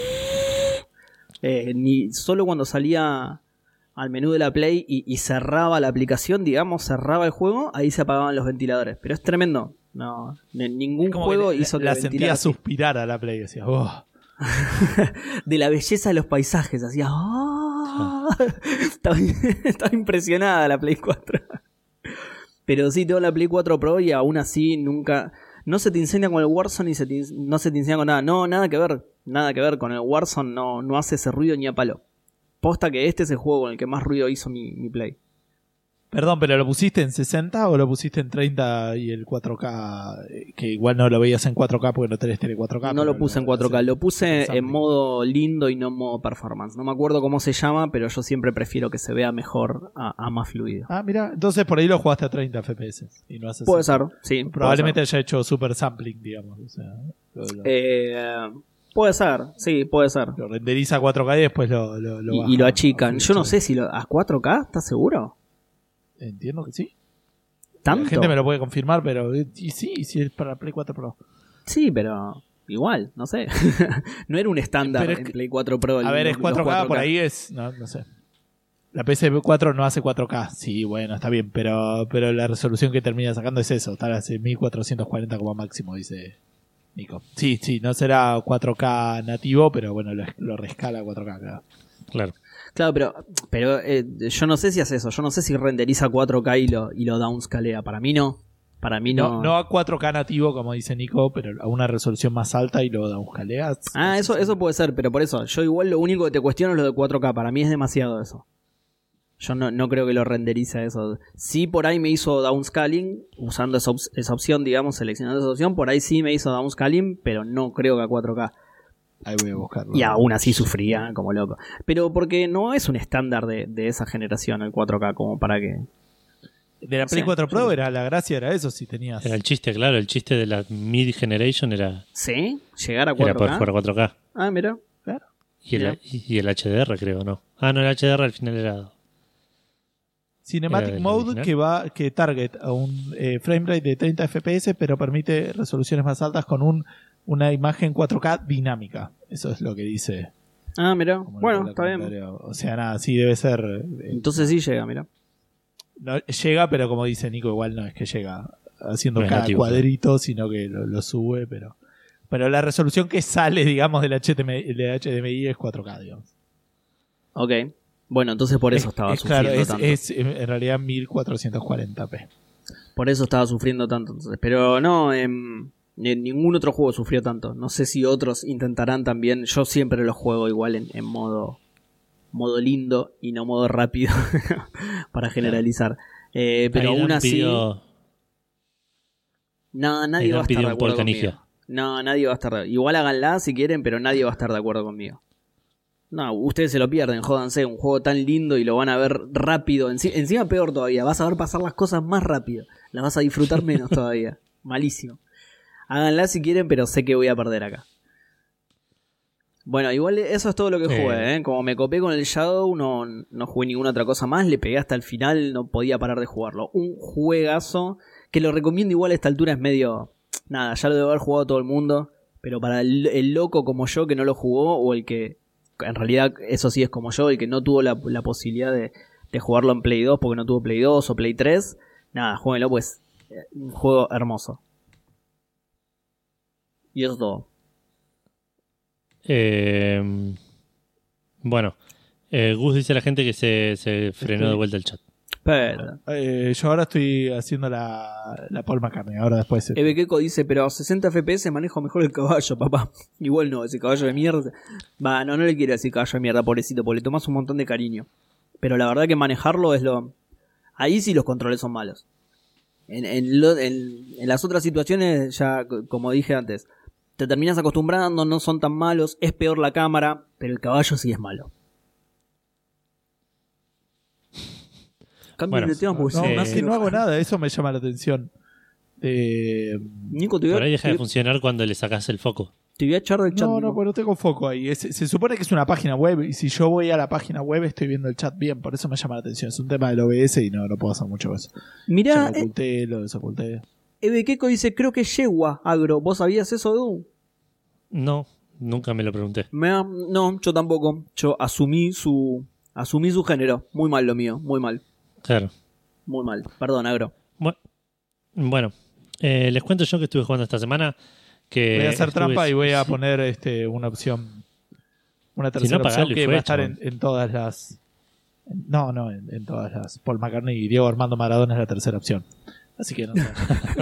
Eh, ni solo cuando salía... al menú de la Play y, y cerraba la aplicación, digamos, cerraba el juego, ahí se apagaban los ventiladores. Pero es tremendo. No, ningún juego que hizo la, que la sentía así. Suspirar a la Play, decía, oh. De la belleza de los paisajes, hacía, oh. estaba, estaba impresionada la Play cuatro. Pero sí, tengo la Play cuatro Pro y aún así nunca... No se te incendia con el Warzone y se te, no se te incendia con nada. No, nada que ver. Nada que ver con el Warzone, no, no hace ese ruido ni a palo. Posta que este es el juego con el que más ruido hizo mi, mi Play. Perdón, ¿pero lo pusiste en sesenta o lo pusiste en treinta y el cuatro K? Que igual no lo veías en cuatro K porque no tenés tele cuatro K. No lo puse en cuatro K, lo puse en modo lindo y no en modo performance. No me acuerdo cómo se llama, pero yo siempre prefiero que se vea mejor a, a más fluido. Ah, mira, entonces por ahí lo jugaste a treinta F P S. Y no hace puede ser, sí. Probablemente haya hecho super sampling, digamos. O sea, lo, lo... Eh... Puede ser, sí, puede ser. Lo renderiza a cuatro K y después lo, lo, lo y, y lo achican. Yo no sé si lo, a cuatro K, ¿estás seguro? Entiendo que sí. ¿Tanto? La gente me lo puede confirmar, pero y sí, sí es para Play cuatro Pro. Sí, pero igual, no sé. No era un estándar en Play cuatro Pro. A ver, es cuatro K, cuatro K, por ahí es... No, no sé. La P S cuatro no hace cuatro K. Sí, bueno, está bien, pero, pero la resolución que termina sacando es eso. Está a mil cuatrocientos cuarenta como máximo, dice... Nico. Sí, sí, no será cuatro K nativo, pero bueno, lo, lo rescala a cuatro K, claro. Claro. Claro, pero, pero eh, yo no sé si hace eso. Yo no sé si renderiza cuatro K y lo, y lo downscalea. Para mí no. Para mí no. No, no a cuatro K nativo, como dice Nico, pero a una resolución más alta y lo downscalea. Ah, eso, eso puede ser, pero por eso. Yo igual lo único que te cuestiono es lo de cuatro K. Para mí es demasiado eso. Yo no, no creo que lo renderice eso. Sí, por ahí me hizo downscaling, usando esa, op- esa opción, digamos, seleccionando esa opción. Por ahí sí me hizo downscaling, pero no creo que a cuatro K. Ahí voy a buscarlo. Y aún así sufría como loco. Pero porque no es un estándar de, de esa generación el cuatro K, como para que... De la Play Sí, cuatro Pro sí. era la gracia, era eso, si tenías. Era el chiste, claro, el chiste de la mid-generation era, ¿Sí? ¿Llegar a era cuatro poder K? jugar a cuatro K. Ah, mira. Claro. Y el, Mira. y el H D R, creo, ¿no? Ah, no, el H D R al final era... Cinematic Era del Mode original. que va que target a un eh, frame rate de treinta F P S, pero permite resoluciones más altas con un, una imagen cuatro K dinámica. Eso es lo que dice. Ah, mira. como Bueno, el está bien. comentario. O sea, nada, sí debe ser. eh, Entonces sí llega, mira. no, llega, pero como dice Nico, igual no es que llega haciendo No es cada nativo, cuadrito, sino que lo, lo sube, pero. Pero la resolución que sale, digamos, del H D M I, del H D M I es cuatro K, digamos. Ok. Bueno, entonces por eso Es- estaba es, claro, sufriendo es, tanto. es en realidad mil cuatrocientos cuarenta p. Por eso estaba sufriendo tanto. Entonces. Pero no, em, en ningún otro juego sufrió tanto. No sé si otros intentarán también. Yo siempre los juego igual en, en modo modo lindo y no modo rápido para generalizar. Eh, pero Ahí Dan aún así, pidió- no, ahí nadie Dan va a estar pidió de un acuerdo Paul conmigo. Canigia. No, nadie va a estar de... Igual háganla si quieren, pero nadie va a estar de acuerdo conmigo. No, ustedes se lo pierden, jódanse, un juego tan lindo y lo van a ver rápido. Enci- encima peor todavía, vas a ver pasar las cosas más rápido. Las vas a disfrutar menos todavía. Malísimo. Háganla si quieren, pero sé que voy a perder acá. Bueno, igual eso es todo lo que jugué, Eh. ¿eh? Como me copé con el Shadow, no, no jugué ninguna otra cosa más. Le pegué hasta el final, no podía parar de jugarlo. Un juegazo que lo recomiendo igual a esta altura, es medio... Nada, ya lo debe haber jugado todo el mundo. Pero para el, el loco como yo que no lo jugó, o el que... En realidad eso sí es como yo, el que no tuvo la, la posibilidad de, de jugarlo en Play dos porque no tuvo Play dos o Play tres. Nada, jueguenlo, pues. eh, Un juego hermoso. Y eso es todo. Eh, bueno, eh, Gus dice a la gente que se, se frenó de vuelta el chat. Pero... Eh, yo ahora estoy haciendo la, la Paul McCartney. Ahora después. Eve Keko dice, pero a sesenta F P S manejo mejor el caballo, papá. Igual no, ese caballo de mierda. Va, no, no le quiero decir caballo de mierda, pobrecito, porque le tomas un montón de cariño. Pero la verdad que manejarlo es lo... Ahí sí los controles son malos. En, en, lo- en, en las otras situaciones, ya c- como dije antes, te terminas acostumbrando, no son tan malos, es peor la cámara, pero el caballo sí es malo. Cambio Bueno, de tema porque No, si eh, no, me es hace que no hago enojar. nada, eso me llama la atención. Eh, Nico, te voy, Por ahí a, deja de te, funcionar cuando le sacas el foco. te voy a echar del chat. no, Nico. no, pues no tengo foco ahí. Es- se supone que es una página web y si yo voy a la página web estoy viendo el chat bien, por eso me llama la atención. Es un tema del O B S y no, no puedo hacer mucho con eso. Ya Mirá, lo eh, oculté, lo desoculté. Eve Keko dice, creo que yegua, agro. ¿Vos sabías eso, Edu? No, nunca me lo pregunté. Me ha- no, yo tampoco. Yo asumí su asumí su género. Muy mal lo mío, muy mal. Claro. Muy mal. Perdón, agro. Bu- Bueno, eh, les cuento yo que estuve jugando esta semana. Que Voy a hacer estuve- trampa y voy a sí, poner este, una opción. Una tercera no, opción pagalo y que fue, va a estar en, chabón. en todas las. en- no, no, en, en todas las. Paul McCartney y Diego Armando Maradona es la tercera opción. Así que no sé.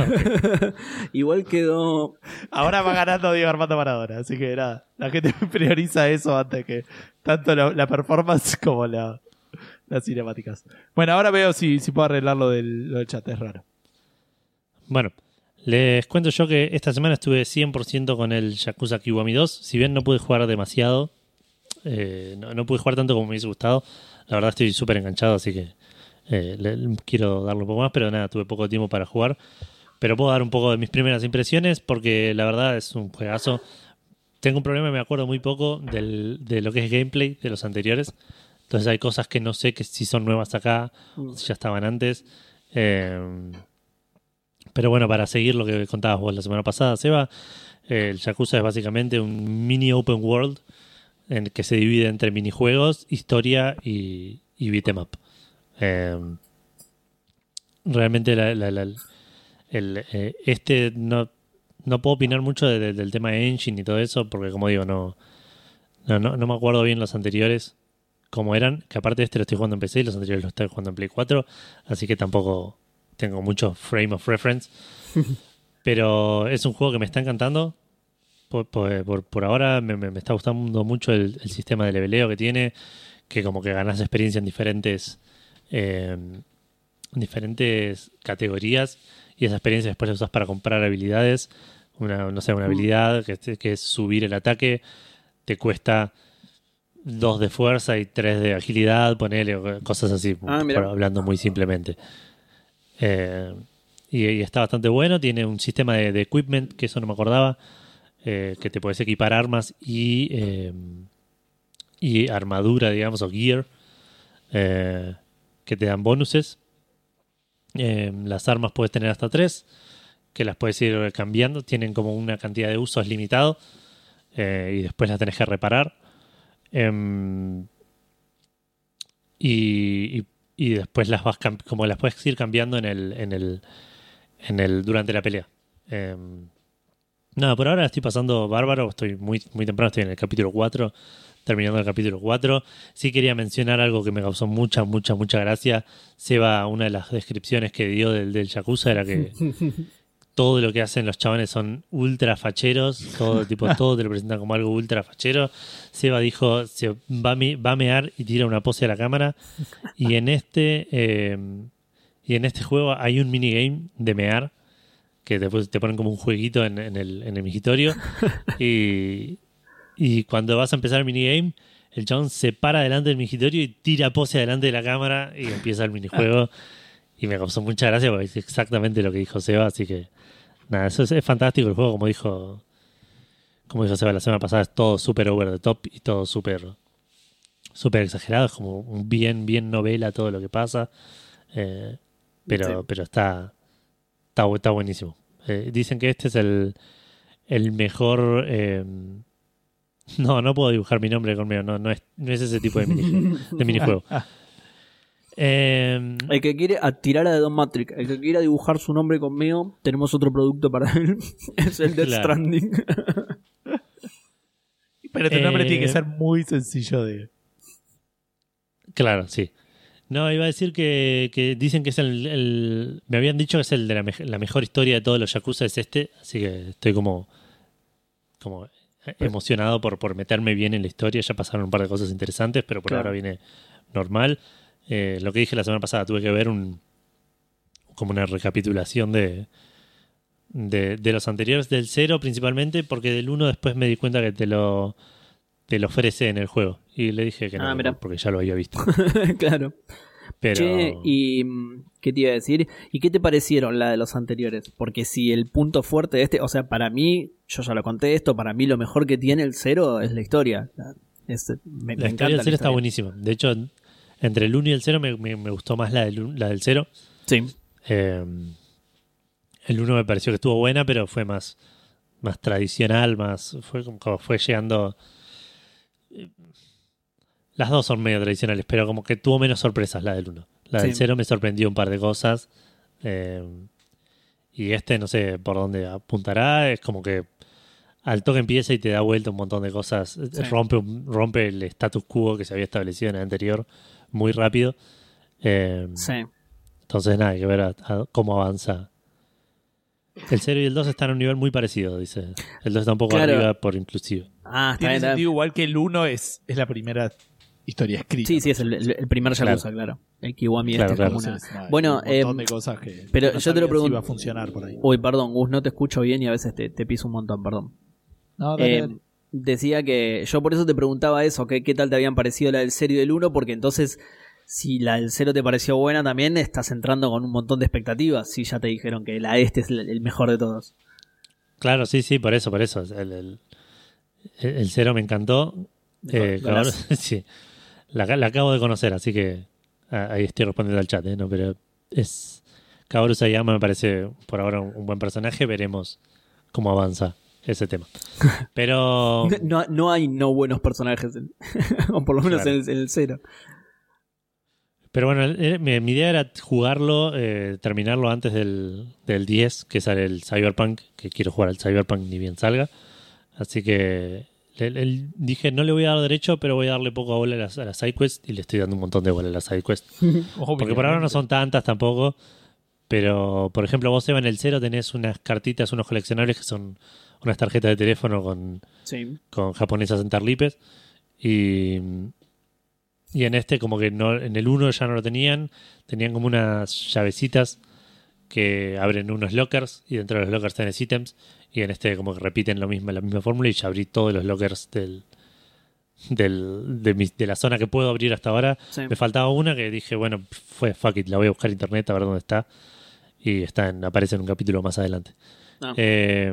Igual quedó. Ahora va ganando Diego Armando Maradona. Así que nada, la gente prioriza eso antes que tanto la, la performance como la, las cinemáticas. Bueno, ahora veo si, si puedo arreglar lo del, lo del chat, es raro. Bueno, les cuento yo que esta semana estuve cien por ciento con el Yakuza Kiwami dos. Si bien no pude jugar demasiado, eh, no, no pude jugar tanto como me hubiese gustado. La verdad estoy súper enganchado, así que eh, le- le- quiero darle un poco más, pero nada, tuve poco tiempo para jugar. Pero puedo dar un poco de mis primeras impresiones porque la verdad es un juegazo. Tengo un problema, me acuerdo muy poco del, de lo que es gameplay de los anteriores. Entonces hay cosas que no sé que si son nuevas acá o si ya estaban antes. Eh, pero bueno, para seguir lo que contabas vos la semana pasada, Seba, eh, el Yakuza es básicamente un mini open world en el que se divide entre minijuegos, historia y, y beat 'em up. Eh, realmente la, la- la- el, eh, este no, no puedo opinar mucho de- de- del tema de engine y todo eso, porque como digo, no, no, no, no me acuerdo bien los anteriores cómo eran, que aparte de este lo estoy jugando en P C y los anteriores los estoy jugando en Play cuatro, así que tampoco tengo mucho frame of reference. Pero es un juego que me está encantando. Por, por, por- por ahora me, me- me está gustando mucho el, el sistema de leveleo que tiene, que como que ganas experiencia en diferentes eh, diferentes categorías y esa experiencia después la usas para comprar habilidades. Una, no sé, una habilidad que, que es subir el ataque, te cuesta dos de fuerza y tres de agilidad, ponele, cosas así, Ah, por, hablando muy simplemente. Eh, y, y está bastante bueno, tiene un sistema de, de equipment, que eso no me acordaba, eh, que te puedes equipar armas y, eh, y armadura, digamos, o gear, eh, que te dan bonuses. Eh, las armas puedes tener hasta tres, que las puedes ir cambiando, tienen como una cantidad de usos limitado, eh, y después las tenés que reparar. Um, y, y, y después las vas cam- como las puedes ir cambiando en el en el en el durante la pelea. Um, nada, por ahora estoy pasando bárbaro, estoy muy muy temprano, estoy en el capítulo cuatro, terminando el capítulo cuatro. Sí quería mencionar algo que me causó mucha mucha mucha gracia. Seba, una de las descripciones que dio del, del Yakuza era que todo lo que hacen los chavales son ultra facheros, todo tipo, todo te lo presentan como algo ultra fachero. Seba dijo, se va a, me, va a mear y tira una pose a la cámara. Y en este eh, y en este juego hay un minigame de mear, que después te ponen como un jueguito en, en el, en el migitorio. Y, y cuando vas a empezar el minigame, el chabón se para delante del migitorio y tira pose delante de la cámara y empieza el minijuego. Y me causó mucha gracia porque es exactamente lo que dijo Seba, así que nada, eso es, es fantástico el juego, como dijo como dijo Seba la semana pasada, es todo súper over the top y todo súper súper exagerado, es como un bien, bien novela todo lo que pasa, eh, pero, sí. pero está, está está buenísimo. Eh, dicen que este es el el mejor eh, no, no puedo dibujar mi nombre conmigo, no, no es, no es ese tipo de minijuego, de minijuego. Eh, el que quiere tirar a Don Matrix, el que quiera dibujar su nombre conmigo, tenemos otro producto para él. Es el Death claro. Stranding. Pero tu nombre eh, tiene que ser muy sencillo de. Claro, sí. No, iba a decir que, que dicen que es el, el. Me habían dicho que es el de la, me, la mejor historia de todos los Yakuza, es este. Así que estoy como. Como emocionado por, por meterme bien en la historia. Ya pasaron un par de cosas interesantes, pero por claro. ahora viene normal. Eh, lo que dije la semana pasada, tuve que ver un como una recapitulación de, de, de los anteriores, del cero principalmente, porque del uno después me di cuenta que te lo te lo ofrece en el juego. Y le dije que ah, no, porque ya lo había visto. Claro. Pero... Che, ¿y qué te iba a decir? ¿Y qué te parecieron la de los anteriores? Porque si el punto fuerte de este, o sea, para mí, yo ya lo conté esto, para mí lo mejor que tiene el cero es la historia. Es, me, la me historia del cero está buenísima. De hecho, entre el uno y el cero me, me, me gustó más la del, la del cero. Sí. Eh, el uno me pareció que estuvo buena, pero fue más, más tradicional, más fue como fue llegando. Las dos son medio tradicionales, pero como que tuvo menos sorpresas la del uno. La del cero sí. Me sorprendió un par de cosas. Eh, y este no sé por dónde apuntará. Es como que al toque empieza y te da vuelta un montón de cosas. Sí. Rompe, rompe el status quo que se había establecido en el anterior muy rápido. Eh, sí. Entonces nada, hay que ver a, a cómo avanza. El cero y el dos están a un nivel muy parecido, dice. El dos está un poco claro. arriba por inclusive. Ah, está Tiene sentido igual que el uno es, es la primera historia escrita. Sí, sí, es el, el, el primer Yakuza, claro. claro. El Kiwami claro, este claro. es como una... Entonces, no, bueno, un montón eh, de cosas que pero no yo te lo pregunto. Si va a funcionar por ahí. Uy, perdón, Gus, no te escucho bien y a veces te, te piso un montón, perdón. No, dale, eh, dale. Decía que yo por eso te preguntaba eso, que qué tal te habían parecido la del cero y del uno, porque entonces si la del cero te pareció buena también estás entrando con un montón de expectativas, si ya te dijeron que la este es el mejor de todos. Claro, sí, sí, por eso, por eso. El, el, el cero me encantó. Eh, claro, sí, la, la acabo de conocer, así que ah, ahí estoy respondiendo al chat, ¿eh? No, pero es Kaoru Sayama me parece por ahora un, un buen personaje. Veremos cómo avanza ese tema. Pero no, no hay no buenos personajes, en, o por lo menos claro. en, el, en el cero. Pero bueno, eh, mi, mi idea era jugarlo, eh, terminarlo antes del, del diez, que sale el Cyberpunk, que quiero jugar al Cyberpunk ni bien salga. Así que le, le, dije, no le voy a dar derecho, pero voy a darle poco a bola a las, a las sidequests, y le estoy dando un montón de bola a las sidequests. Porque por ahora no son tantas tampoco. Pero, por ejemplo, vos, Eva, en el cero tenés unas cartitas, unos coleccionables que son unas tarjetas de teléfono con, sí. con japonesas en tarlipes. Y... Y en este como que no, en el uno ya no lo tenían, tenían como unas llavecitas que abren unos lockers y dentro de los lockers tenés ítems, y en este como que repiten lo mismo, la misma fórmula, y ya abrí todos los lockers del, del de, mi, de la zona que puedo abrir hasta ahora. Sí. Me faltaba una que dije, bueno, fue fuck it, la voy a buscar en internet a ver dónde está, y está en, aparece en un capítulo más adelante. Ah. Eh,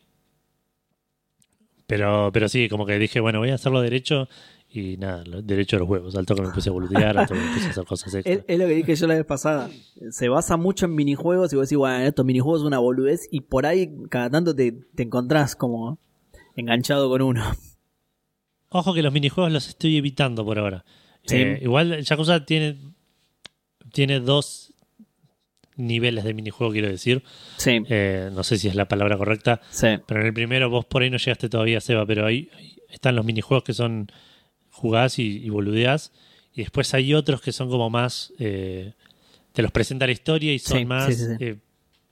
pero, pero sí, como que dije, bueno, voy a hacerlo derecho. Y nada, lo- derecho a los huevos. Al toque me puse a boludear, al toque me puse a hacer cosas extra. Es, es lo que dije yo la vez pasada. Se basa mucho en minijuegos y vos decís, bueno, estos minijuegos son una boludez y por ahí cada tanto te, te encontrás como enganchado con uno. Ojo que los minijuegos los estoy evitando por ahora. Sí. Eh, igual Yakuza tiene, tiene dos niveles de minijuego, quiero decir. Sí, Eh, no sé si es la palabra correcta, sí. pero en el primero vos por ahí no llegaste todavía, Seba, pero ahí, ahí están los minijuegos que son jugás y, y boludeás. Y después hay otros que son como más... eh, te los presenta la historia y son Sí, más... sí, sí, sí. eh,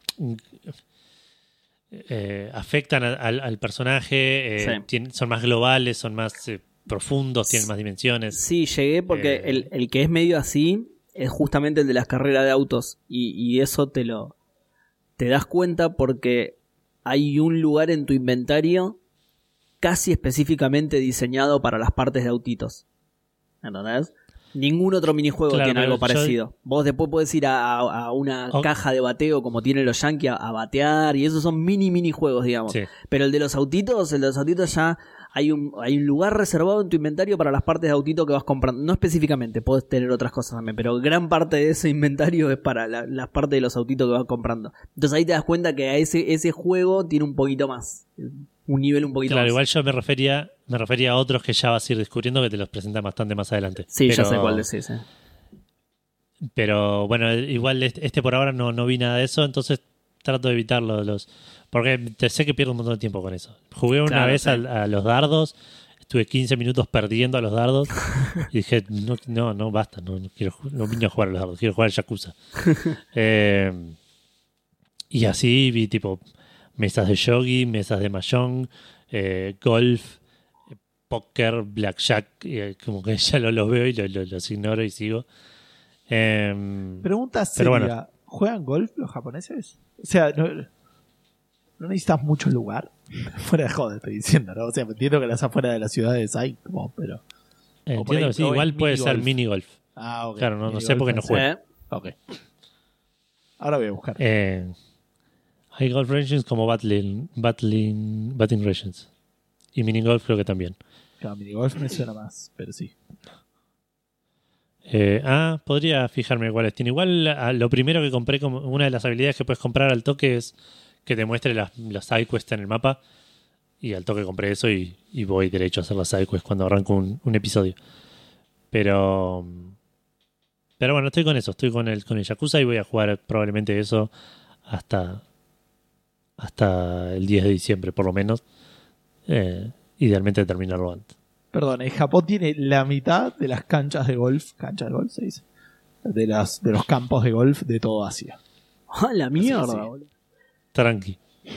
eh, afectan a- al, al personaje, eh, Sí. tienen- son más globales, son más eh, profundos, tienen más dimensiones. Sí, llegué porque Eh. el, el que es medio así es justamente el de las carreras de autos. Y, y eso te lo... Te das cuenta porque hay un lugar en tu inventario casi específicamente diseñado para las partes de autitos. ¿Entendés? Ningún otro minijuego Claro, tiene pero algo yo- parecido. Vos después podés ir a, a- a una Ok. caja de bateo como tienen los Yankees a, a batear y esos son mini minijuegos, digamos. Sí. Pero el de los autitos, el de los autitos ya hay un, hay un lugar reservado en tu inventario para las partes de autito que vas comprando. No específicamente, podés tener otras cosas también, pero gran parte de ese inventario es para la- las partes de los autitos que vas comprando. Entonces ahí te das cuenta que a ese, ese juego tiene un poquito más. Un nivel un poquito Claro, más. igual yo me refería, me refería a otros que ya vas a ir descubriendo que te los presentan bastante más adelante. Sí, ya Pero- sé cuál decís. eh. Pero bueno, igual este este por ahora no, no vi nada de eso, entonces trato de evitarlo. Los, porque te- sé que pierdo un montón de tiempo con eso. Jugué una Claro, vez sí. a, a los dardos, estuve quince minutos perdiendo a los dardos y dije, no, no, no basta, no, no quiero ju- no vine a jugar a los dardos, quiero jugar al Yakuza. Eh, y así vi tipo mesas de shogi, mesas de mahjong, eh, golf, eh, póker, blackjack, eh, como que ya lo- los veo y lo- lo- los ignoro y sigo. Eh, Pregunta Pero seria. bueno. ¿Juegan golf los japoneses? O sea, no, no necesitas mucho lugar. Fuera de joda, estoy diciendo, ¿no? O sea, entiendo que las afueras de las ciudades hay, como, pero... Eh, O por Entiendo ahí que sí, todo igual es puede ser minigolf. mini golf. Ah, ok. Claro, no- no Minigolf sé porque no en juego. serio. Eh, Ok. Ahora voy a buscar. Eh, hay golf regions como battling, battling, batting regions. Y mini golf creo que también. Claro, minigolf me suena más, pero sí. Eh, ah, podría fijarme cuáles tiene. Igual a- lo primero que compré, como una de las habilidades que puedes comprar al toque es que te muestre las, las sidequests en el mapa. Y al toque compré eso y, y voy derecho a hacer las sidequests cuando arranco un, un episodio. Pero pero bueno, estoy con eso, estoy con el, con el Yakuza y voy a jugar probablemente eso hasta hasta el diez de diciembre por lo menos. Eh, idealmente terminarlo antes. Perdón, en Japón tiene la mitad de las canchas de golf, canchas de golf se dice, de, las, de los campos de golf de todo Asia. ¡Ah, la mierda, sí. boludo! Tranqui.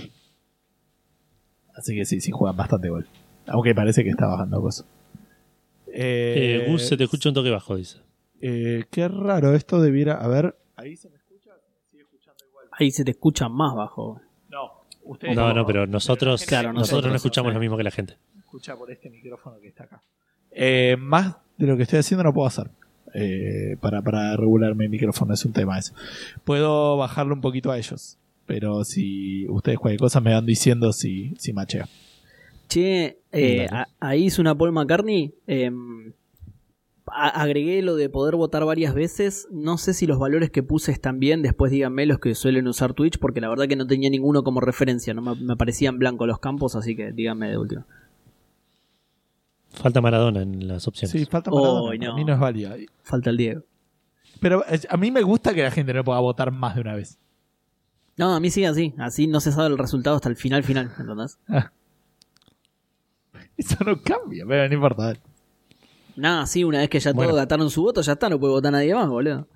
Así que sí, sí juegan bastante golf. Aunque parece que está bajando cosas. Eh, Eh, Gus, se te escucha un toque bajo, dice. eh, qué raro, esto debiera... A ver, ¿ahí se me escucha? ¿Se sigue escuchando igual? Ahí se te escucha más bajo. No, ustedes No, no, pero nosotros, Claro, nosotros, nosotros, no escuchamos sí. lo mismo que la gente. Escucha por este micrófono que está acá. Eh, más de lo que estoy haciendo no puedo hacer. Eh, para, para regular mi micrófono es un tema eso. Puedo bajarlo un poquito a ellos. Pero si ustedes cualquier cosa me van diciendo si, si machea. Che, eh, Dale. a- ahí hizo una Paul McCartney. eh, a- agregué lo de poder votar varias veces. No sé si los valores que puse están bien. Después díganme los que suelen usar Twitch. Porque la verdad que no tenía ninguno como referencia. No me, me aparecían blancos los campos. Así que díganme de último. Falta Maradona en las opciones. Sí, falta Oh, Maradona. no. A mí no es válido. Falta el Diego. Pero eh, a mí me gusta que la gente no pueda votar más de una vez. No, a mí sí así. Así no se sabe el resultado hasta el final final. ¿Entendés? Eso no cambia, pero no importa. Nada, sí, una vez que ya Bueno. todos gataron su voto, ya está. No puede votar nadie más, boludo.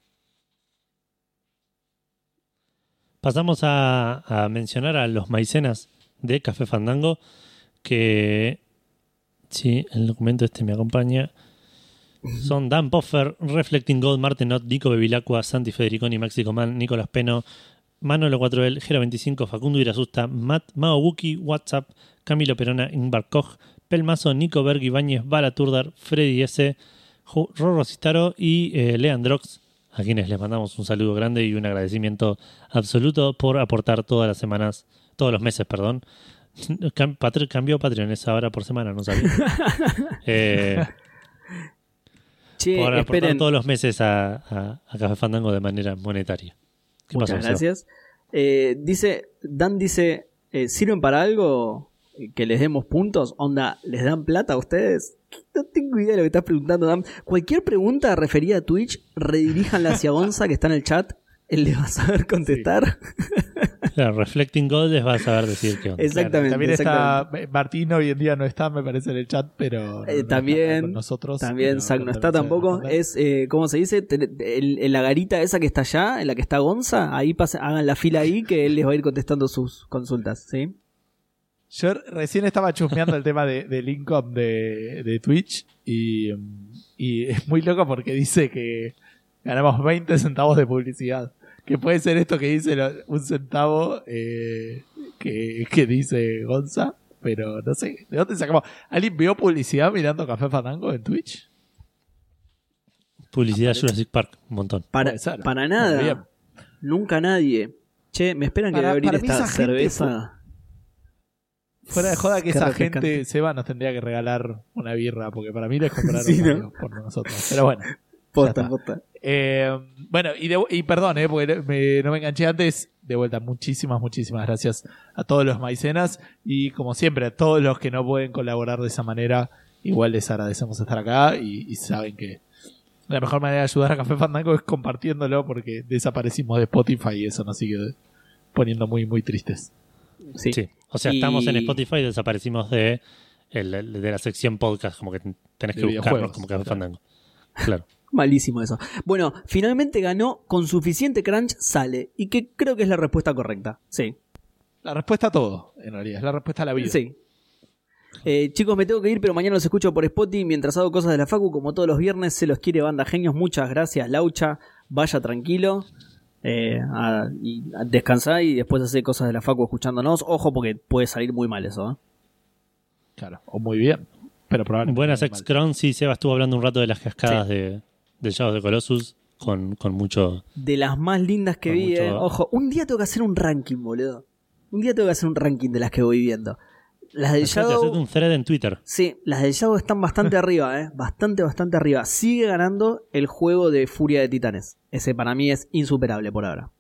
Pasamos a, a mencionar a los maicenas de Café Fandango, que sí, el documento este me acompaña. son Dan Poffer, Reflecting God, Martenot, Dico Bevilacqua, Santi Federiconi, Maxi Coman, Nicolás Peno, Manolo cuatro L, Gero veinticinco, Facundo Irasusta, Matt, Mao Buki, WhatsApp, Camilo Perona, Ingvar Koch, Pelmazo, Nico Berg, Ibáñez, Bala Turdar, Freddy S, Rorro Cistaro y eh, Leandrox, a quienes les mandamos un saludo grande y un agradecimiento absoluto por aportar todas las semanas, todos los meses, perdón. Cam- Patr- cambió Patreon, es ahora por semana, no sabía. eh, Che, por aportar esperen. todos los meses a, a, a Café Fandango de manera monetaria. ¿Qué Muchas pasó, gracias. Eh, dice, Dan dice, eh, ¿sirven para algo que les demos puntos? Onda, ¿les dan plata a ustedes? No tengo idea de lo que estás preguntando, Dan. Cualquier pregunta referida a Twitch, rediríjanla hacia Gonza, que está en el chat. Él le va a saber contestar. Claro, Reflecting God les va a saber decir qué onda. Exactamente. También exactamente. está Martín, hoy en día no está, me parece, en el chat, pero no, Eh, no también, está con nosotros. También pero Zack no está también se tampoco. debe responder. Es, eh, ¿cómo se dice? Ten- el- en la garita esa que está allá, en la que está Gonza, ahí pasen, hagan la fila ahí que él les va a ir contestando sus consultas, ¿sí? Yo recién estaba chusmeando el tema de, del income de, de Twitch y, y es muy loco porque dice que ganamos veinte centavos de publicidad. Que puede ser esto que dice lo- un centavo eh, que, que dice Gonza, pero no sé, ¿de dónde sacamos? ¿Alguien vio publicidad mirando Café Fandango en Twitch? Publicidad Jurassic Park, un montón. Para, Puede ser. para Bueno, nada. bien. Nunca nadie. Che, me esperan que Para- debe abrir para mí esta esa gente cerveza. Fuera de joda que Qué esa refrescante. gente, Seba, nos tendría que regalar una birra, porque para mí les compraron Sí, ¿no? varios por nosotros. Pero bueno. Posta, está. posta. Eh, bueno, y, de- y perdón, eh, porque me- no me enganché antes. De vuelta, muchísimas, muchísimas gracias a todos los maicenas. Y como siempre, a todos los que no pueden colaborar de esa manera, igual les agradecemos estar acá. Y, y saben que la mejor manera de ayudar a Café Fandango es compartiéndolo, porque desaparecimos de Spotify y eso nos sigue poniendo muy, muy tristes. Sí. Sí. O sea, Y- estamos en Spotify y desaparecimos de, el- el- de la sección podcast, como que tenés De que buscarnos videojuegos, como Café claro. Fandango. Claro. Malísimo eso. Bueno, finalmente ganó con suficiente crunch, sale. Y que creo que es la respuesta correcta. Sí. La respuesta a todo, en realidad, es la respuesta a la vida. Sí. Eh, chicos, me tengo que ir, pero mañana los escucho por Spotify mientras hago cosas de la Facu. Como todos los viernes, se los quiere Banda Genios. Muchas gracias, Laucha. Vaya tranquilo. Eh, a, y a descansar y después hacer cosas de la Facu escuchándonos. Ojo, porque puede salir muy mal eso, ¿eh? Claro, o muy bien, pero probablemente. Buenas muy ex mal. Cron, sí, Seba estuvo hablando un rato de las cascadas de, de Shadow of the Colossus con, con mucho... De las más lindas que Con vi, mucho- eh. Ojo, un día tengo que hacer un ranking, boludo. Un día tengo que hacer un ranking de las que voy viendo. Las del Hacete, Shadow... hacete un thread en Twitter. Sí, las del Shadow están bastante arriba, eh. Bastante, bastante arriba. Sigue ganando el juego de Furia de Titanes. Ese para mí es insuperable por ahora.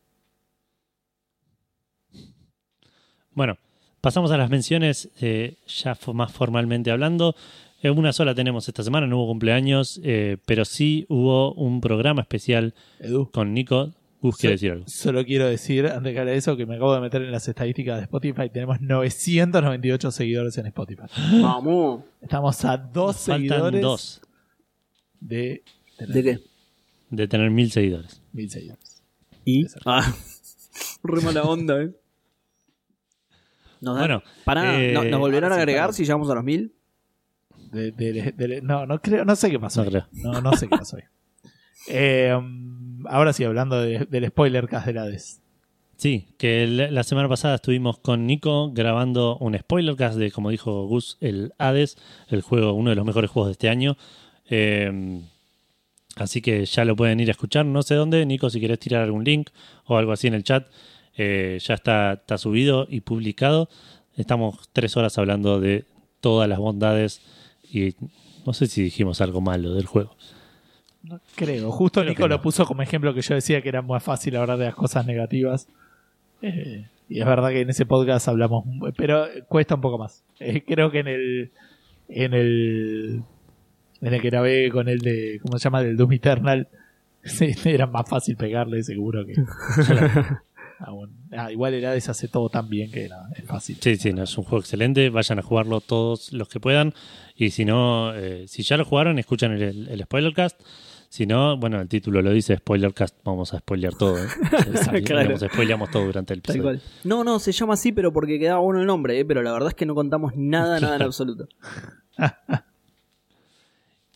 Bueno, pasamos a las menciones, eh, ya fo- más formalmente hablando. Eh, una sola tenemos esta semana, no hubo cumpleaños, eh, pero sí hubo un programa especial Edu, con Nico. Gus quiere decir algo. solo quiero decir, antes que hable de eso, que me acabo de meter en las estadísticas de Spotify. Tenemos novecientos noventa y ocho seguidores en Spotify. Vamos. Estamos a dos Faltan seguidores dos de, tener ¿De qué? de tener mil seguidores. mil seguidores. ¿Y? Exacto. Ah, re mala onda, eh. Nos dan- Bueno, Pará, eh, ¿no- ¿nos volverán a ahora sí, agregar perdón. si llegamos a los mil? De- de- de- no, no creo, no sé qué pasó. No creo. No, no sé qué pasó hoy. Eh, um, ahora sí, hablando de- del spoiler cast de Hades. Sí, que el- la semana pasada estuvimos con Nico grabando un spoilercast de, como dijo Gus, el Hades, el juego, uno de los mejores juegos de este año. Eh, así que ya lo pueden ir a escuchar, no sé dónde. Nico, si querés tirar algún link o algo así en el chat, eh, ya está, está subido y publicado. Estamos tres horas hablando de todas las bondades y no sé si dijimos algo malo del juego. No creo. Justo Creo Nico que lo no. puso como ejemplo que yo decía que era más fácil hablar de las cosas negativas. Eh, y es verdad que en ese podcast hablamos, pero cuesta un poco más. Eh, creo que en el en el en el que grabé con el de, ¿cómo se llama? Del Doom Eternal, sí, era más fácil pegarle, seguro que. Ah, bueno. Ah, igual el Hades hace todo tan bien que nada, es fácil. Sí, sí, no, es un juego excelente. Vayan a jugarlo todos los que puedan. Y si no, eh, si ya lo jugaron, escuchan el, el, el spoilercast. Si no, bueno, el título lo dice spoilercast. Vamos a spoilear todo. ¿eh? Sí, Claro. digamos, spoileamos todo durante el Tal episodio. cual. No, no, se llama así, pero porque quedaba bueno el nombre, eh, pero la verdad es que no contamos nada, nada en absoluto.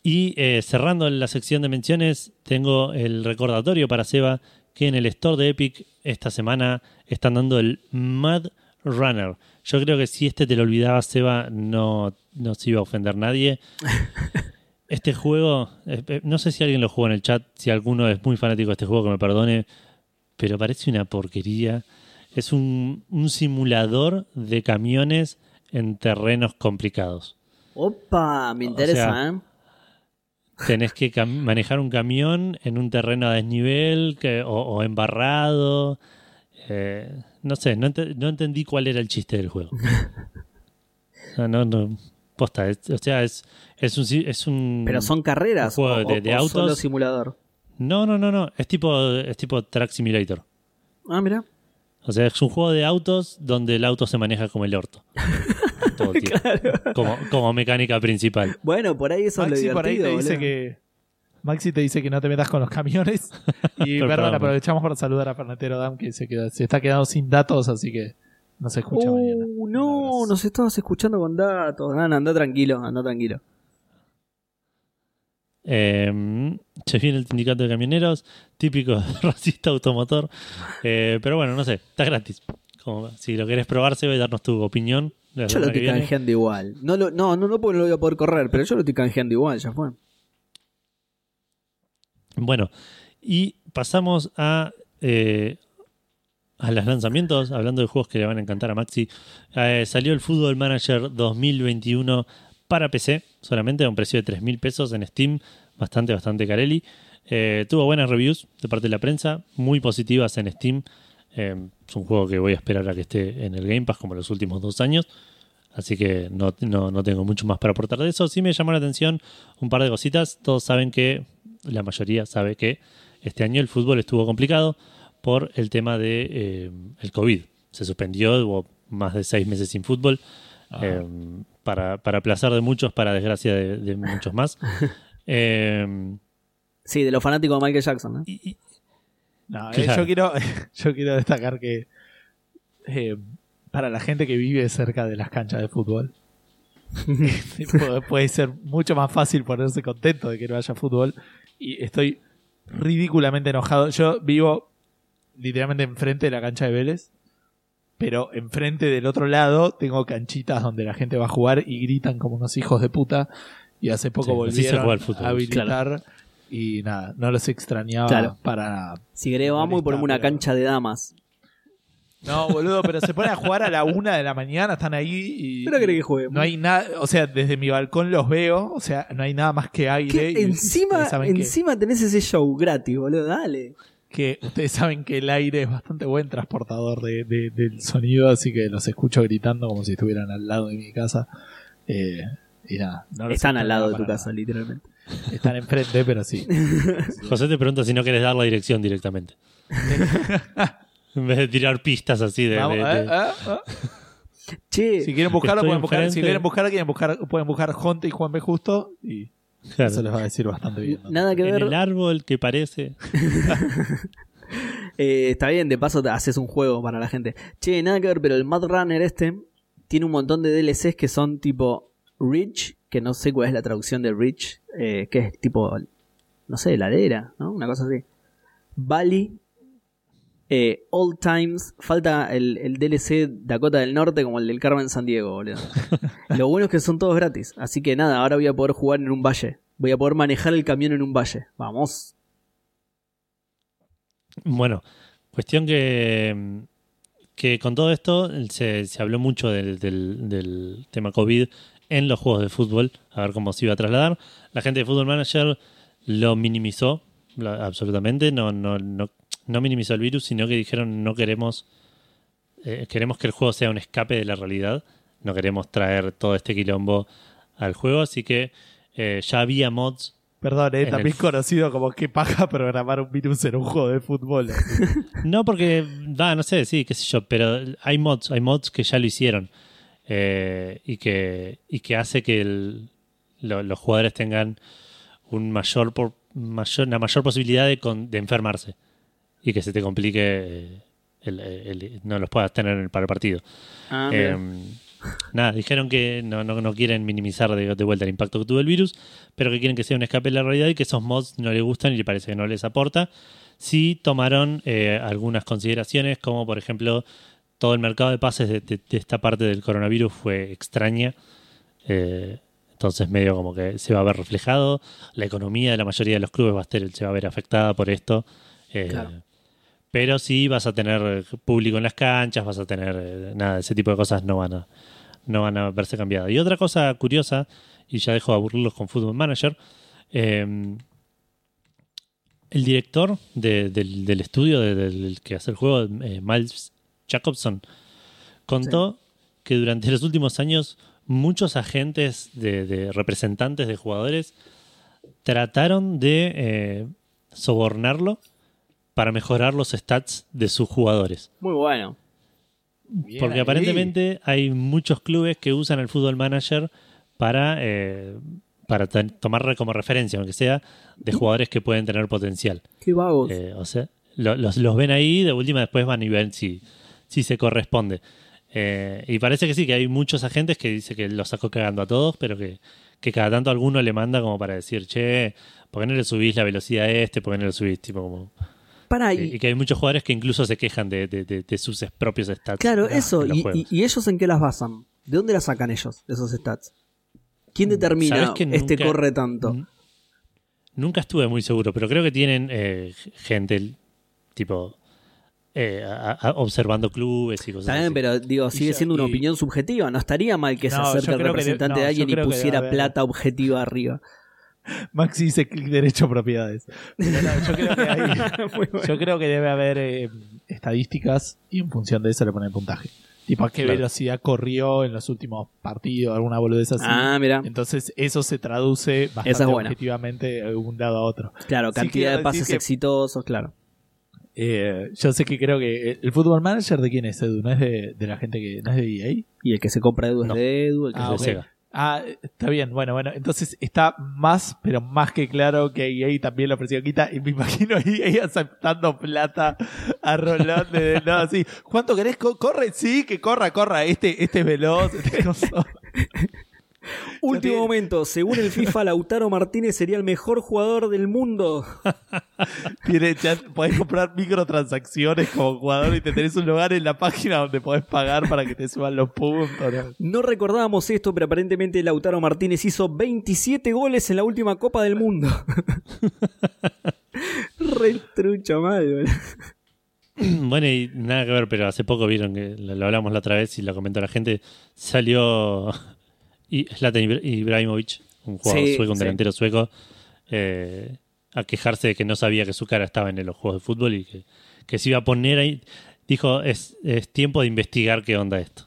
Y eh, cerrando la sección de menciones, tengo el recordatorio para Seba que en el store de Epic esta semana están dando el Mud Runner. Yo creo que si este te lo olvidabas, Seba, no, no se iba a ofender nadie. Este juego, eh, no sé si alguien lo jugó en el chat, si alguno es muy fanático de este juego que me perdone, pero parece una porquería. Es un, un simulador de camiones en terrenos complicados. Opa, me interesa, O sea, ¿eh? Tenés que cam- manejar un camión en un terreno a desnivel que, o, o embarrado. Eh, no sé, no, ent- no entendí cuál era el chiste del juego. No, no, no. Posta, es- o sea, es, es un... es un Pero son carreras un juego o, de, de o autos. solo simulador. No, no, no, no. Es tipo, es tipo Track Simulator. Ah, mira. O sea, es un juego de autos donde el auto se maneja como el orto. Todo el tiempo. como, como mecánica principal. Bueno, por ahí eso es lo Maxi divertido. por ahí te dice boludo. que Maxi te dice que no te metas con los camiones. Y Perdón. perdón, aprovechamos para saludar a Fernatero Dam que se, queda, se está quedando sin datos, así que no se escucha Uh, mañana. Un no, abrazo. nos estabas escuchando con datos. No, no, anda tranquilo, anda tranquilo. Eh, se viene el sindicato de camioneros, típico racista automotor. Eh, pero bueno, no sé, está gratis. Como, si lo querés probar, se va a darnos tu opinión. La Yo lo semana que estoy viene. canjeando igual. No, lo, no, no, no porque no lo voy a poder correr, pero yo lo estoy canjeando igual, ya fue. Bueno, y pasamos a, eh, a los lanzamientos, hablando de juegos que le van a encantar a Maxi. Eh, salió el Football Manager dos mil veintiuno para P C, solamente a un precio de tres mil pesos en Steam, bastante, bastante carelli. Eh, tuvo buenas reviews de parte de la prensa, muy positivas en Steam. Eh, es un juego que voy a esperar a que esté en el Game Pass como los últimos dos años. Así que no, no, no tengo mucho más para aportar de eso. Sí me llamó la atención un par de cositas. Todos saben que, la mayoría sabe que este año el fútbol estuvo complicado por el tema de eh, el COVID. Se suspendió, hubo más de seis meses sin fútbol. Eh, para, para placer de muchos, para desgracia de, de muchos más. Eh, Sí, de los fanáticos de Michael Jackson, ¿no? y, y- No, eh, Claro. yo, quiero, yo quiero destacar que eh, para la gente que vive cerca de las canchas de fútbol puede, puede ser mucho más fácil ponerse contento de que no haya fútbol, y estoy ridículamente enojado. Yo vivo literalmente enfrente de la cancha de Vélez, pero enfrente del otro lado tengo canchitas donde la gente va a jugar y gritan como unos hijos de puta, y hace poco Sí, así se volvieron juega al fútbol, a habilitar y nada, no los extrañaba Claro. para nada. Si querés, vamos y ponemos una Pero- cancha de damas. No, boludo, pero se ponen a jugar a la una de la mañana, están ahí y ¿Pero querés que juegue? no hay nada, o sea, desde mi balcón los veo, o sea, no hay nada más que aire. ¿Qué? Y Encima, ustedes saben que- encima tenés ese show gratis, boludo, dale. que ustedes saben que el aire es bastante buen transportador de, de- del sonido, así que los escucho gritando como si estuvieran al lado de mi casa. Eh, y nada, no los Están al lado de tu extrañaba para casa, literalmente. nada. Están enfrente, pero sí. José te pregunta si no querés dar la dirección directamente. En vez de tirar pistas así de... Vamos, de- eh, de- eh, eh. Che, Si quieren buscarlo, Estoy pueden buscar. Si enfrente. quieren buscar, quieren buscar, pueden buscar Jonte y Juan B. Justo y claro, eso les va a decir bastante bien, ¿no? nada que en ver. el árbol que parece... Eh, está bien, de paso te haces un juego para la gente. Che, nada que ver, pero el Mud Runner este tiene un montón de D L Cs que son tipo Rich, que no sé cuál es la traducción de Rich, eh, que es tipo, no sé, heladera, ¿no? Una cosa así. Valley, eh, Old Times, falta el, el D L C Dakota del Norte como el del Carmen Sandiego, boludo. Lo bueno es que son todos gratis, así que nada, ahora voy a poder jugar en un valle. Voy a poder manejar el camión en un valle. Vamos. Bueno, cuestión que, que con todo esto se, se habló mucho del, del, del tema COVID en los juegos de fútbol, a ver cómo se iba a trasladar. La gente de Football Manager lo minimizó lo- absolutamente, no, no, no, no minimizó el virus, sino que dijeron no queremos, eh, queremos que el juego sea un escape de la realidad, no queremos traer todo este quilombo al juego, así que eh, ya había mods. Perdón, eh, En también el- conocido como que paja programar un virus en un juego de fútbol. No, porque, va, no sé, sí, qué sé yo, pero hay mods, hay mods que ya lo hicieron eh, y que y que hace que el- lo- los jugadores tengan un mayor, por, mayor una mayor posibilidad de, con- de enfermarse y que se te complique, eh, el, el- no los puedas tener para el partido. Ah, Eh, mira. nada, dijeron que no, no, no quieren minimizar de, de vuelta el impacto que tuvo el virus, pero que quieren que sea un escape de la realidad y que esos mods no les gustan y le parece que no les aporta. Sí tomaron eh, algunas consideraciones, como por ejemplo, todo el mercado de pases de, de, de esta parte del coronavirus fue extraña. Eh, entonces medio como que se va a ver reflejado. La economía de la mayoría de los clubes va a estar, se va a ver afectada por esto. Eh, Claro. Pero sí vas a tener público en las canchas, vas a tener eh, nada, ese tipo de cosas no van a, no van a verse cambiadas. Y otra cosa curiosa, y ya dejo de aburrirlos con Football Manager, eh, el director de, del, del estudio de, del que hace el juego, eh, Miles Jacobson, contó sí. que durante los últimos años muchos agentes de, de representantes de jugadores trataron de eh, sobornarlo para mejorar los stats de sus jugadores. Muy bueno. Bien, porque ahí. Aparentemente hay muchos clubes que usan el Football Manager para, eh, para t- tomar como referencia, aunque sea, de jugadores que pueden tener potencial. Qué vagos. Eh, o sea, lo, los, los ven ahí, de última después van y ven si, si se corresponde. Eh, y parece que sí, que hay muchos agentes que dice que los sacó cagando a todos, pero que, que cada tanto alguno le manda como para decir, che, ¿por qué no le subís la velocidad a este? ¿Por qué no le subís? Tipo como... Para y, y que hay muchos jugadores que incluso se quejan de, de, de, de sus propios stats. Claro, de, eso. de y, y, ¿Y ellos en qué las basan? ¿De dónde las sacan ellos, esos stats? ¿Quién determina que este nunca, corre tanto? N- nunca estuve muy seguro, pero creo que tienen eh, gente tipo eh, a, a, observando clubes y cosas También, así. Pero digo, sigue yo, siendo una y... opinión subjetiva. No estaría mal que no, se acerque el representante de, no, de alguien y pusiera plata objetiva arriba. Maxi dice clic derecho propiedades. Pero no, yo creo que hay, bueno. yo creo que debe haber eh, estadísticas y en función de eso le ponen puntaje. Tipo a qué claro. velocidad corrió en los últimos partidos, alguna boludez así. Ah, mira. Entonces eso se traduce bastante es objetivamente de un lado a otro. Claro, sí, cantidad de pases que, exitosos, claro. Eh, yo sé que creo que el Football Manager de quién es, Edu, no es de, de la gente que no es de E A. Y el que se compra Edu no. es de Edu, el que ah, es de okay. Sega. Ah, está bien, bueno, bueno, entonces está más, pero más que claro que E A también lo ofreció quita y me imagino E A aceptando plata a Rolón de no, así, ¿cuánto querés? ¿Corre? Sí, que corra, corra, este, este es veloz, este cosa. Último tiene... momento, según el FIFA, Lautaro Martínez sería el mejor jugador del mundo. Tiene, ya podés comprar microtransacciones como jugador y te tenés un lugar en la página donde podés pagar para que te suban los puntos, ¿no? No recordábamos esto, pero aparentemente Lautaro Martínez hizo veintisiete goles en la última Copa del Mundo. Re trucho mal, ¿verdad? Bueno, y nada que ver, pero hace poco vieron que lo hablamos la otra vez y lo comentó la gente, salió... Y Zlatan Ibrahimovic, un jugador sí, sueco, un sí. delantero sueco, eh, a quejarse de que no sabía que su cara estaba en los juegos de fútbol y que, que se iba a poner ahí. Dijo, es, es tiempo de investigar qué onda esto.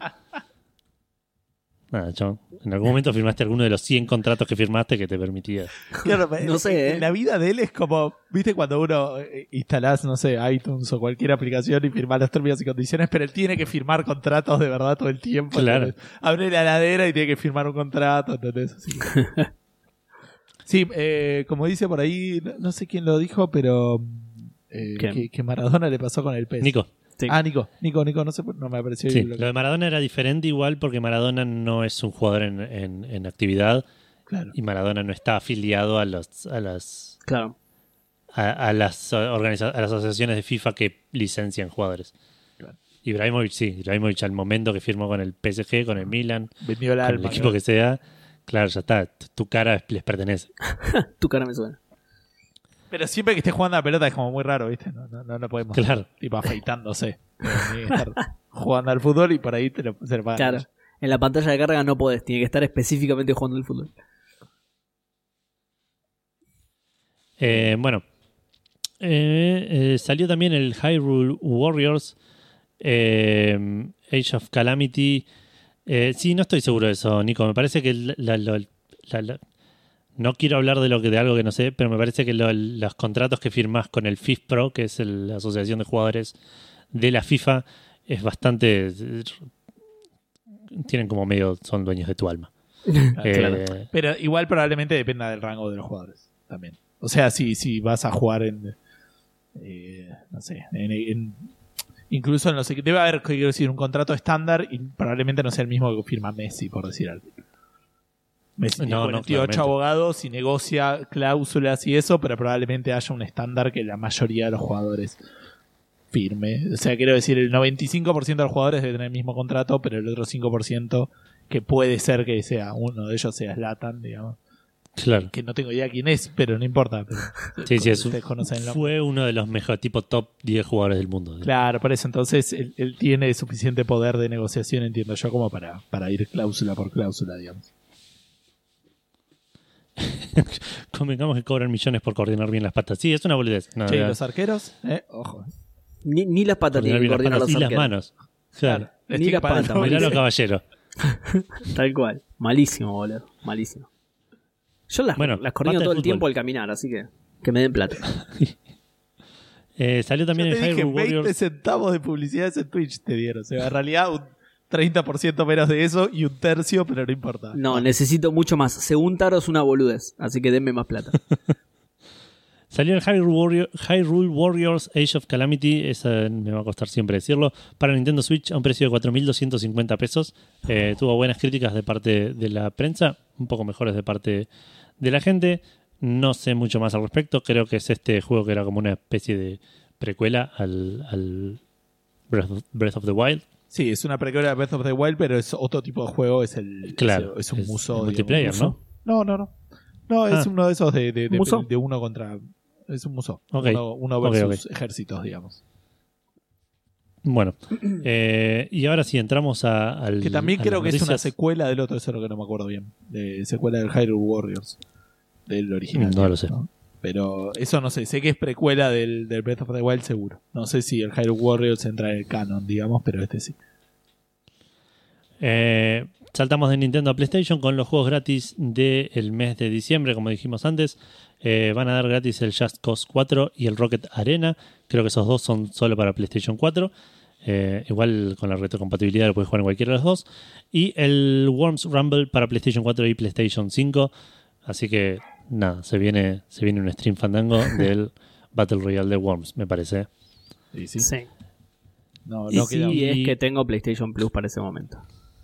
Nada, chabón. En algún momento firmaste alguno de los cien contratos que firmaste que te permitía. Claro, no sé, ¿eh? La vida de él es como, viste, cuando uno instalás, no sé, iTunes o cualquier aplicación y firmás los términos y condiciones, pero él tiene que firmar contratos de verdad todo el tiempo. Claro. Abre la heladera y tiene que firmar un contrato, ¿entendés? Así. Sí, eh, como dice por ahí, no sé quién lo dijo, pero eh, que, que Maradona le pasó con el pez. Nico. Sí. Ah, Nico, Nico, Nico, no sé, no me apareció. Sí, lo de Maradona era diferente igual porque Maradona no es un jugador en, en, en actividad. Claro. Y Maradona no está afiliado a los a las claro. a, a las organiza- a las asociaciones de FIFA que licencian jugadores. Claro. Ibrahimovic sí, Ibrahimovic al momento que firmó con el P S G, con el Milan, vendió el con alma, el equipo claro. que sea, claro, ya está, tu cara les pertenece. Tu cara me suena. Pero siempre que esté jugando a la pelota es como muy raro, ¿viste? No, no, no lo podemos claro. estar, tipo afeitándose. Tiene que estar jugando al fútbol y por ahí te lo, se lo pagan. Claro. En la pantalla de carga no podés, tiene que estar específicamente jugando al fútbol. Eh, bueno, eh, eh, salió también el Hyrule Warriors eh, Age of Calamity. Eh, sí, no estoy seguro de eso, Nico. Me parece que la, la, la, la, la no quiero hablar de lo que de algo que no sé, pero me parece que lo, los contratos que firmás con el FIFPro, que es el, la asociación de jugadores de la FIFA, es bastante... Tienen como medio... Son dueños de tu alma. Ah, claro. eh, pero igual probablemente dependa del rango de los jugadores también. O sea, si, si vas a jugar en... Eh, no sé, en, en Incluso en los equipos. Debe haber, quiero decir, un contrato estándar y probablemente no sea el mismo que firma Messi, por decir algo. Messi tiene No, no, cuarenta y ocho claramente. abogados y negocia cláusulas y eso, pero probablemente haya un estándar que la mayoría de los jugadores firme. O sea, quiero decir, el noventa y cinco por ciento de los jugadores debe tener el mismo contrato, pero el otro cinco por ciento que puede ser que sea uno de ellos sea Zlatan, digamos. Claro. Que no tengo idea quién es, pero no importa. Pero Sí, sí, es un- ustedes conocen el nombre. fue uno de los mejores, tipo top diez jugadores del mundo. Claro, por eso entonces él, él tiene suficiente poder de negociación, entiendo yo, como para, para ir cláusula por cláusula, digamos. Convengamos que cobran millones por coordinar bien las patas. Sí, es una boludez. No, Che, ¿y ya- los arqueros? Eh, ojo. Ni, ni las patas coordinar tienen que bien las coordinar patas los y las arqueros. manos. Claro. Ni Estoy las para el patas, doble. Mirá los caballeros. Tal cual. Malísimo, boludo. Malísimo. Yo las, Bueno, las coordino pata de todo el fútbol. tiempo al caminar, así que que me den plata. Eh, salió también Yo el te dije Hyrule veinte Warriors. centavos de publicidad en Twitch te dieron. O sea, en realidad un treinta por ciento menos de eso y un tercio, pero no importa. No, necesito mucho más. Según Taro es una boludez, así que denme más plata. Salió el Hyrule, Warrior, Hyrule Warriors Age of Calamity, esa me va a costar siempre decirlo, para Nintendo Switch a un precio de cuatro mil doscientos cincuenta pesos. Eh, tuvo buenas críticas de parte de la prensa, un poco mejores de parte de la gente. No sé mucho más al respecto. Creo que es este juego que era como una especie de precuela al, al Breath, of, Breath of the Wild. Sí, es una precuela de Breath of the Wild, pero es otro tipo de juego. Es el Claro, es, es un es muso. el digamos, multiplayer, muso. ¿no? No, no, no. No, es Ah. uno de esos de, de, de, ¿Muso? de uno contra. Es un muso. Ok. Uno, uno Ok, versus ok. ejércitos, digamos. Bueno, eh, y ahora sí entramos a, al. Que también a creo las que es una noticias. secuela del otro, eso es lo que no me acuerdo bien. De secuela del Hyrule Warriors. Del original. No lo sé. Pero eso no sé, sé que es precuela del, del Breath of the Wild seguro. No sé si el Hyrule Warriors entra en el canon, digamos, pero este sí. Eh, saltamos de Nintendo a PlayStation con los juegos gratis del mes de diciembre, como dijimos antes. Eh, van a dar gratis el Just Cause cuatro y el Rocket Arena. Creo que esos dos son solo para PlayStation cuatro. Eh, igual con la retrocompatibilidad lo puedes jugar en cualquiera de los dos. Y el Worms Rumble para PlayStation cuatro y PlayStation cinco. Así que nada, se viene, se viene un stream fandango del Battle Royale de Worms, me parece. Sí, sí. Sí. No, Y no sí, queda- es que tengo PlayStation Plus para ese momento.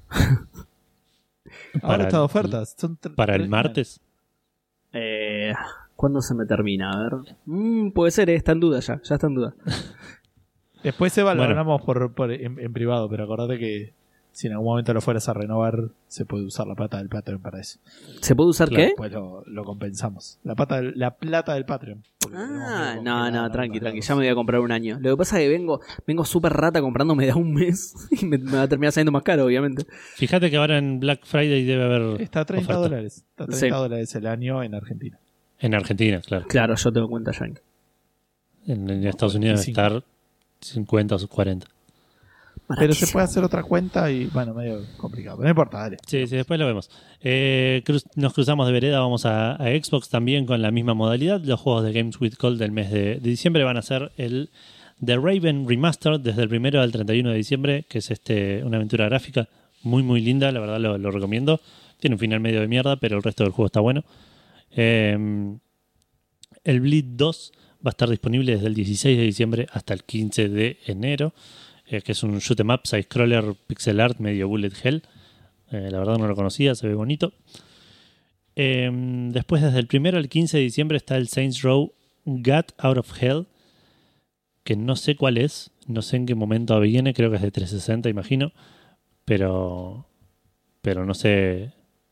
Ahora para está de el- ofertas. Son tre- Para el tres- martes. Eh, ¿Cuándo se me termina? A ver. Mm, puede ser, eh, está en duda ya. Ya está en duda. Después, Eva, lo Bueno. hablamos por, por- en, en privado, pero acordate que si en algún momento lo fueras a renovar, se puede usar la plata del Patreon para eso. ¿Se puede usar Claro, qué? Después lo, lo compensamos. La, pata del- la plata del Patreon. Porque tenemos Ah, medio no, congelada no, en tranqui, algunos tranqui. lados. Ya me voy a comprar un año. Lo que pasa es que vengo vengo súper rata comprándome de a un mes y me, me va a terminar saliendo más caro, obviamente. Fíjate que ahora en Black Friday debe haber Está a treinta oferta. dólares. Está a Sí. treinta dólares el año en Argentina. En Argentina, claro. Claro, yo tengo cuenta yankee. En, en Estados Unidos debe cuarenta y estar cincuenta o cuarenta. Pero se Baratísimo. puede hacer otra cuenta y, bueno, medio complicado. Pero no importa, dale. Sí, sí, después lo vemos. Eh, cruz- nos cruzamos de vereda, vamos a, a Xbox también con la misma modalidad. Los juegos de Games with Gold del mes de, de diciembre van a ser el The Raven Remastered desde el primero al treinta y uno de diciembre, que es este una aventura gráfica muy muy linda, la verdad lo, lo recomiendo. Tiene un final medio de mierda, pero el resto del juego está bueno. Eh, el Bleed dos va a estar disponible desde el dieciséis de diciembre hasta el quince de enero. Eh, que es un shoot 'em up, side-scroller, pixel art, medio bullet hell. Eh, la verdad no lo conocía, se ve bonito. Eh, después, desde el primero al quince de diciembre, está el Saints Row Gat Out of Hell, que no sé cuál es, no sé en qué momento viene, creo que es de trescientos sesenta, imagino, pero pero no sé,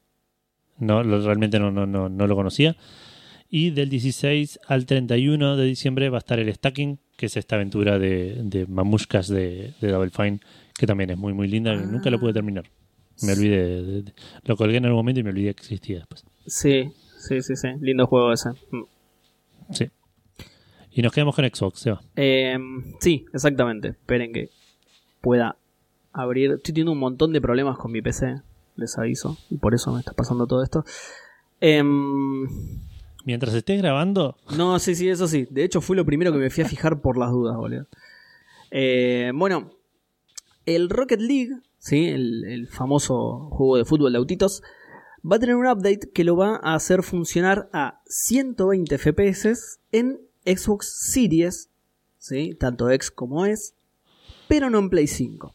no lo- realmente no, no, no, no lo conocía. Y del dieciséis al treinta y uno de diciembre va a estar el Stacking, que es esta aventura de, de mamushkas de, de Double Fine, que también es muy muy linda, que nunca lo pude terminar. Me olvidé, de- de- de- lo colgué en algún momento y me olvidé que existía después. Sí, sí, sí, sí. Lindo juego ese. Mm. Sí. Y nos quedamos con Xbox, Seba. Eh, sí, exactamente. Esperen que pueda abrir. Estoy teniendo un montón de problemas con mi P C, les aviso, y por eso me está pasando todo esto. Em, Mientras estés grabando, no, sí, sí, eso sí. De hecho, fue lo primero que me fui a fijar por las dudas, boludo. Eh, bueno, el Rocket League, ¿sí? el, el famoso juego de fútbol de autitos, va a tener un update que lo va a hacer funcionar a ciento veinte F P S en Xbox Series, ¿sí? Tanto X como S, pero no en Play cinco.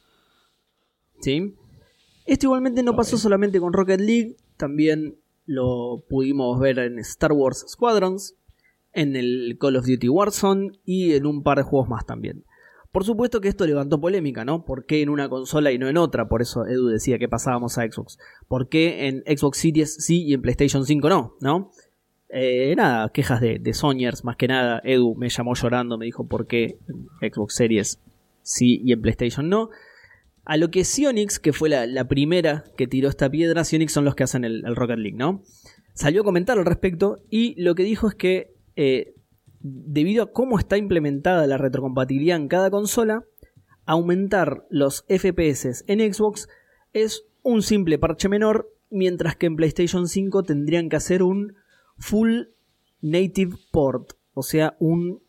¿Sí? Esto igualmente no pasó solamente con Rocket League, también lo pudimos ver en Star Wars Squadrons, en el Call of Duty Warzone y en un par de juegos más también. Por supuesto que esto levantó polémica, ¿no? ¿Por qué en una consola y no en otra? Por eso Edu decía que pasábamos a Xbox. ¿Por qué en Xbox Series sí y en PlayStation cinco no? ¿No? Eh, nada, quejas de, de Sonyers más que nada. Edu me llamó llorando, me dijo por qué en Xbox Series sí y en PlayStation no. A lo que Psyonix, que fue la, la primera que tiró esta piedra, Psyonix son los que hacen el, el Rocket League, ¿no? Salió a comentar al respecto y lo que dijo es que eh, debido a cómo está implementada la retrocompatibilidad en cada consola, aumentar los F P S en Xbox es un simple parche menor, mientras que en PlayStation cinco tendrían que hacer un full native port, o sea, un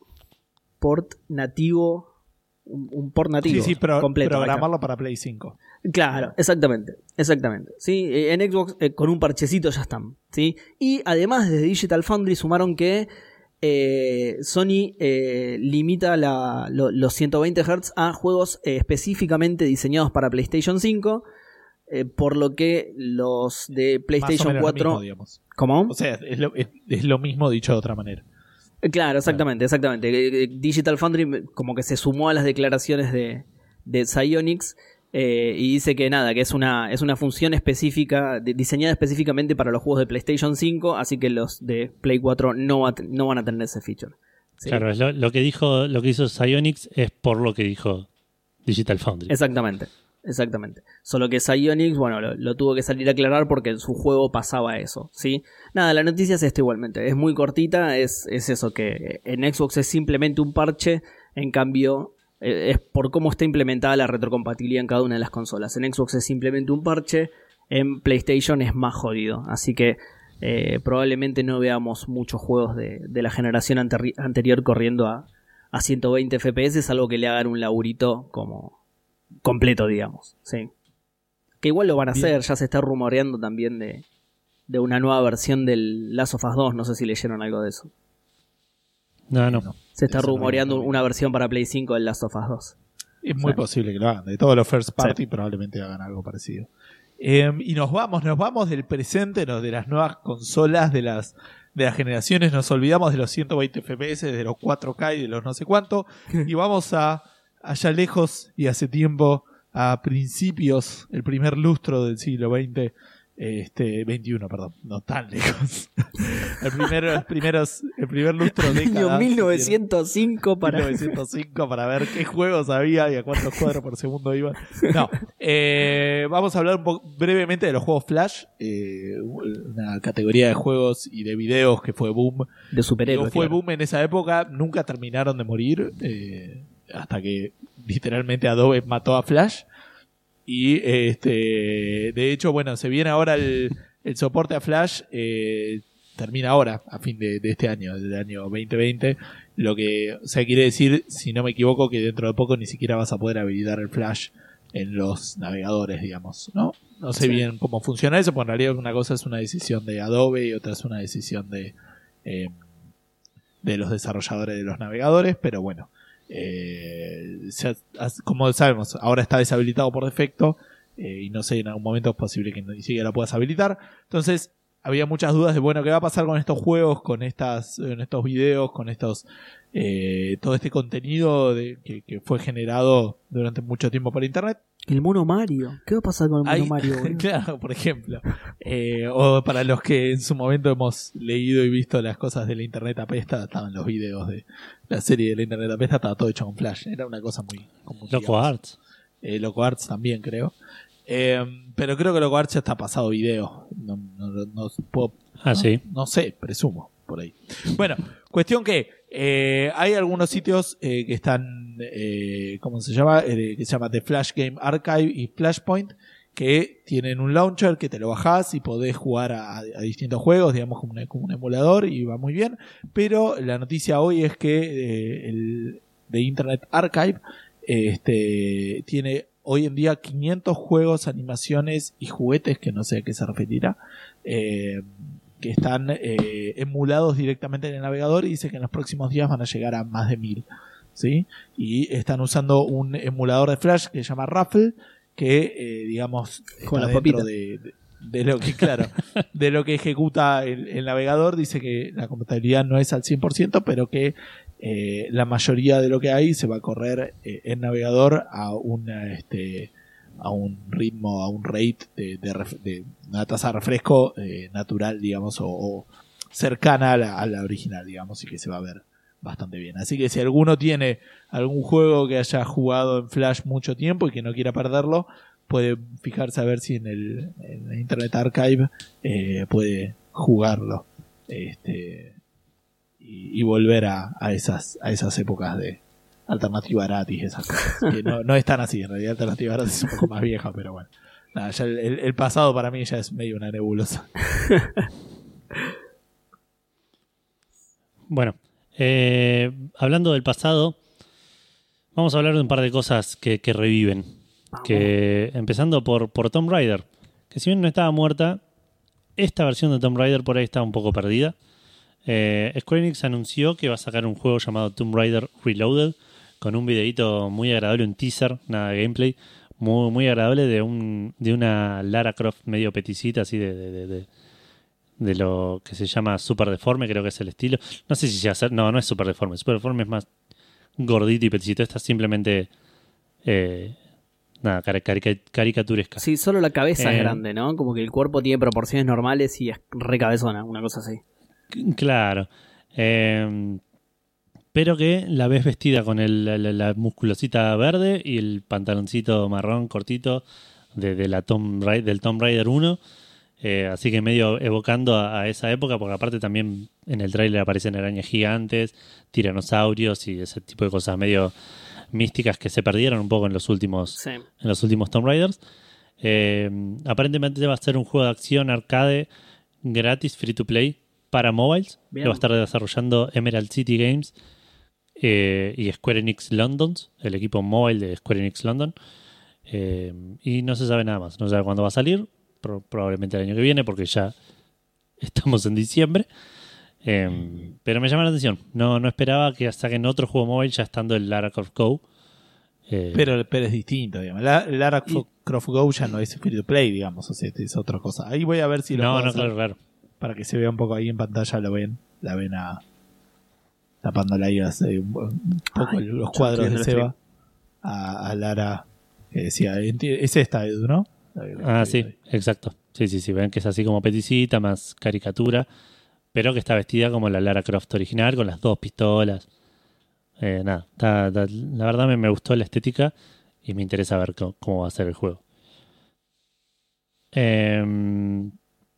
port nativo, un, un port nativo sí, sí, pro, completo. Programarlo acá. para Play cinco. Claro, exactamente, exactamente. ¿Sí? En Xbox eh, con un parchecito ya están. ¿Sí? Y además desde Digital Foundry sumaron que eh, Sony eh, limita la, lo, los ciento veinte hertz a juegos eh, específicamente diseñados para PlayStation cinco, eh, por lo que los de PlayStation cuatro... Lo mismo, ¿Cómo? O sea, es lo, es, es lo mismo dicho de otra manera. Claro, exactamente, exactamente. Digital Foundry como que se sumó a las declaraciones de, de Psyonix eh, y dice que nada, que es una, es una función específica, de, diseñada específicamente para los juegos de PlayStation cinco, así que los de Play cuatro no, va, no van a tener ese feature. ¿Sí? Claro, lo, lo que dijo, lo que hizo Psyonix es por lo que dijo Digital Foundry. Exactamente. Exactamente. Solo que Psyonix, bueno, lo, lo tuvo que salir a aclarar porque en su juego pasaba eso, ¿sí? Nada, la noticia es esta igualmente. Es muy cortita, es, es eso, que en Xbox es simplemente un parche, en cambio eh, es por cómo está implementada la retrocompatibilidad en cada una de las consolas. En Xbox es simplemente un parche, en PlayStation es más jodido. Así que eh, probablemente no veamos muchos juegos de, de la generación anteri- anterior corriendo a, a ciento veinte F P S, salvo que le hagan un laburito como... completo, digamos, sí. Que igual lo van a Bien. hacer, ya se está rumoreando también de, de una nueva versión del Last of Us dos, no sé si leyeron algo de eso. No, no. Se está eso rumoreando no, no, no. una versión para Play cinco del Last of Us dos. Es muy sí. posible que lo hagan. De todos los first party sí. probablemente hagan algo parecido. Eh, y nos vamos, nos vamos del presente, no, de las nuevas consolas, de las de las generaciones, nos olvidamos de los ciento veinte F P S, de los cuatro K y de los no sé cuánto, y vamos a allá lejos y hace tiempo, a principios, el primer lustro del siglo veinte, este, veintiuno, perdón, no tan lejos. El primero, los primeros, el primer lustro de año mil novecientos cinco para... mil novecientos cinco para ver qué juegos había y a cuántos cuadros por segundo iban. No, eh, vamos a hablar un poco brevemente de los juegos Flash, eh, una categoría de juegos y de videos que fue boom. De superhéroes. Fue claro. boom en esa época, nunca terminaron de morir, eh, hasta que literalmente Adobe mató a Flash. Y este de hecho, bueno, se viene ahora el, el soporte a Flash, eh, termina ahora, a fin de, de este año, del año veinte veinte. Lo que, o sea, quiere decir, si no me equivoco, que dentro de poco ni siquiera vas a poder habilitar el Flash en los navegadores, digamos, ¿no? No sé sí. bien cómo funciona eso, porque en realidad una cosa es una decisión de Adobe y otra es una decisión de, eh, de los desarrolladores de los navegadores, pero bueno. Eh, ya, como sabemos, ahora está deshabilitado por defecto, eh, y no sé, en algún momento es posible que ni siquiera lo puedas habilitar. Entonces había muchas dudas de, bueno, ¿qué va a pasar con estos juegos, con estas, con estos videos, con estos eh, todo este contenido de, que, que fue generado durante mucho tiempo por internet? El mono Mario, ¿qué va a pasar con el mono Hay, Mario? claro, por ejemplo, eh, o para los que en su momento hemos leído y visto las cosas de la internet apesta, estaban los videos de la serie de la internet apesta, estaba todo hecho con Flash, era una cosa muy común. Loco Arts. Eh, Loco Arts también, creo. Eh, pero creo que Loco Arts ya está pasado video. No, no, no, no puedo. Ah, no, sí. No sé, presumo, por ahí. Bueno, cuestión que eh, hay algunos sitios eh, que están, eh, ¿cómo se llama? Eh, que se llama The Flash Game Archive y Flashpoint, que tienen un launcher que te lo bajás y podés jugar a, a distintos juegos, digamos como, una, como un emulador, y va muy bien. Pero la noticia hoy es que eh, el de Internet Archive eh, este, tiene hoy en día quinientos juegos, animaciones y juguetes, que no sé a qué se referirá, eh, que están eh, emulados directamente en el navegador, y dice que en los próximos días van a llegar a más de mil. O ¿sí? Y están usando un emulador de Flash que se llama Raffle, que eh, digamos con está las dentro papitas de, de, de lo que claro de lo que ejecuta el, el navegador. Dice que la compatibilidad no es al cien por ciento, pero que eh, la mayoría de lo que hay se va a correr eh, en navegador a una este a un ritmo, a un rate de, de, ref, de una tasa de refresco eh, natural, digamos, o, o cercana a la, a la original, digamos, y que se va a ver bastante bien. Así que si alguno tiene algún juego que haya jugado en Flash mucho tiempo y que no quiera perderlo, puede fijarse a ver si en el, en el Internet Archive eh, puede jugarlo este, y, y volver a, a esas a esas épocas de alternativa gratis, esas cosas. Que no, no es tan así, en realidad alternativa gratis es un poco más vieja, pero bueno. Nada, ya el, el, el pasado para mí ya es medio una nebulosa. Bueno, eh, hablando del pasado, vamos a hablar de un par de cosas que, que reviven. Que, empezando por, por Tomb Raider, que si bien no estaba muerta, esta versión de Tomb Raider por ahí está un poco perdida. Eh, Square Enix anunció que va a sacar un juego llamado Tomb Raider Reloaded, con un videito muy agradable, un teaser, nada de gameplay, muy, muy agradable de un de una Lara Croft medio peticita, así de, de, de, de, de lo que se llama Super Deforme, creo que es el estilo. No sé si se hace, no, no es Super Deforme, Super Deforme es más gordito y peticito, esta es simplemente eh, nada, cari- cari- caricaturesca. Sí, solo la cabeza Eh, es grande, ¿no? Como que el cuerpo tiene proporciones normales y es re cabezona, una cosa así. Claro. Eh, pero que la ves vestida con el, la, la musculosita verde y el pantaloncito marrón cortito de, de la Tomb Raider, del Tomb Raider uno. Eh, así que medio evocando a, a esa época, porque aparte también en el tráiler aparecen arañas gigantes, tiranosaurios y ese tipo de cosas medio místicas que se perdieron un poco en los últimos, Sí. en los últimos Tomb Raiders. Eh, aparentemente va a ser un juego de acción arcade gratis, free to play, para mobiles. Bien. Lo va a estar desarrollando Emerald City Games eh, y Square Enix London, el equipo móvil de Square Enix London. Eh, y no se sabe nada más. No se sabe cuándo va a salir. Pro- probablemente el año que viene, porque ya estamos en diciembre. Eh, pero me llama la atención. No, no esperaba que saquen otro juego móvil ya estando el Lara Croft Go. Eh, Pero, pero es distinto, digamos. La, Lara Y- Croft Go ya no es free to play, digamos, o sea, es otra cosa. Ahí voy a ver si lo no, puedo no, hacer claro, claro. para que se vea un poco ahí en pantalla, lo ven, la ven a tapándole ahí hace un, un poco Ay, los yo cuadros estoy de viendo el Seba a, a Lara que decía, enti- es esta Edu, ¿no? La que- Ah, la sí, que- exacto. Sí, sí, sí. Ven que es así como peticita, más caricatura, pero que está vestida como la Lara Croft original, con las dos pistolas. Eh, nada, está- está- la verdad me, me gustó la estética y me interesa ver cómo, cómo va a ser el juego. Eh,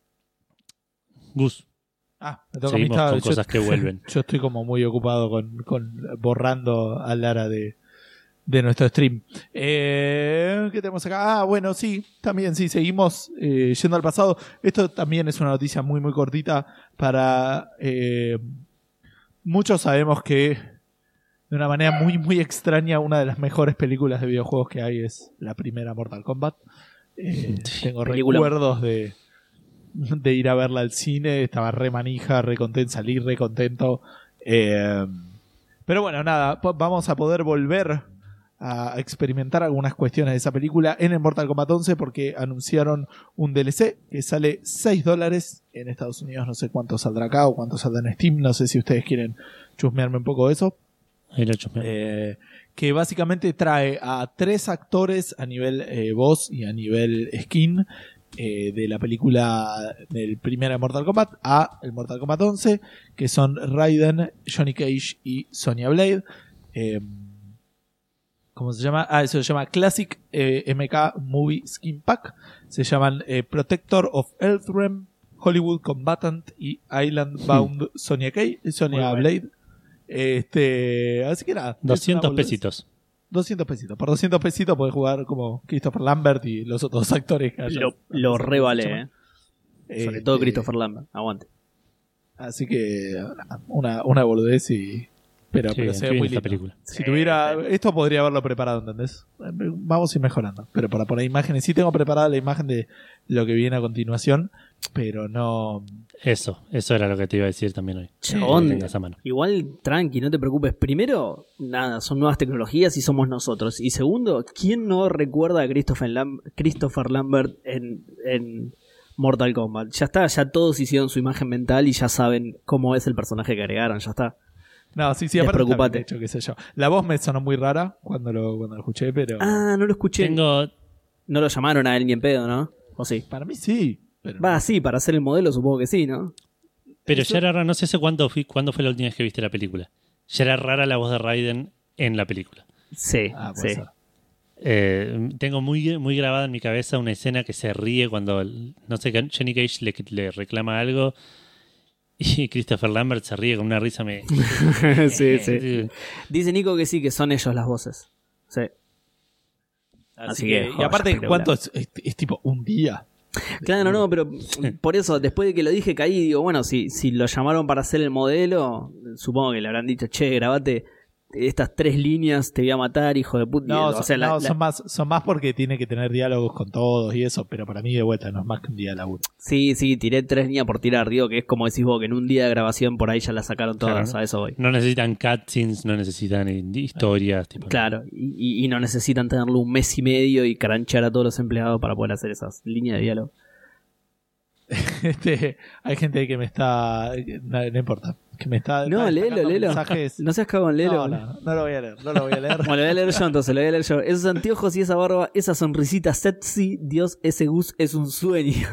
Gus, Ah, me toca a mí, seguimos estaba- con yo- cosas que vuelven. Yo estoy como muy ocupado con, con borrando a Lara de, de nuestro stream. Eh, ¿Qué tenemos acá? Ah, bueno, sí, también sí, seguimos eh, yendo al pasado. Esto también es una noticia muy, muy cortita para... eh, muchos sabemos que de una manera muy, muy extraña, una de las mejores películas de videojuegos que hay es la primera Mortal Kombat. Eh, tengo película. recuerdos de... de ir a verla al cine, estaba re manija, re contento, salí re contento. Eh, pero bueno, nada, po- vamos a poder volver a experimentar algunas cuestiones de esa película en el Mortal Kombat once porque anunciaron un D L C que sale seis dólares en Estados Unidos, no sé cuánto saldrá acá o cuánto saldrá en Steam, no sé si ustedes quieren chusmearme un poco de eso. Ahí lo chusmeo. Eh, que básicamente trae a tres actores a nivel eh, voz y a nivel skin eh, de la película del primer Mortal Kombat a el Mortal Kombat once, que son Raiden, Johnny Cage y Sonya Blade. Eh, ¿Cómo se llama? Ah, eso se llama Classic eh, M K Movie Skin Pack. Se llaman eh, Protector of Earthrealm, Hollywood Combatant y Island Bound Sonya Cage, Sonya Muy bueno. Blade. Este, así que nada. es una doscientos boludez. pesitos. doscientos pesitos. Por doscientos pesitos podés jugar como Christopher Lambert y los otros actores que hayan- Lo, lo re vale, eh. Este, Sobre todo Christopher Lambert. Aguante. Así que una, una boludez y, Pero, Sí, pero se estoy ve viendo muy esta lindo. película. Si tuviera... Esto podría haberlo preparado, ¿entendés? Vamos a ir mejorando. Pero para poner imágenes... Sí tengo preparada la imagen de lo que viene a continuación, pero no... Eso, eso era lo que te iba a decir también hoy. Chabón, Que lo tengas a mano. igual tranqui, no te preocupes. Primero, nada, son nuevas tecnologías y somos nosotros. Y segundo, ¿quién no recuerda a Christopher, Lam- Christopher Lambert en, en Mortal Kombat? Ya está, ya todos hicieron su imagen mental y ya saben cómo es el personaje que agregaron, ya está. No, sí, sí, aparte está Despreocupate. bien hecho, qué sé yo. La voz me sonó muy rara cuando lo, cuando lo escuché, pero... Ah, no lo escuché. Tengo. No lo llamaron a él ni en pedo, ¿no? ¿O sí? Para mí sí. Pero Va, no. sí, para hacer el modelo supongo que sí, ¿no? Pero Eso- ya era rara, no sé hace cuándo, fui, cuándo fue la última vez que viste la película. Ya era rara la voz de Raiden en la película. Sí, Ah, puede sí. ser. Eh, tengo muy, muy grabada en mi cabeza una escena que se ríe cuando, no sé, Johnny Cage le, le reclama algo y Christopher Lambert se ríe con una risa. Me... sí, sí. Dice Nico que sí, que son ellos las voces. Sí. Así, Así que, que, y joya, aparte, espectacular. ¿cuánto es? Es, es tipo un día. Claro, no, pero por eso, después de que lo dije, caí y digo, bueno, si, si lo llamaron para hacer el modelo, supongo que le habrán dicho, che, grabate estas tres líneas, te voy a matar, hijo de puta. No, o son, sea, la- no, la- son más son más porque tiene que tener diálogos con todos y eso, pero para mí de vuelta no es más que un día de laburo. Sí, sí, tiré tres líneas por tirar, digo, que es como decís vos, que en un día de grabación por ahí ya las sacaron todas, Claro. a eso voy. No necesitan cutscenes, no necesitan eh, historias. Tipo, Claro, y, y- y no necesitan tenerlo un mes y medio y caranchear a todos los empleados para poder hacer esas líneas de diálogo. Este, hay gente que me está... No, no importa. Que me está... No, está léelo, destacando léelo. mensajes. No seas cagón, léelo. No, no, no lo voy a leer. No lo voy a leer. Bueno, lo voy a leer yo entonces, lo voy a leer yo. Esos anteojos y esa barba, esa sonrisita sexy, Dios, ese Gus es un sueño.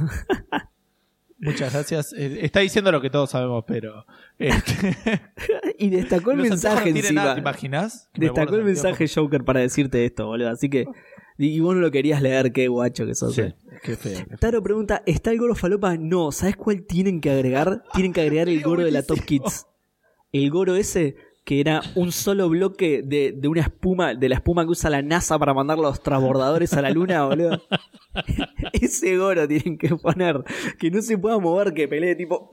Muchas gracias. Eh, está diciendo lo que todos sabemos, pero... Este, Y destacó el los mensaje anteojos no tienen encima. nada, ¿te imaginas? Que me Destacó borran el los mensaje Joker para decirte esto, boludo. Así que. Y y vos no lo querías leer, qué guacho que sos. Sí. eh. anteojos. Qué feo. qué feo. Taro pregunta: ¿está el Goro Falopa? No, ¿sabes cuál tienen que agregar? Tienen que agregar el Goro de la Top Kids. El Goro ese, que era un solo bloque de, de una espuma, de la espuma que usa la NASA para mandar los transbordadores a la luna, boludo. Ese Goro tienen que poner, que no se pueda mover, que pelee tipo.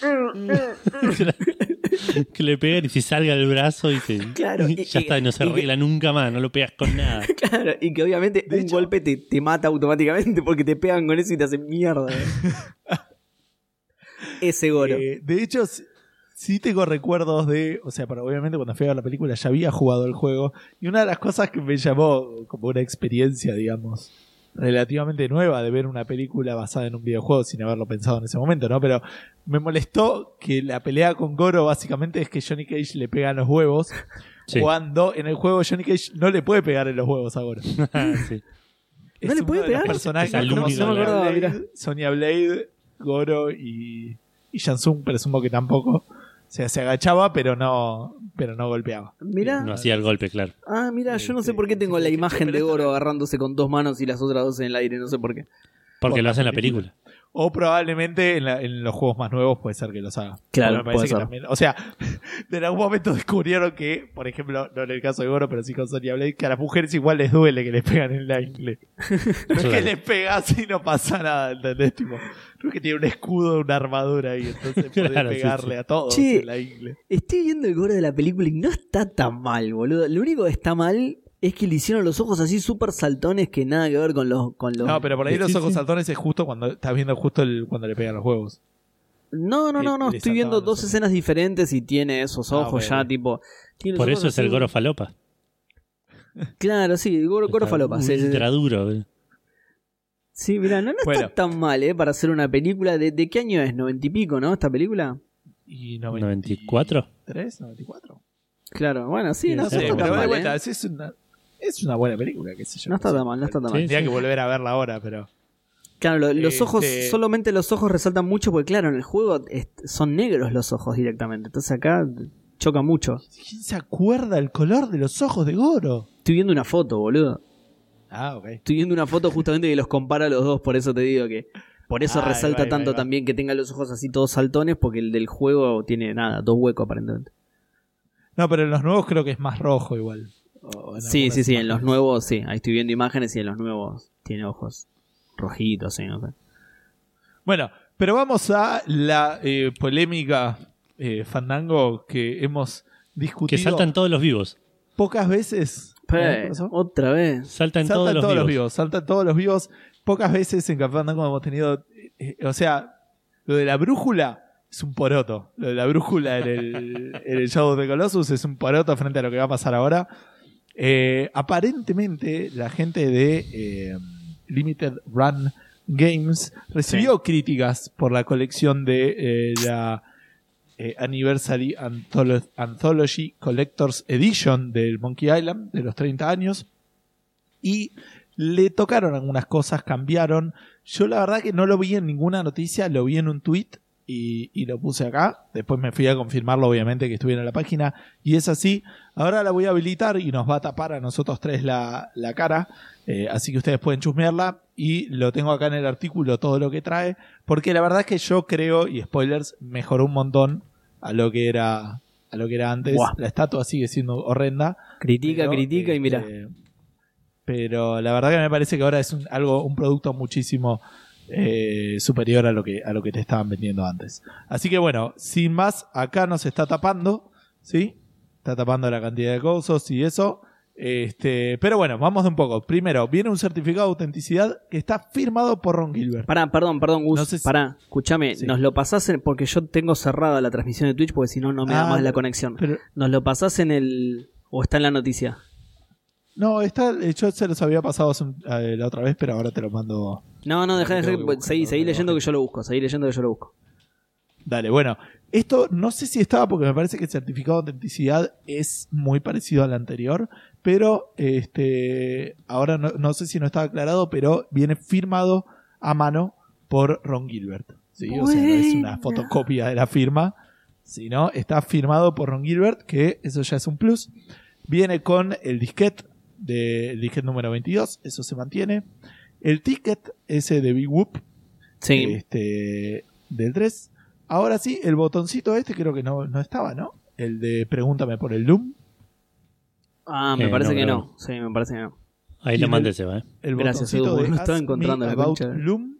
que le peguen y se salga el brazo y se, Claro, y- ya y- está, y no se y que- arregla nunca más, no lo pegas con nada. Claro, y que obviamente De un hecho- golpe te, te mata automáticamente porque te pegan con eso y te hacen mierda. eh. Ese Goro. Eh, de hecho, sí, sí tengo recuerdos de... O sea, pero obviamente cuando fui a ver la película ya había jugado el juego. Y una de las cosas que me llamó como una experiencia, digamos, relativamente nueva de ver una película basada en un videojuego sin haberlo pensado en ese momento, ¿no? Pero me molestó que la pelea con Goro básicamente es que Johnny Cage le pega en los huevos. Sí. Cuando en el juego Johnny Cage no le puede pegar en los huevos a Goro. Sí. ¿No le uno puede de los pegar? personajes Es al como único, Sonya no me acordaba, Blade, mirá. Sonya Blade, Goro y, y Shansung, presumo que tampoco. O sea, se agachaba, pero no, pero no golpeaba. Mirá. No hacía el golpe, claro. Ah, mira, yo no sé Este, por qué tengo sí, la sí, imagen pero de esto Goro no- agarrándose con dos manos y las otras dos en el aire, no sé por qué. Porque Por lo la hace en la película. película. O probablemente en, la- en los juegos más nuevos puede ser que los haga. Claro, Porque me parece puede que ser. también- o sea, en algún momento descubrieron que, por ejemplo, no en el caso de Goro, pero sí con Sonya Blade, que a las mujeres igual les duele que les pegan en la ingle. No es que Claro. les pegas y no pasa nada, ¿entendés? Tipo, creo que tiene un escudo, una armadura y entonces puede Claro, sí, pegarle sí. a todos Che. en la ingle. Estoy viendo el Goro de la película y no está tan mal, boludo. Lo único que está mal es que le hicieron los ojos así súper saltones que nada que ver con los... Con los... No, pero por ahí Sí, los ojos sí. saltones es justo cuando estás viendo justo el, cuando le pegan los huevos. no, no, no, no, le estoy viendo saltaban los dos ojos. escenas diferentes y tiene esos Ah, ojos bueno. ya, tipo... tiene los Por ojos eso es el así- Goro Falopa. Claro, sí, Goro, Goro Está Falopa. Sí, sí, sí. ultra duro. eh. Sí, mira, no, no Bueno. está tan mal, ¿eh? Para hacer una película. ¿De, de qué año es? ¿Noventa y pico, no? ¿Esta película? Y ¿noventa y cuatro? ¿tres? ¿noventa y cuatro? Claro, bueno, sí, Sí, no, sí, no Sí, está pero tan de mal, vuelta, ¿eh? es, es una, es una buena película, qué sé yo. No está tan mal, no está tan mal. Sí, Tendría sí. que volver a verla ahora, pero... Claro, lo- los Este- ojos, solamente los ojos resaltan mucho porque, claro, en el juego est- son negros los ojos directamente. Entonces acá choca mucho. ¿Quién se acuerda el color de los ojos de Goro? Estoy viendo una foto, boludo. Ah, ok. Estoy viendo una foto justamente que los compara a los dos, por eso te digo que. Por eso Ah, ahí resalta va, ahí va, tanto ahí va. también que tenga los ojos así todos saltones, porque el del juego tiene nada, dos huecos aparentemente. No, pero en los nuevos creo que es más rojo igual. O en Sí, algunas sí, sí, en los imágenes. nuevos, sí. Ahí estoy viendo imágenes y en los nuevos tiene ojos rojitos, sí, no sé. Bueno, pero vamos a la eh, polémica eh, Fandango que hemos discutido Que saltan todos los vivos. pocas veces. Pe, ¿Eh? otra vez. Saltan, Saltan todos, los, todos los vivos. vivos. Saltan todos los vivos. Pocas veces en Café Fandango hemos tenido. eh, o sea, lo de la brújula es un poroto. Lo de la brújula en el, en el Shadow of the Colossus es un poroto frente a lo que va a pasar ahora. Eh, aparentemente, la gente de eh, Limited Run Games recibió sí. críticas por la colección de eh, la eh, Anniversary Antholo- Anthology Collector's Edition del Monkey Island de los treinta años, y le tocaron algunas cosas, cambiaron. Yo la verdad que no lo vi en ninguna noticia, lo vi en un tweet y, y lo puse acá. Después me fui a confirmarlo, obviamente, que estuviera en la página, y es así. Ahora la voy a habilitar y nos va a tapar a nosotros tres la, la cara, eh, así que ustedes pueden chusmearla, y lo tengo acá en el artículo todo lo que trae, porque la verdad es que yo creo, y spoilers, mejoró un montón a lo que era a lo que era antes. Wow. La estatua sigue siendo horrenda. Critica, pero, critica eh, y mira. Eh, pero la verdad que me parece que ahora es un, algo, un producto muchísimo eh, superior a lo que a lo que te estaban vendiendo antes. Así que bueno, sin más, acá nos está tapando, ¿sí? Está tapando la cantidad de cosas y eso. Este, pero bueno, vamos de un poco. Primero, viene un certificado de autenticidad que está firmado por Ron Gilbert. Pará, perdón, perdón, Gus. No sé si... Pará, escúchame, sí. Nos lo pasás en, porque yo tengo cerrada la transmisión de Twitch, porque si no, no me ah, da más la conexión. Pero... ¿Nos lo pasás en el... o está en la noticia? No, está, yo se los había pasado eh, la otra vez, pero ahora te lo mando. No, no, dejá de dejar, seguí, seguí leyendo que yo lo busco, seguí leyendo que yo lo busco. Dale, bueno, esto no sé si estaba, porque me parece que el certificado de autenticidad es muy parecido al anterior, pero este ahora no, no sé si no estaba aclarado, pero viene firmado a mano por Ron Gilbert, ¿sí? O sea, no es una fotocopia de la firma, sino está firmado por Ron Gilbert, que eso ya es un plus. Viene con el disquete, de, el disquete número veintidós, eso se mantiene. El ticket ese de Big Whoop, sí. este, del tres. Ahora sí, el botoncito este creo que no, no estaba, ¿no? El de pregúntame por el Doom. Ah, me eh, parece no, que no. no. Sí, me parece que no. Ahí lo mandé, se va. ¿eh? El Gracias, botoncito Edu, de no estaba encontrando la About Loom,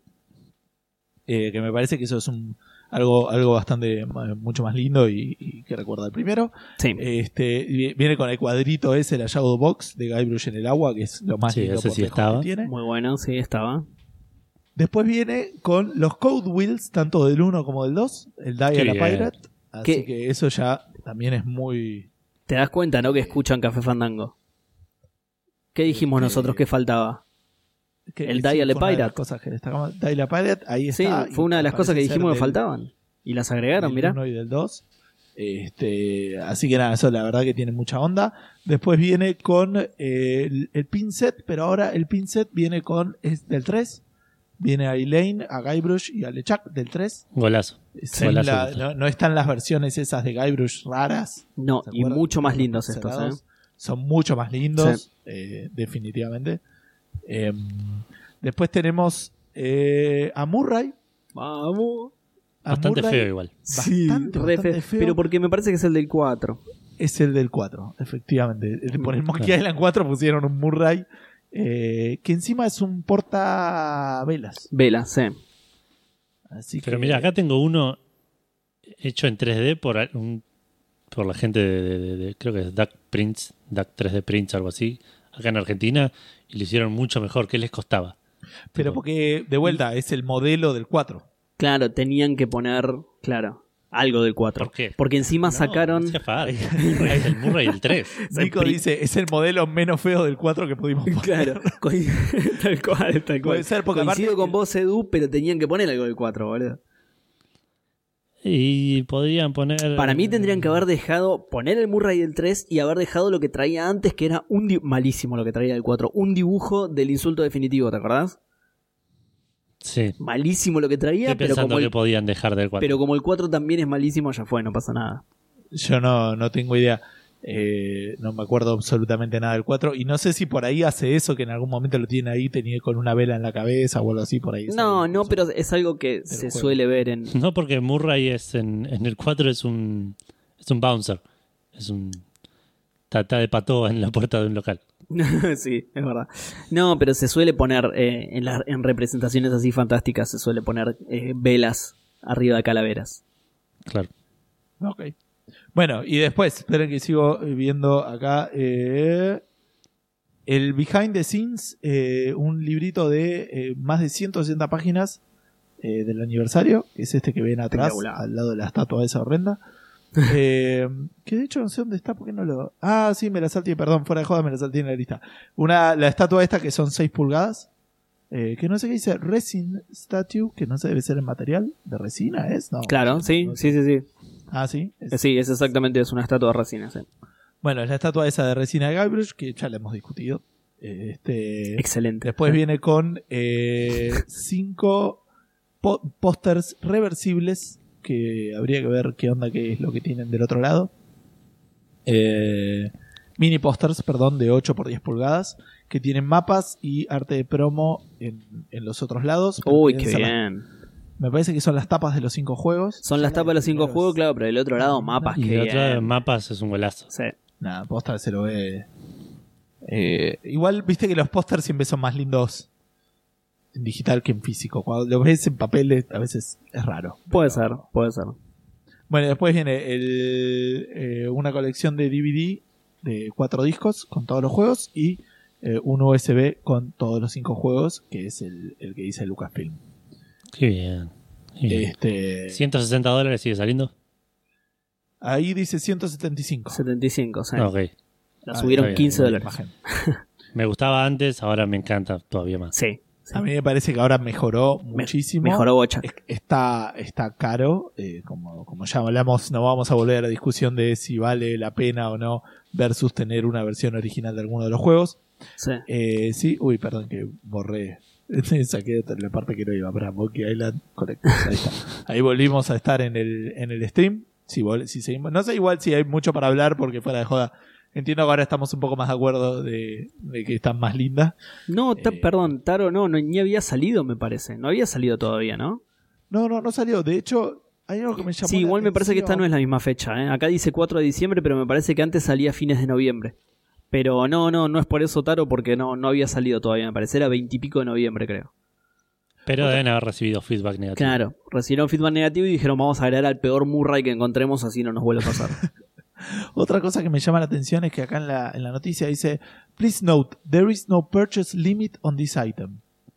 eh, que me parece que eso es un algo algo bastante mucho más lindo y, y que recuerda al primero. Sí. Este viene con el cuadrito ese, la Shadow Box de Guybrush en el agua, que es lo más sí, lindo ese por sí estaba. que tiene. Muy bueno, sí, estaba. Después viene con los Code Wheels, tanto del uno como del dos, el Die a la Pirate. Así ¿Qué? Que eso ya también es muy... Te das cuenta, ¿no? Que escuchan Café Fandango. ¿Qué dijimos que... nosotros que faltaba? Que el Die a la Pirate. Cosas que destacamos. Die a la Pirate, ahí está. Sí, fue una de las cosas que dijimos que faltaban. Y las agregaron, mirá. Del uno y del dos. Este, así que nada, eso la verdad que tiene mucha onda. Después viene con eh, el, el pin set, pero ahora el pin set viene con es del tres. Viene a Elaine, a Guybrush y a LeChuck del tres. Golazo. Golazo la, no, no están las versiones esas de Guybrush raras. No, y mucho más lindos estos. ¿eh? Son mucho más lindos, sí. eh, definitivamente. Eh, después tenemos eh, a Murray. Vamos. A bastante Murray, feo igual. Sí, bastante, re bastante feo. feo. Pero porque me parece que es el del cuatro. Es el del cuatro, efectivamente. Por el Monkey Island cuatro pusieron un Murray. Eh, que encima es un portavelas. Velas, sí. Así Pero que... mira, acá tengo uno hecho en tres D por un, por la gente de, de, de, de creo que es Duck Prints, Duck tres D Prints, algo así, acá en Argentina, y lo hicieron mucho mejor. ¿Qué les costaba? Pero porque, de vuelta, es el modelo del cuatro. Claro, tenían que poner, claro, algo del cuatro. ¿Por qué? Porque encima no, sacaron... No hacía falta. Es el Murray y el tres. Nico dice, es el modelo menos feo del cuatro que pudimos poner. Claro, tal cual, tal cual. Puede ser, porque coincido aparte... con vos, Edu, pero tenían que poner algo del cuatro, boludo. Y podrían poner... Para mí tendrían que haber dejado, poner el Murray del tres y haber dejado lo que traía antes, que era un di- malísimo lo que traía el cuatro, un dibujo del insulto definitivo, ¿te acordás? Sí. Malísimo lo que traía, Estoy pero como, que el, podían dejar del cuatro. pero como el cuatro también es malísimo, ya fue, no pasa nada. Yo no, no tengo idea. Eh, no me acuerdo absolutamente nada del cuatro. Y no sé si por ahí hace eso, que en algún momento lo tiene ahí, tenía con una vela en la cabeza o algo así por ahí. No, no, pero es algo que se juego. suele ver en... No, porque Murray es en, en el cuatro es un es un bouncer. Es un tata de patoa en la puerta de un local. Sí, es verdad. No, pero se suele poner eh, en, la, en representaciones así fantásticas, se suele poner eh, velas arriba de calaveras. Claro. Ok. Bueno, y después, esperen que sigo viendo acá. Eh, el Behind the Scenes, eh, un librito de eh, más de ciento sesenta páginas eh, del aniversario, que es este que ven atrás, al lado de la estatua esa horrenda. eh, que de hecho no sé dónde está, ¿por qué no lo...? Ah, sí, me la salté, perdón, fuera de joda me la salté en la lista. Una, la estatua esta que son seis pulgadas, eh, que no sé qué dice, resin statue, que no sé, debe ser en material de resina, ¿es? No, claro, sí, no sé. sí, sí, sí. Ah, sí. Es... Sí, es exactamente, es una estatua de resina, sí. Bueno, es la estatua esa de resina de Guybrush, que ya la hemos discutido. Este, excelente. Después viene con eh, cinco po- pósters reversibles, que habría que ver qué onda, qué es lo que tienen del otro lado. Eh, mini pósters, perdón, de ocho por diez pulgadas, que tienen mapas y arte de promo en, en los otros lados. Uy, qué bien. La, me parece que son las tapas de los cinco juegos. Son las tapas de los cinco juegos, claro, pero del otro lado mapas. Y qué del otro lado bien. mapas es un golazo. Sí. Nada, póster se lo ve. Eh, igual viste que los pósters siempre son más lindos en digital que en físico. Cuando lo ves en papel a veces es raro. Puede pero... ser, puede ser. Bueno, después viene el, eh, una colección de D V D de cuatro discos con todos los juegos y eh, un U S B con todos los cinco juegos, que es el, el que dice Lucasfilm. Qué bien. Qué bien. Este, ciento sesenta dólares sigue saliendo. Ahí dice ciento setenta y cinco. setenta y cinco, sí. Ok. La subieron bien, quince bien, dólares. Me gustaba antes, ahora me encanta todavía más. Sí. sí. A mí me parece que ahora mejoró muchísimo. Mejoró bocha. Está, está caro, eh, como, como ya hablamos, no vamos a volver a la discusión de si vale la pena o no versus tener una versión original de alguno de los juegos. Sí. Eh, sí, uy, perdón que borré. Saqué la parte que no iba para Monkey Island Collectors. Ahí está. Ahí volvimos a estar en el, en el stream. Si, vol- si seguimos, no sé igual si hay mucho para hablar porque fuera de joda. Entiendo que ahora estamos un poco más de acuerdo de, de que están más lindas. No, ta- Eh, perdón, Taro no, no, ni había salido, me parece. No había salido todavía, ¿no? No, no, no salió. De hecho, hay algo que me llamó Sí, la igual me parece que esta no atención. es la misma fecha, ¿eh? Acá dice cuatro de diciembre, pero me parece que antes salía a fines de noviembre. Pero no, no, no es por eso, Taro, porque no, no había salido todavía, me parece. Era veintipico de noviembre, creo. Pero deben haber recibido feedback negativo. Claro, recibieron feedback negativo y dijeron vamos a agregar al peor Murray que encontremos, así no nos vuelve a pasar. Otra cosa que me llama la atención es que acá en la, en la noticia dice: Please note, there is no purchase limit on this item.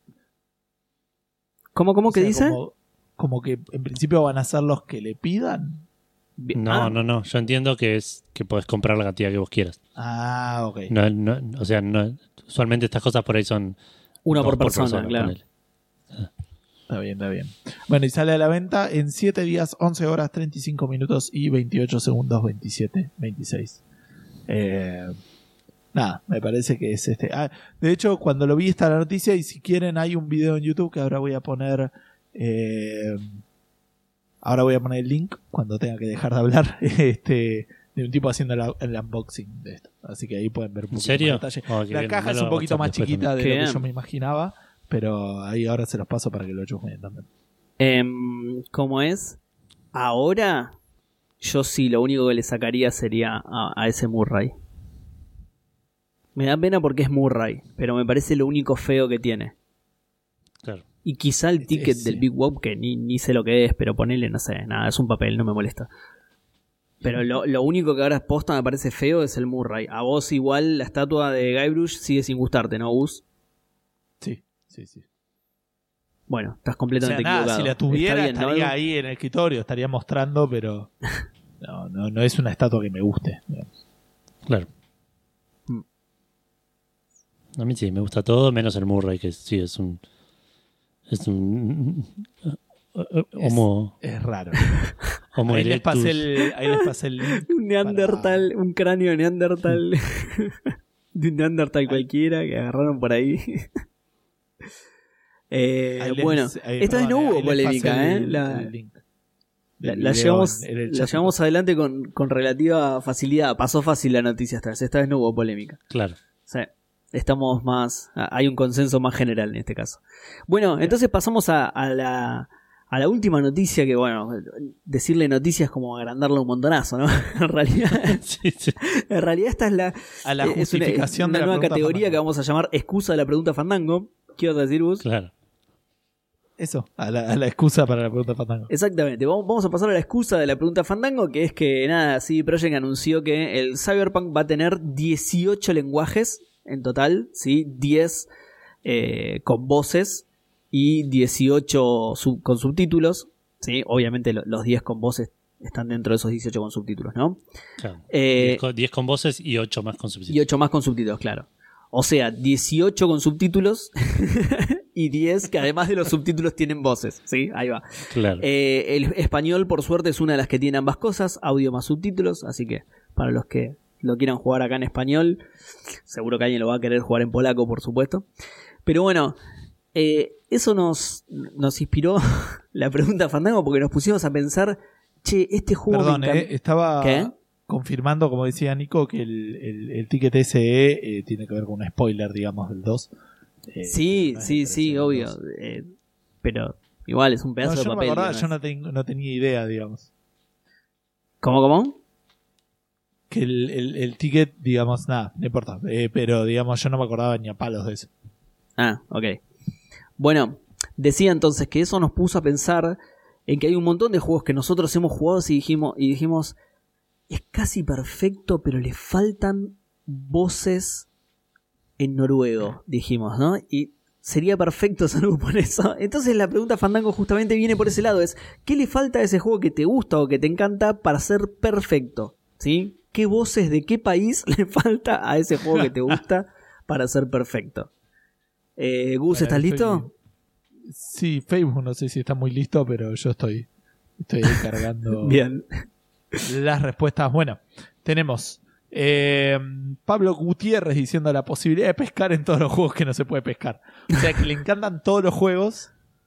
¿Cómo, cómo O que sea, dice? Como, como que en principio van a ser los que le pidan. Bien. No, Ah, no, no. Yo entiendo que es que podés comprar la cantidad que vos quieras. Ah, ok. No, no, o sea, no, usualmente estas cosas por ahí son Una dos por persona, claro. ponele. Está bien, está bien. Bueno, y sale a la venta en siete días, once horas, treinta y cinco minutos y veintiocho segundos, veintisiete, veintiséis. Eh, nada, me parece que es este. Ah, de hecho, cuando lo vi está la noticia, y si quieren hay un video en YouTube que ahora voy a poner. Eh, ahora voy a poner el link cuando tenga que dejar de hablar. Este. De un tipo haciendo la- el unboxing de esto. Así que ahí pueden ver un ¿En poquito serio? más detalle. Oh, qué La bien. caja es Mándalo un a poquito WhatsApp más después chiquita también. de Qué lo que bien. yo me imaginaba. Pero ahí ahora se los paso para que lo chusmeen también. Em, ¿Cómo es? Ahora, yo sí, lo único que le sacaría sería a, a ese Murray. Me da pena porque es Murray, pero me parece lo único feo que tiene. Claro. Y quizá el ticket Sí. del Big Wow, que ni, ni sé lo que es, pero ponele, no sé, nada, es un papel, no me molesta. Pero lo, lo único que ahora es posta me parece feo es el Murray. A vos igual la estatua de Guybrush sigue sin gustarte, ¿no, Gus? Sí, sí, sí. Bueno, estás O sea, completamente nada, equivocado. si la tuviera Está bien, ¿no? estaría ahí en el escritorio, estaría mostrando, pero no, no, no es una estatua que me guste. digamos. Claro. Mm. A mí sí, me gusta todo, menos el Murray, que sí es un. Es un. Homo. Es raro. Homo Ahí les, erectus. pasé el, ahí les pasé el link. Un Neandertal, un cráneo de Neandertal. De un Neandertal cualquiera que agarraron por ahí. Eh, Ahí les- bueno, ahí, esta vez no perdón, hubo ahí les pasé polémica, ¿eh? el- La, el link la- del la video llevamos, en- en el la chat. llevamos adelante con, con relativa facilidad. Pasó fácil la noticia esta vez. Esta vez no hubo polémica. Claro. Sí, estamos más. Hay un consenso más general en este caso. Bueno, entonces pasamos a, a la. A la última noticia, que bueno, decirle noticias es como agrandarla un montonazo, ¿no? En realidad, Sí, sí. en realidad esta es la, A la es una, justificación una de la nueva pregunta categoría Fandango. que vamos a llamar excusa de la pregunta Fandango. ¿Qué vas a decir, Bus? Claro. eso, a la, a la excusa para la pregunta Fandango. Exactamente, vamos, vamos a pasar a la excusa de la pregunta Fandango, que es que nada, C D Projekt anunció que el Cyberpunk va a tener dieciocho lenguajes en total, ¿sí? diez eh, con voces y dieciocho sub, con subtítulos, ¿sí? Obviamente lo, los diez con voces están dentro de esos dieciocho con subtítulos, ¿no? Claro. Eh, diez, con, diez con voces y ocho más con subtítulos. Y ocho más con subtítulos, claro. O sea, dieciocho con subtítulos y diez que además de los subtítulos tienen voces, ¿sí? Ahí va. Claro. Eh, el español, por suerte, es una de las que tiene ambas cosas, audio más subtítulos, así que para los que lo quieran jugar acá en español, seguro que alguien lo va a querer jugar en polaco, por supuesto. Pero bueno, eh, eso nos, nos inspiró la pregunta Fandango, porque nos pusimos a pensar, che, este juego... Perdón, me encanta... eh, estaba ¿Qué? confirmando, como decía Nico, que el, el, el ticket S E eh, tiene que ver con un spoiler, digamos, del dos. Eh, sí, no es sí, sí, obvio. Eh, pero igual es un pedazo no, yo de no papel. me acordaba, ¿no? yo no, ten, no tenía idea, digamos. ¿Cómo, cómo? Que el, el, el ticket, digamos, nada, no importa. Eh, pero, digamos, yo no me acordaba ni a palos de eso. Ah, ok. Bueno, decía entonces que eso nos puso a pensar en que hay un montón de juegos que nosotros hemos jugado y dijimos, y dijimos es casi perfecto, pero le faltan voces en noruego, dijimos, ¿no? Y sería perfecto, Salud, por eso. Entonces la pregunta Fandango justamente viene por ese lado, es ¿qué le falta a ese juego que te gusta o que te encanta para ser perfecto? ¿Sí? ¿Qué voces de qué país le falta a ese juego que te gusta para ser perfecto? Eh, Gus, Bueno, ¿estás estoy- listo? Sí, Facebook no sé si está muy listo, pero yo estoy, estoy cargando Bien. las respuestas. Bueno, tenemos eh, Pablo Gutiérrez diciendo la posibilidad de pescar en todos los juegos que no se puede pescar. O sea, que le encantan todos los juegos.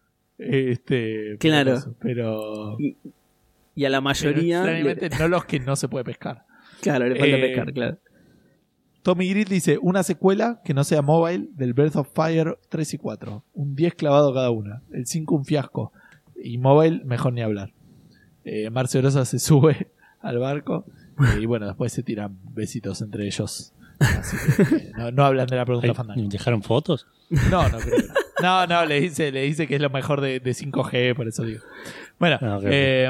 Este, Claro. Pero, pero, Y, y a la pero mayoría... extrañamente le- no los que no se puede pescar. Claro, le falta Eh, pescar, claro. Tommy Grill dice una secuela que no sea mobile del Breath of Fire tres y cuatro. Un diez clavado cada una. El cinco un fiasco. Y mobile mejor ni hablar. Eh, Marcio Rosa se sube al barco eh, y bueno, después se tiran besitos entre ellos. Así que eh, no, no hablan de la pregunta Ay, Fandango. ¿dejaron fotos? No, no creo que no. No, no, le dice, le dice que es lo mejor de, de cinco G, por eso digo. Bueno, Ah, ok, ok. eh,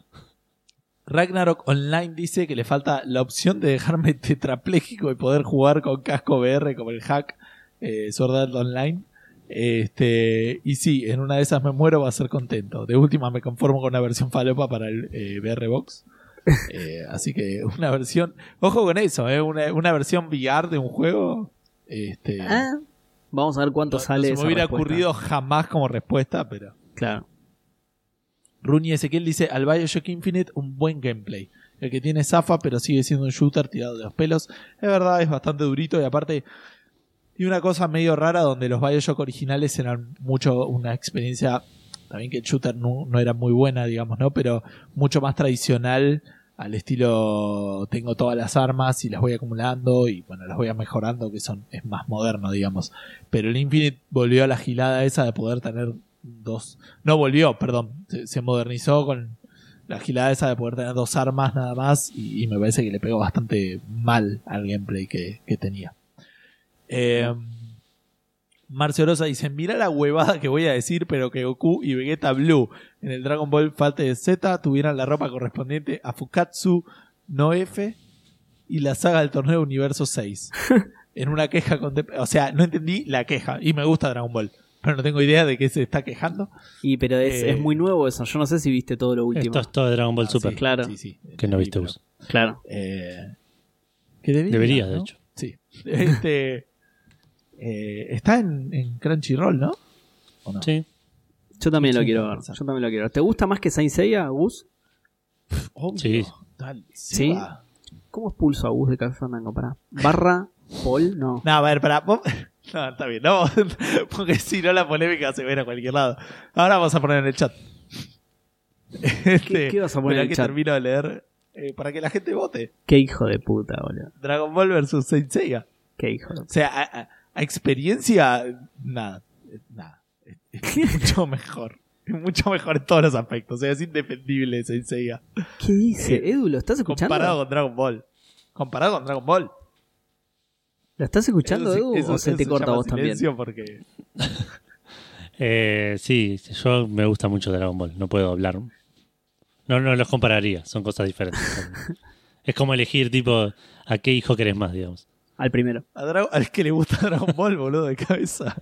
Ragnarok Online dice que le falta la opción de dejarme tetrapléjico y poder jugar con casco V R como el hack eh, Sword Art Online. Este, y sí, en una de esas me muero, va a ser contento. De última me conformo con una versión falopa para el eh, V R Box. Eh, así que una versión, ojo con eso, eh, una, una versión V R de un juego. Este, Ah, vamos a ver cuánto no, no sale se esa me hubiera respuesta. ocurrido jamás como respuesta, pero Claro. Runi Ezequiel dice al Bioshock Infinite un buen gameplay. El que tiene zafa, pero sigue siendo un shooter tirado de los pelos. Es verdad, es bastante durito y aparte y una cosa medio rara donde los Bioshock originales eran mucho una experiencia, también que el shooter no, no era muy buena, digamos, ¿no? Pero mucho más tradicional al estilo tengo todas las armas y las voy acumulando y bueno, las voy mejorando, que son es más moderno, digamos. Pero el Infinite volvió a la gilada esa de poder tener dos, no volvió, perdón, se, se modernizó con la gilada esa de poder tener dos armas nada más y, y me parece que le pegó bastante mal al gameplay que, que tenía. Eh, Marcio Rosa dice, mira la huevada que voy a decir, pero que Goku y Vegeta Blue en el Dragon Ball Fighter Z tuvieran la ropa correspondiente a Fukatsu no F y la saga del torneo Universo seis. En una queja con... O sea, no entendí la queja y me gusta Dragon Ball, pero no tengo idea de qué se está quejando. Y pero es, Eh, es muy nuevo eso. Yo no sé si viste todo lo último. Esto es todo de Dragon Ball Ah, Super. sí, Claro. sí, sí. Que no viste Pero- vos. Claro. Eh, que debería, Deberías, de ¿no? hecho. Sí. Este, eh, está en, en Crunchyroll, ¿no? ¿O no? Sí. Yo también Sí, lo sí, quiero ver. pensar. Yo también lo quiero ver. ¿Te gusta más que Saint Seiya, Gus? Obvio. Sí. Dale, ¿Sí? Seba. ¿Cómo expulso a Gus de Café Fandango? Pará. ¿Barra Paul? No. No, a ver, para. No, está bien, no, porque si no la polémica se va a ir a cualquier lado. Ahora vamos a poner en el chat. Este, qué vas a poner mirá en el que chat? termino de leer eh, para que la gente vote. Qué hijo de puta, boludo. Dragon Ball versus Saint Seiya. Qué hijo de O sea, a, a- a experiencia, nada, eh, nada. Es, es mucho mejor. Es mucho mejor en todos los aspectos. O sea, es indefendible Saint Seiya. ¿Qué dice? Edu, ¿lo estás escuchando? Comparado con Dragon Ball. Comparado con Dragon Ball. ¿Lo estás escuchando, Eso sí- Edu? eso- ¿O se te eso corta a llama vos también? silencio porque Eh, sí, yo me gusta mucho Dragon Ball, no puedo hablar. No, no los compararía, son cosas diferentes. Es como elegir, tipo, a qué hijo querés más, digamos. Al primero. A Dra- al que le gusta Dragon Ball, boludo, de cabeza.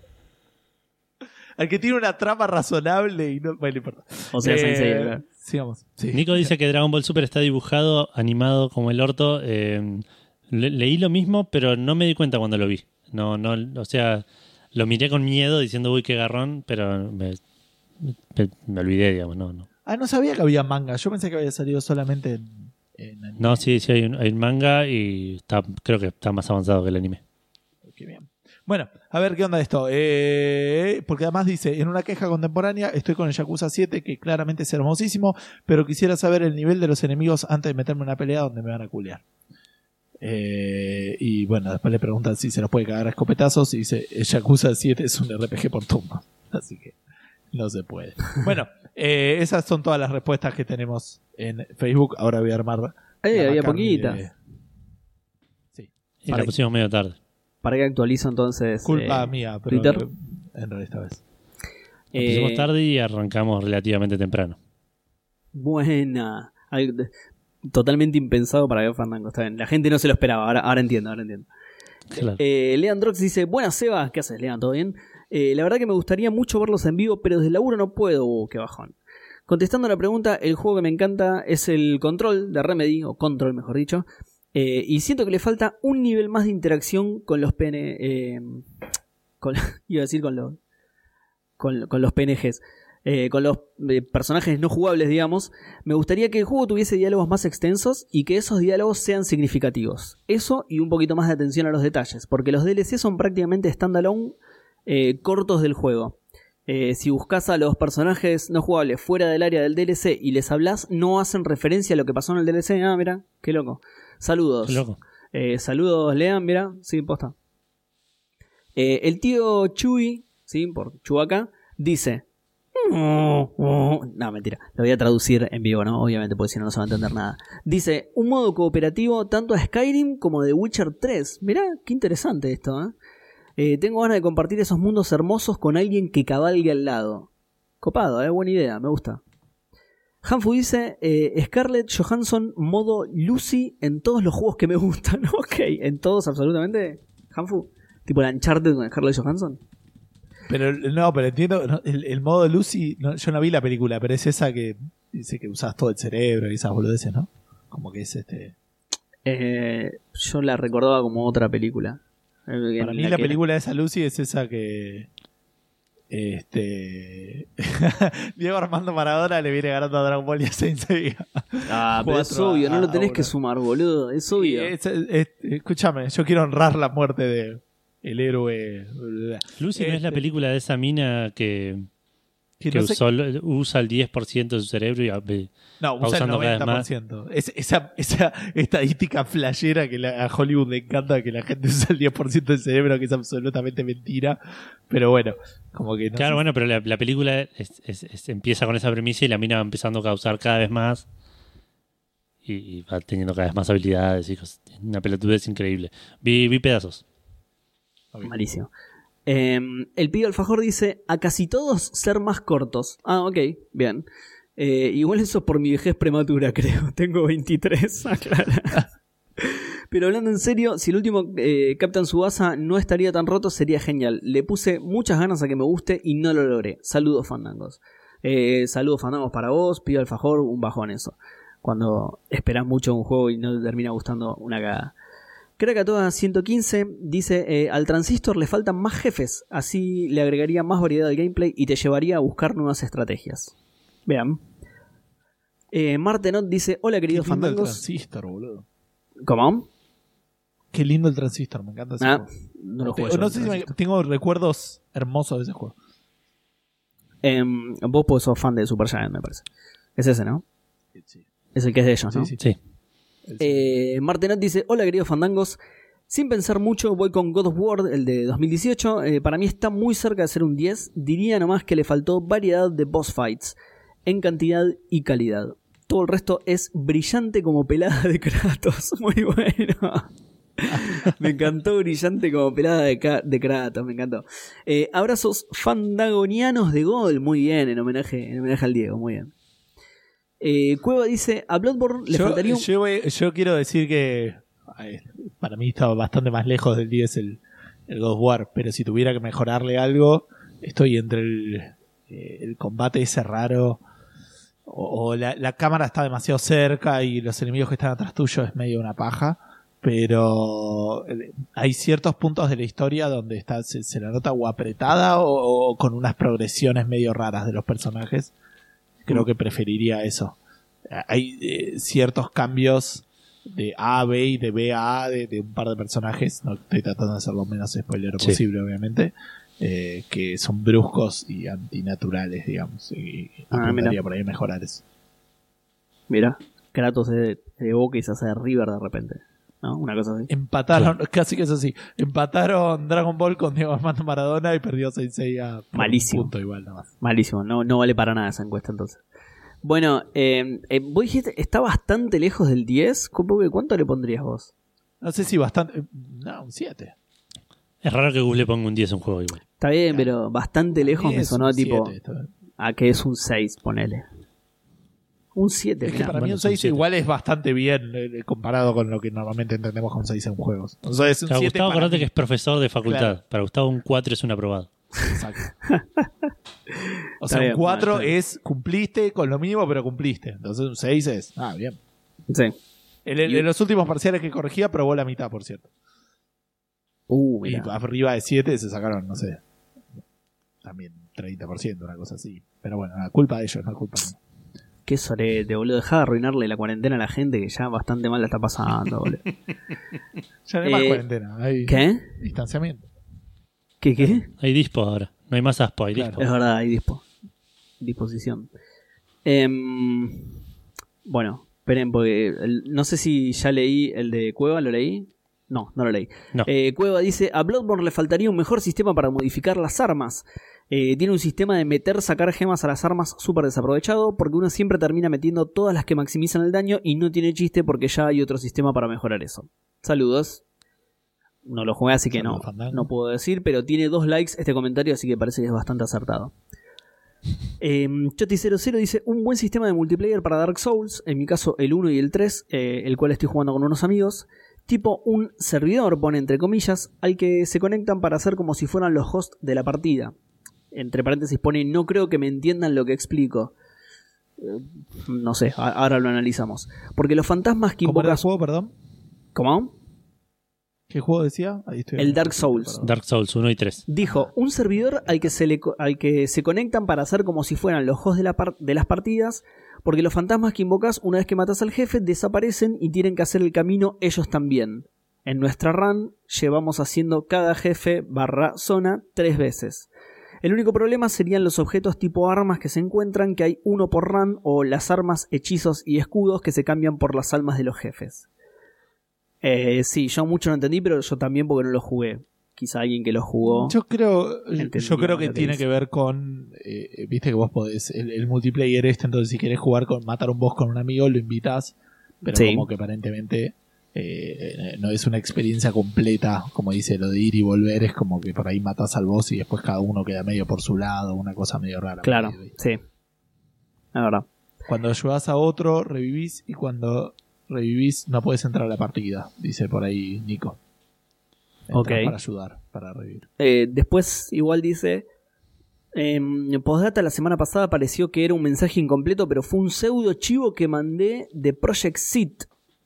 Al que tiene una trama razonable y no... Bueno, no importa. O sea, Eh, Sensei, claro. Sigamos. Sí. Nico dice que Dragon Ball Super está dibujado, animado como el orto. Eh, le- leí lo mismo, pero no me di cuenta cuando lo vi. No, no, o sea, lo miré con miedo diciendo, uy, qué garrón, pero me, me, me olvidé, digamos, no, no. Ah, no sabía que había manga. Yo pensé que había salido solamente en, en anime. No, sí, sí, hay un, hay un manga y está, creo que está más avanzado que el anime. Qué bien. Bueno, a ver qué onda esto. Eh, porque además dice, en una queja contemporánea, estoy con el Yakuza siete, que claramente es hermosísimo, pero quisiera saber el nivel de los enemigos antes de meterme en una pelea donde me van a culear. Eh, y bueno, después le preguntan si se los puede cagar a escopetazos y dice, el Yakuza siete es un R P G por turno. Así que no se puede. Bueno, eh, esas son todas las respuestas que tenemos en Facebook. Ahora voy a armar... Eh, la había McCartney poquitas. de- Sí. Y Para- la pusimos medio tarde. ¿Para qué actualizo entonces? Culpa eh, mía, pero Twitter? en realidad esta vez. La pusimos eh, tarde y arrancamos relativamente temprano. Buena. Algo de- Totalmente impensado para ver Fandango. Está bien. La gente no se lo esperaba. Ahora, ahora entiendo, ahora entiendo. Claro. Eh, Leandrox dice: Buenas, Seba. ¿Qué haces, Lean? ¿Todo bien? Eh, la verdad que me gustaría mucho verlos en vivo, pero desde el laburo no puedo. Uh, qué bajón. Contestando a la pregunta, el juego que me encanta es el Control de Remedy, o Control mejor dicho. Eh, y siento que le falta un nivel más de interacción con los P N. Eh, con, iba a decir con los. Con, con los P N Gs. Eh, con los eh, personajes no jugables, digamos. Me gustaría que el juego tuviese diálogos más extensos y que esos diálogos sean significativos. Eso y un poquito más de atención a los detalles, porque los D L C son prácticamente standalone eh, cortos del juego. Eh, si buscas a los personajes no jugables fuera del área del D L C y les hablas, no hacen referencia a lo que pasó en el D L C. Ah, mira, qué loco. Saludos. Qué loco. Eh, saludos, Lean, mira, sí, posta. Eh, el tío Chuy, sí, por Chewbacca, dice... No, mentira, lo voy a traducir en vivo, ¿no? Obviamente, porque si no, no se va a entender nada. Dice, un modo cooperativo tanto a Skyrim como de Witcher tres. Mirá, qué interesante esto, ¿eh? Eh, tengo ganas de compartir esos mundos hermosos con alguien que cabalgue al lado. Copado, ¿eh? Buena idea, me gusta. Hanfu dice, eh, Scarlett Johansson modo Lucy en todos los juegos que me gustan. Ok, en todos absolutamente. Hanfu, tipo la Uncharted con Scarlett Johansson. Pero no, pero entiendo, no, el, el modo Lucy, no, yo no vi la película, pero es esa que dice que usas todo el cerebro y esas boludeces, ¿no? Como que es este... Eh, yo la recordaba como otra película. Eh, Para en mí la que- película de esa Lucy es esa que... Este... Diego Armando Maradona le viene ganando a Dragon Ball y a Saint Seiya. Ah, pero es Cuatro obvio, no a- lo a tenés uno. que sumar, boludo. Es obvio. Y es- es- escúchame, yo quiero honrar la muerte de el héroe... Lucy no es la Este- película de esa mina que, que que no sé- usó- usa el diez por ciento de su cerebro y a- No, va usa el usando cada vez noventa por ciento. Es, esa, esa estadística flashera que la- a Hollywood le encanta, que la gente usa el diez por ciento del cerebro, que es absolutamente mentira. Pero bueno, como que no Claro, sé. bueno, pero la, la película es- es- es- empieza con esa premisa y la mina va empezando a causar cada vez más y, y va teniendo cada vez más habilidades y cosas. Una pelotudez increíble. Vi, vi pedazos. Malísimo. Eh, el pibe alfajor dice, a casi todos ser más cortos. Ah, ok, bien. Eh, igual eso es por mi vejez prematura, creo. Tengo veintitrés, aclara. Pero hablando en serio, si el último eh, Captain Tsubasa no estaría tan roto, sería genial. Le puse muchas ganas a que me guste y no lo logré. Saludos, fandangos. Eh, saludos, fandangos para vos. Pibe alfajor, un bajón eso. Cuando esperás mucho un juego y no te termina gustando, una cagada. Krakatoa ciento quince dice, eh, al Transistor le faltan más jefes, así le agregaría más variedad al gameplay y te llevaría a buscar nuevas estrategias. Vean. Eh, Martenot dice, hola Qué queridos lindo el fandangos. transistor, boludo. ¿Cómo? Qué lindo el transistor, me encanta ese Ah, juego. no lo Te- juego yo, no sé si me- Transistor. tengo recuerdos hermosos de ese juego. Em, vos pues sos fan de Super Giant, me parece. Es ese, ¿no? Sí, Es el que es de ellos, ¿no? sí. Sí. Eh, Martenot dice, hola queridos fandangos. Sin pensar mucho voy con God of War, el de dos mil dieciocho. Eh, para mí está muy cerca de ser un diez. Diría nomás que le faltó variedad de boss fights en cantidad y calidad. Todo el resto es brillante como pelada de Kratos. Muy bueno. Me encantó, brillante como pelada de, ca- de Kratos, me encantó. Eh, abrazos fandagonianos de gol, muy bien, en homenaje, en homenaje al Diego, muy bien. Eh, Cueva dice, a Bloodborne le yo, faltaría un... yo, voy- yo quiero decir que ay, para mí estaba bastante más lejos del diez el, el God of War, pero si tuviera que mejorarle algo, estoy entre el, eh, el combate ese raro o, o la, la cámara está demasiado cerca y los enemigos que están atrás tuyo es medio una paja, pero hay ciertos puntos de la historia donde está se, se la nota o apretada o, o con unas progresiones medio raras de los personajes. Creo que preferiría eso. Hay eh, ciertos cambios de A a B y de B a A de, de un par de personajes. No estoy tratando de ser lo menos spoiler Sí. posible, obviamente. Eh, que son bruscos y antinaturales, digamos. Y Ah, apuntaría mira. por ahí a mejorar eso. Mira, Kratos de, de Boca y se hace de River de repente, ¿no? Una cosa así. Empataron, casi que eso sí. Empataron Dragon Ball con Diego Armando Maradona y perdió seis seis a por un Malísimo. punto igual nada más. Malísimo, no, no vale para nada esa encuesta entonces. Bueno, eh, eh, vos dijiste, está bastante lejos del diez. ¿Cómo- ¿Cuánto le pondrías vos? No sé si bastante. No, un siete. Es raro que Google le ponga un diez a un juego igual. Está bien, pero bastante lejos me sonó tipo siete, a que es un seis, ponele. Un siete, es que mirá. para mí bueno, un son seis siete. igual es bastante bien eh, comparado con lo que normalmente entendemos con seis en juegos. O sea, es un Claro, siete Gustavo, para acordate mí. que es profesor de facultad. Claro. Para Gustavo un cuatro es un aprobado. Exacto. O Está sea, bien, un cuatro bueno, está bien. es cumpliste con lo mínimo, pero cumpliste. Entonces un seis es. Ah, bien. Sí. En, el- Y- en los últimos parciales que corregía, probó la mitad, por cierto. Uh, Y mirá. arriba de siete se sacaron, no sé. También treinta por ciento, una cosa así. Pero bueno, la culpa de ellos, no es culpa mía. Qué sorete, boludo. Dejá de arruinarle la cuarentena a la gente que ya bastante mal la está pasando, boludo. Ya no hay más Eh, cuarentena, hay ¿Qué? distanciamiento. ¿Qué, qué? Hay dispo ahora. No hay más aspo, hay Claro. dispo. Es verdad, hay dispo. Disposición. Em, bueno, esperen, porque el- no sé si ya leí el de Cueva, ¿lo leí? No, no lo leí. No. Eh, Cueva dice, a Bloodborne le faltaría un mejor sistema para modificar las armas. Eh, tiene un sistema de meter, sacar gemas a las armas súper desaprovechado, porque uno siempre termina metiendo todas las que maximizan el daño y no tiene chiste porque ya hay otro sistema para mejorar eso. Saludos. No lo jugué, así que no, Saludos, Fandango. no puedo decir, pero tiene dos likes este comentario, así que parece que es bastante acertado. Eh, Choti cero cero dice, un buen sistema de multiplayer para Dark Souls, en mi caso el uno y el tres, eh, el cual estoy jugando con unos amigos, tipo un servidor, pone entre comillas, al que se conectan para hacer como si fueran los hosts de la partida. Entre paréntesis pone, no creo que me entiendan lo que explico. Eh, no sé, a- ahora lo analizamos. Porque los fantasmas que ¿Cómo era el invocas... juego, perdón? ¿Cómo? ¿Qué juego decía? Ahí estoy. El Dark Souls. Dark Souls uno y tres. Dijo, un servidor al que se, le, co- al que se conectan para hacer como si fueran los hosts de, la par- de las partidas, porque los fantasmas que invocas una vez que matas al jefe desaparecen y tienen que hacer el camino ellos también. En nuestra run llevamos haciendo cada jefe barra zona tres veces. El único problema serían los objetos tipo armas que se encuentran, que hay uno por run, o las armas, hechizos y escudos que se cambian por las almas de los jefes. Eh, sí, yo mucho no entendí, pero yo también porque no lo jugué. Quizá alguien que lo jugó. Yo creo, Entendí yo creo que lo que tiene dice. que ver con, eh, viste que vos podés, el, el multiplayer este, entonces si querés jugar con matar un boss con un amigo, lo invitas, pero Sí. como que aparentemente eh, no es una experiencia completa, como dice lo de ir y volver, es como que por ahí matas al boss y después cada uno queda medio por su lado, una cosa medio rara. Claro, Medio- sí. La verdad. Cuando ayudás a otro, revivís, y cuando revivís no puedes entrar a la partida, dice por ahí Nico. Entrás Ok. para ayudar, para revivir. Eh, después, igual dice. En postdata, la semana pasada pareció que era un mensaje incompleto, pero fue un pseudo chivo que mandé de Project Sit.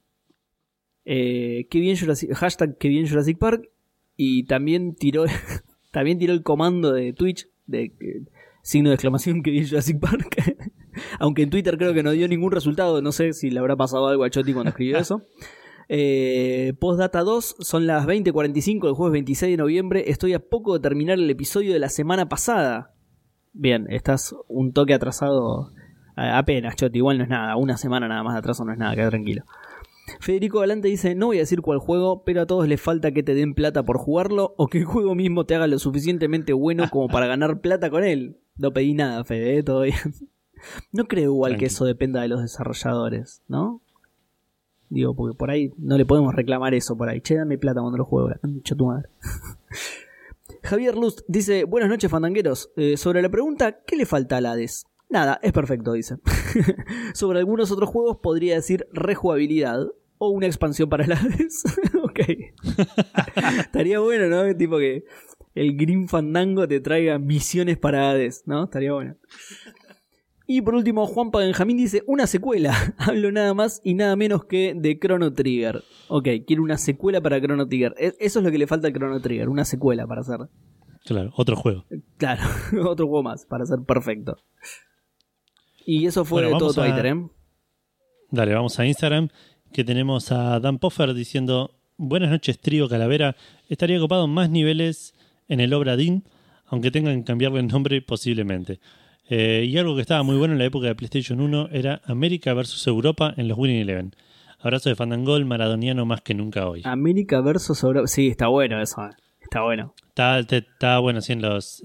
Eh, qué bien Jurassic, hashtag que bien Jurassic Park. Y también tiró también tiró el comando de Twitch de eh, signo de exclamación que bien Jurassic Park. Aunque en Twitter creo que no dio ningún resultado. No sé si le habrá pasado algo a Choti cuando escribió eso. Eh, Postdata dos, son las veinte cuarenta y cinco del jueves veintiséis de noviembre. Estoy a poco de terminar el episodio de la semana pasada. Bien, estás un toque atrasado. eh, Apenas, Choti, igual no es nada. Una semana nada más de atraso no es nada, queda tranquilo. Federico Galante dice, no voy a decir cuál juego, pero a todos les falta que te den plata por jugarlo o que el juego mismo te haga lo suficientemente bueno como para ganar plata con él. No pedí nada, Fede, ¿eh? Todo bien. No creo igual Tranqui. que eso dependa de los desarrolladores, ¿no? Digo, porque por ahí no le podemos reclamar eso por ahí. Che, dame plata cuando lo juego, la concha de tu madre. Javier Lust dice, buenas noches fandangueros. Eh, sobre la pregunta, ¿qué le falta al Hades? Nada, es perfecto, dice. Sobre algunos otros juegos podría decir rejugabilidad o una expansión para el Hades. Ok. Estaría bueno, ¿no? Tipo que el Grim Fandango te traiga misiones para Hades, ¿no? Estaría bueno. Y por último, Juanpa Benjamín dice, una secuela. Hablo nada más y nada menos que de Chrono Trigger. Ok, quiero una secuela para Chrono Trigger. Eso es lo que le falta al Chrono Trigger, una secuela para hacer. Claro, otro juego. Claro, otro juego más para ser perfecto. Y eso fue bueno, todo Twitter, a... ¿eh? Dale, vamos a Instagram, que tenemos a Dan Poffer diciendo, buenas noches, Trío Calavera. Estaría copado más niveles en el Obra Dinn, aunque tengan que cambiarle el nombre posiblemente. Eh, y algo que estaba muy bueno en la época de PlayStation uno era América versus Europa en los Winning Eleven. Abrazo de Fandangol, maradoniano más que nunca hoy. América versus Europa. Sí, está bueno eso. Eh. Está bueno. Está, está bueno, sí, en los.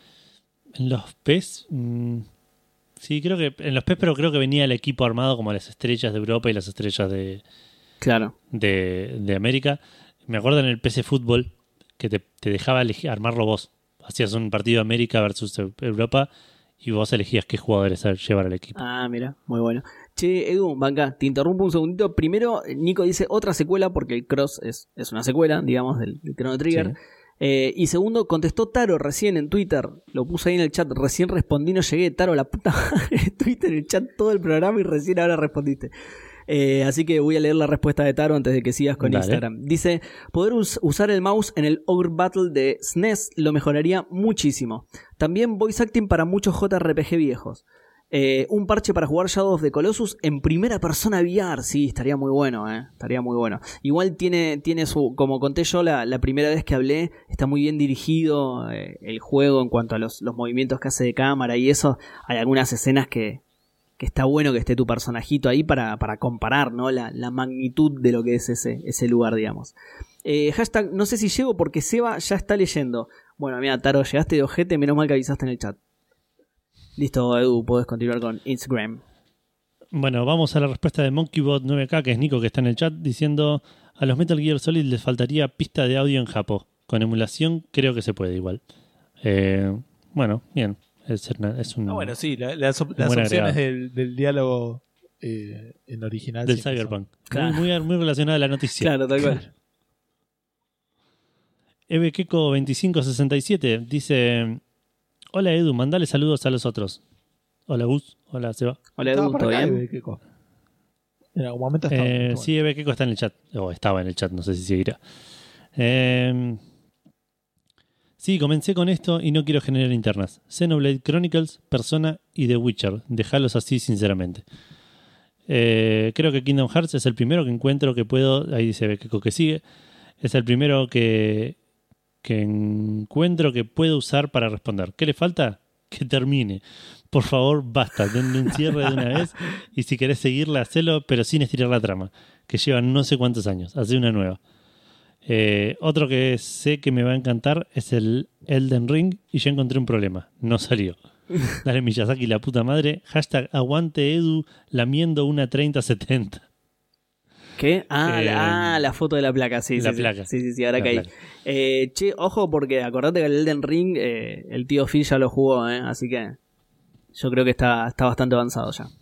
En los P E S. Mmm, sí, creo que. En los P E S, pero creo que venía el equipo armado como las estrellas de Europa y las estrellas de. Claro. De, de América. Me acuerdo en el P C Fútbol que te, te dejaba elegir, armarlo vos. Hacías un partido de América versus Europa. Y vos elegías qué jugadores llevar al equipo. Ah, mira, muy bueno. Che, Edu, banca, te interrumpo un segundito. Primero, Nico dice otra secuela, porque el Cross es, es una secuela, digamos, del, del Chrono Trigger. Sí. Eh, y segundo, contestó Taro recién en Twitter. Lo puse ahí en el chat. Recién respondí, no llegué. Taro, la puta madre. Twitter en el chat todo el programa y recién ahora respondiste. Eh, así que voy a leer la respuesta de Taro antes de que sigas con Dale. Instagram. Dice, poder us- usar el mouse en el Ogre Battle de S N E S lo mejoraría muchísimo. También voice acting para muchos J R P G viejos. Eh, un parche para jugar Shadow of the Colossus en primera persona V R. Sí, estaría muy bueno, eh. Estaría muy bueno. Igual tiene, tiene su, como conté yo la, la primera vez que hablé, está muy bien dirigido eh, el juego en cuanto a los, los movimientos que hace de cámara y eso. Hay algunas escenas que... que está bueno que esté tu personajito ahí para, para comparar, ¿no? La, la magnitud de lo que es ese, ese lugar, digamos. Eh, hashtag, no sé si llego porque Seba ya está leyendo. Bueno, mira, Taro, llegaste de ojete, menos mal que avisaste en el chat. Listo, Edu, podés continuar con Instagram. Bueno, vamos a la respuesta de MonkeyBot nueve K, que es Nico, que está en el chat, diciendo, a los Metal Gear Solid les faltaría pista de audio en Japón. Con emulación creo que se puede igual. Eh, bueno, bien. Es, es un, ah, bueno, sí, la, las, op- las opciones del, del diálogo eh, en original. Del Cyberpunk. Claro. Muy, muy, muy relacionada a la noticia. Claro, tal cual. Eve Keko veinticinco sesenta y siete dice: hola Edu, mandale saludos a los otros. Hola Gus, hola Seba. Hola Edu, ¿todo bien? En algún momento estaba. Eh, sí, Eve Keko está en el chat. O estaba en el chat, no sé si seguirá. Eh. Sí, comencé con esto y no quiero generar internas. Xenoblade Chronicles, Persona y The Witcher. Dejalos así, sinceramente. Eh, creo que Kingdom Hearts es el primero que encuentro que puedo... Ahí dice Bekeko que sigue. Es el primero que, que encuentro que puedo usar para responder. ¿Qué le falta? Que termine. Por favor, basta. Denle un cierre de una vez. Y si querés seguirla, hacelo, pero sin estirar la trama. Que lleva no sé cuántos años. Hace una nueva. Eh, otro que sé que me va a encantar es el Elden Ring y ya encontré un problema, no salió. Dale Miyazaki la puta madre. Hashtag aguante Edu lamiendo una treinta setenta. ¿Qué? Ah, eh, la, ah, la foto de la placa, sí, la sí, placa. sí, sí, sí, ahora la caí. Eh, che, ojo porque acordate que el Elden Ring eh, el tío Phil ya lo jugó, eh, así que yo creo que está, está bastante avanzado ya.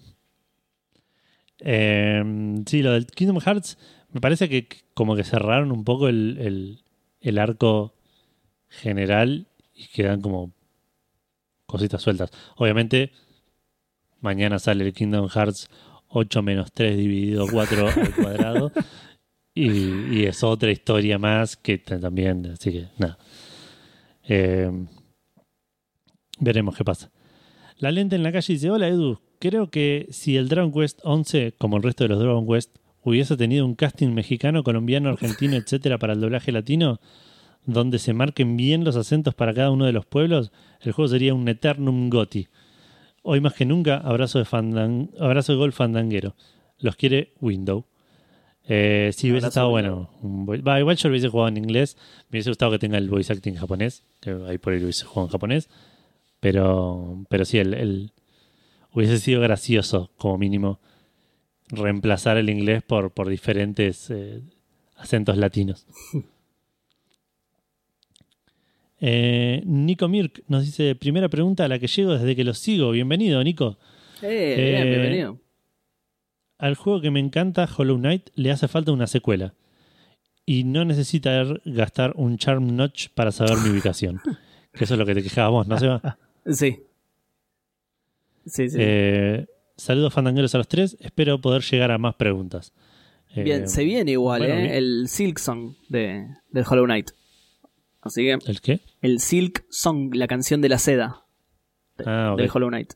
Eh, sí, lo del Kingdom Hearts me parece que como que cerraron un poco el, el, el arco general y quedan como cositas sueltas. Obviamente, mañana sale el Kingdom Hearts ocho menos tres dividido cuatro al cuadrado y, y es otra historia más que también, así que nada. Eh, veremos qué pasa. La lente en la calle dice: hola Edu, creo que si el Dragon Quest once, como el resto de los Dragon Quest, hubiese tenido un casting mexicano, colombiano, argentino, etcétera, para el doblaje latino, donde se marquen bien los acentos para cada uno de los pueblos, el juego sería un eternum goti. Hoy más que nunca, abrazo de fandan, abrazo de gol fandanguero. Los quiere Window. Eh, sí, hubiese estado bueno. Va, igual yo lo hubiese jugado en inglés. Me hubiese gustado que tenga el voice acting en japonés, que ahí por ahí lo hubiese jugado en japonés. Pero, pero sí, el, el hubiese sido gracioso, como mínimo, reemplazar el inglés por, por diferentes eh, acentos latinos. eh, Nico Mirk nos dice, primera pregunta a la que llego desde que los sigo. Bienvenido, Nico. Eh, bien, Eh, bienvenido. Al juego que me encanta, Hollow Knight, le hace falta una secuela. Y no necesita gastar un Charm Notch para saber mi ubicación. Que eso es lo que te quejabas vos, ¿no, Seba? Sí. Sí, sí. Eh, saludos fandangueros a los tres. Espero poder llegar a más preguntas. Eh, Bien, se viene igual, bueno, ¿eh? bien. El Silk Song de, del Hollow Knight. Así que, ¿El qué? el Silk Song, la canción de la seda de- Ah, ok. del Hollow Knight.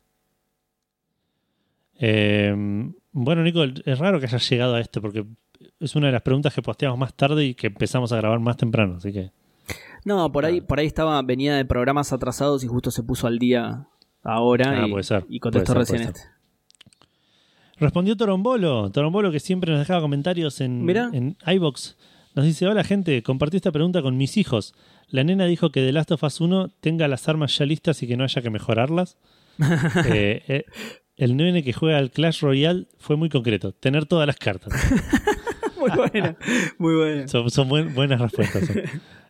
Eh, bueno, Nico, es raro que hayas llegado a esto porque es una de las preguntas que posteamos más tarde y que empezamos a grabar más temprano, así que... No, por ahí, Ah. por ahí estaba, venía de programas atrasados y justo se puso al día ahora Ah, y, puede ser, y contestó puede ser, recién puede ser. este. Respondió Torombolo, Torombolo que siempre nos dejaba comentarios en, Mirá. en iVoox. Nos dice, hola gente, compartí esta pregunta con mis hijos. La nena dijo que The Last of Us uno tenga las armas ya listas y que no haya que mejorarlas. eh, eh, el nene que juega al Clash Royale fue muy concreto, tener todas las cartas. Muy buena, muy buena. Son, son buen- buenas respuestas. son.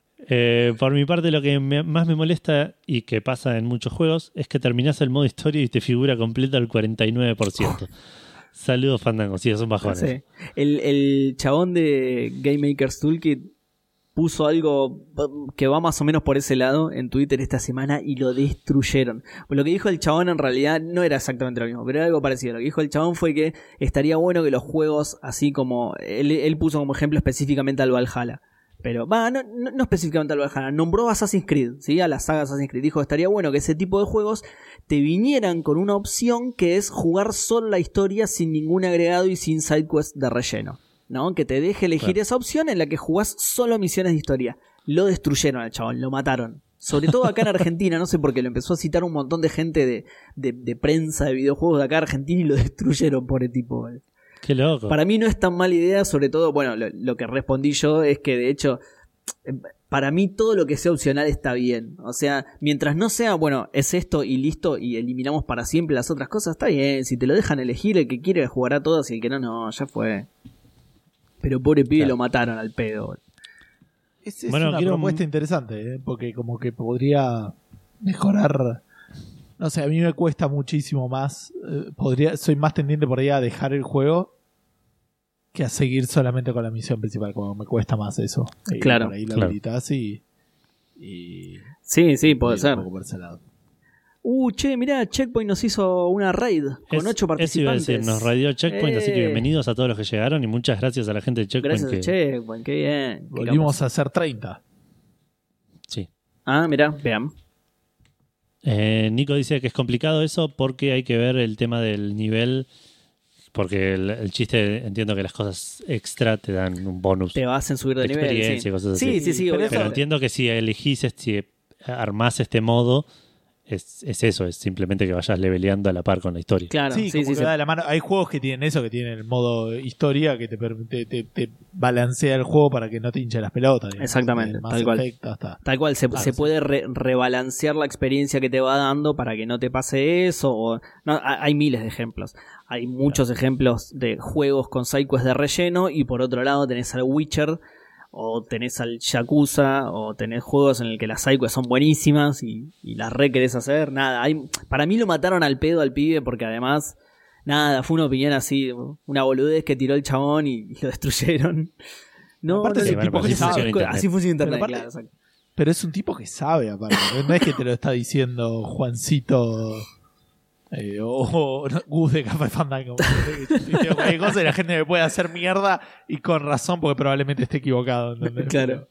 Eh, por mi parte, lo que me- más me molesta y que pasa en muchos juegos es que terminás el modo historia y te figura completa al cuarenta y nueve por ciento. Saludos, Fandango. Sí, son bajones. Sí. El, el chabón de Game Maker's Toolkit puso algo que va más o menos por ese lado en Twitter esta semana y lo destruyeron. Lo que dijo el chabón en realidad no era exactamente lo mismo, pero era algo parecido. Lo que dijo el chabón fue que estaría bueno que los juegos, así como él, él puso como ejemplo específicamente al Valhalla. Pero, va, no, no, no específicamente al Valhalla, nombró a Assassin's Creed, ¿sí? A la saga Assassin's Creed. Dijo, estaría bueno que ese tipo de juegos te vinieran con una opción que es jugar solo la historia sin ningún agregado y sin sidequest de relleno, ¿no? Que te deje elegir Claro. esa opción en la que jugás solo misiones de historia. Lo destruyeron al chabón, lo mataron. Sobre todo acá en Argentina, no sé por qué, lo empezó a citar un montón de gente de, de, de prensa de videojuegos de acá en Argentina y lo destruyeron, pobre tipo. Qué loco. Para mí no es tan mala idea, sobre todo, bueno, lo, lo que respondí yo es que de hecho, eh, para mí todo lo que sea opcional está bien. O sea, mientras no sea, bueno, es esto y listo y eliminamos para siempre las otras cosas, está bien. Si te lo dejan elegir, el que quiere jugará todas y el que no, no, ya fue. Pero pobre pibe Claro. lo mataron al pedo. Es, es Bueno, una quiero- propuesta interesante, ¿eh? Porque como que podría mejorar. No sé, a mí me cuesta muchísimo más. eh, podría, soy más tendiente por ahí a dejar el juego que a seguir solamente con la misión principal. Como me cuesta más eso. Y Claro, por ahí lo claro. habilitas y. y Sí, sí, puede y ser. un poco por ese lado. Uh, che, mirá, Checkpoint nos hizo una raid con Es- ocho Eso iba a participantes. decir, nos radió Checkpoint, así que Eh. bienvenidos a todos los que llegaron y muchas gracias a la gente de Checkpoint. Gracias que, a Checkpoint, qué bien. Qué Volvimos capos. a hacer treinta. Sí. Ah, mirá, vean. Eh, Nico dice que es complicado eso porque hay que ver el tema del nivel, porque el, el chiste, entiendo que las cosas extra te dan un bonus. Te vas a subir de nivel. Experiencia Sí, y cosas sí, así. sí, sí, Pero obviamente. Pero entiendo que si elegís, si armás este modo, es, es eso, es simplemente que vayas leveleando a la par con la historia. Claro, Sí, sí, como sí, que sí. va de la mano. Hay juegos que tienen eso, que tienen el modo historia que te, permite- te, te balancea el juego para que no te hinche las pelotas. digamos. Exactamente, El Mass tal cual. Effect hasta- Tal cual, se, Claro, se sí. puede re- rebalancear la experiencia que te va dando para que no te pase eso. O, no, ha- hay miles de ejemplos. Hay muchos ejemplos de juegos con sidequests de relleno y por otro lado tenés al Witcher o tenés al Yakuza o tenés juegos en el que las sidequests son buenísimas y, y las re querés hacer. Nada, hay, para mí lo mataron al pedo al pibe porque además, nada, fue una opinión así, una boludez que tiró el chabón y, y lo destruyeron. No, Aparte no ese le- tipo que así sabe. funciona internet. Así funciona internet, Pero aparte- claro, exacto. Pero es un tipo que sabe, aparte. No es que te lo está diciendo Juancito eh, o, o no, Gus de Café Fandango. Digo cualquier cosa y la gente me puede hacer mierda y con razón porque probablemente esté equivocado. ¿entendés? Claro.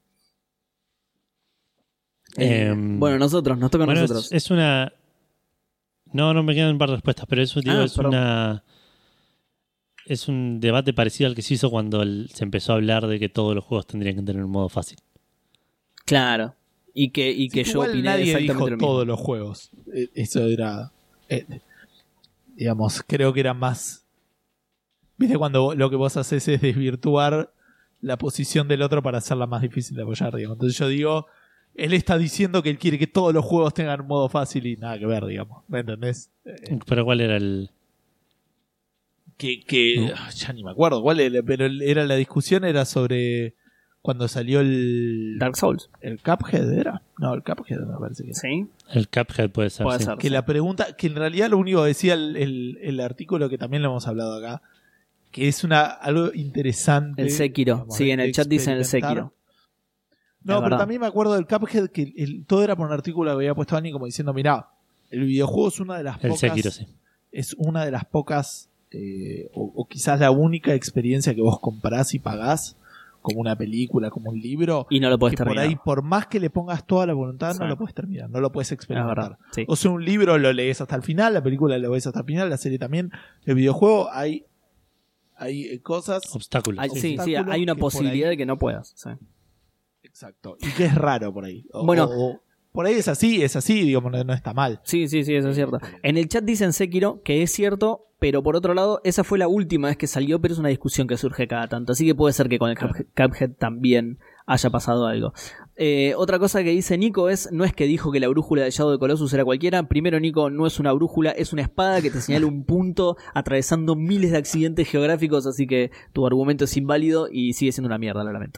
Eh, Eh, bueno, nosotros, nos toca a Bueno, es, nosotros. es una... No, no me quedan un par de respuestas, pero eso digo, Ah, es perdón. una... Es un debate parecido al que se hizo cuando el- se empezó a hablar de que todos los juegos tendrían que tener un modo fácil. Claro. Y que, y que Sí, yo igual opiné nadie exactamente dijo lo mismo. todos los juegos. Eh, Eso era. eh, digamos, creo que era más. ¿Viste cuando vos- lo que vos haces es desvirtuar la posición del otro para hacerla más difícil de apoyar? Digamos. Entonces yo digo. Él está diciendo que él quiere que todos los juegos tengan un modo fácil y nada que ver, digamos. ¿Me entendés? Eh, Pero ¿cuál era el...? Que, que No. ya ni me acuerdo cuál era, pero era la discusión era sobre cuando salió el Dark Souls. el Cuphead era. No, el Cuphead me parece que era. Sí. El Cuphead puede ser. Puede sí. ser. Que la pregunta, que en realidad lo único que decía el, el, el artículo, que también lo hemos hablado acá, que es una algo interesante. El Sekiro. digamos, Sí, de- en el de chat dicen el experimentar. Sekiro. No, Es pero verdad. también me acuerdo del Cuphead que el- el- todo era por un artículo que había puesto Dani como diciendo, mirá, el videojuego es una de las El pocas, Sekiro, sí. es una de las pocas, eh, o, o quizás la única experiencia que vos comprás y pagás, como una película, como un libro, Y no lo puedes que por terminar. ahí, por más que le pongas toda la voluntad, Sí. no lo puedes terminar, no lo puedes Es experimentar. verdad. Sí. O sea, un libro lo lees hasta el final, la película lo ves hasta el final, la serie también. El videojuego hay, hay eh, cosas. Obstáculos. Hay- sí, sí, obstáculos hay una que por posibilidad ahí- de que no puedas. Sí. Exacto. Y que es raro por ahí. O- Bueno. o- o por ahí es así, es así, digamos, no, no está mal. Sí, sí, sí, eso es cierto. En el chat dicen Sekiro, que es cierto, pero por otro lado, esa fue la última vez que salió, pero es una discusión que surge cada tanto. Así que puede ser que con el Claro. Cuphead, Cuphead también haya pasado algo. Eh, otra cosa que dice Nico es, no es que dijo que la brújula de Shadow of the Colossus era cualquiera. Primero, Nico, no es una brújula, es una espada que te señala un punto atravesando miles de accidentes geográficos, así que tu argumento es inválido y sigue siendo una mierda, lo lamento.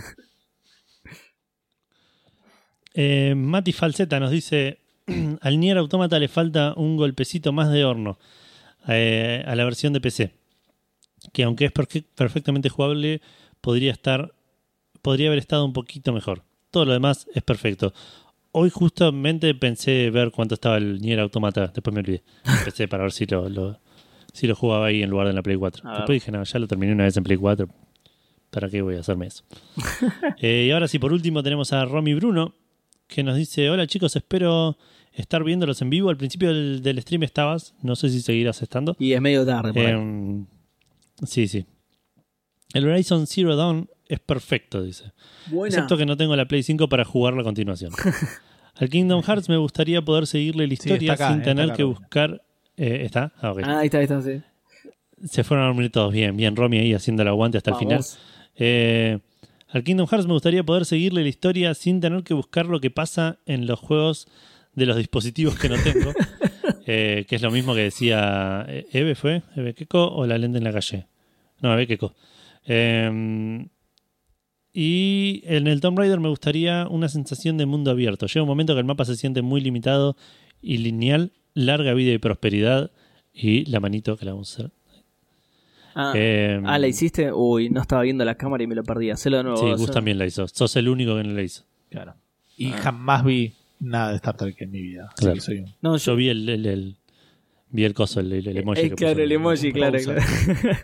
Eh, Mati Falseta nos dice: al Nier Automata le falta un golpecito más de horno eh, a la versión de P C. Que aunque es perfe- perfectamente jugable, podría estar podría haber estado un poquito mejor. Todo lo demás es perfecto. Hoy justamente pensé ver cuánto estaba el Nier Automata, después me olvidé. Empecé para ver si lo, lo, si lo jugaba ahí en lugar de en la Play cuatro. A ver. Después dije, no, ya lo terminé una vez en Play cuatro. ¿Para qué voy a hacerme eso? eh, y ahora sí, por último tenemos a Romy Bruno, que nos dice: hola chicos, espero estar viéndolos en vivo. Al principio del, del stream estabas, no sé si seguirás estando. Y es medio tarde por ahí. Eh, sí, sí. El Horizon Zero Dawn es perfecto, dice. Buena. Excepto que no tengo la Play cinco para jugarlo a continuación. Al Kingdom Hearts me gustaría poder seguirle la Sí, historia está acá, sin está tener acá, que Romy. buscar... eh, ¿Está? Ah, ok. Ah, ahí está, ahí está, sí. Se fueron a dormir todos bien. Bien, Romy ahí haciendo el aguante hasta el final. Vamos. Eh, al Kingdom Hearts me gustaría poder seguirle la historia sin tener que buscar lo que pasa en los juegos de los dispositivos que no tengo. eh, que es lo mismo que decía eh, Eve, ¿fue? Eve Keko o La Lente en la Calle. No, Eve Keko. Eh, y en el Tomb Raider me gustaría una sensación de mundo abierto. Llega un momento que el mapa se siente muy limitado y lineal. Larga vida y prosperidad. Y la manito que la vamos a hacer. Ah, Eh, ah, ¿la hiciste? Uy, no estaba viendo la cámara y me lo perdí. Hacelo de nuevo. Sí, Gus hacelo. también la hizo. Sos el único que no la hizo. Claro. Y Ah. jamás vi nada de Star Trek en mi vida. Así Claro. que soy un... No, Yo vi el, el, el- vi el coso, el, el, el emoji. Eh, que claro, puso. el emoji, claro, pausa. claro.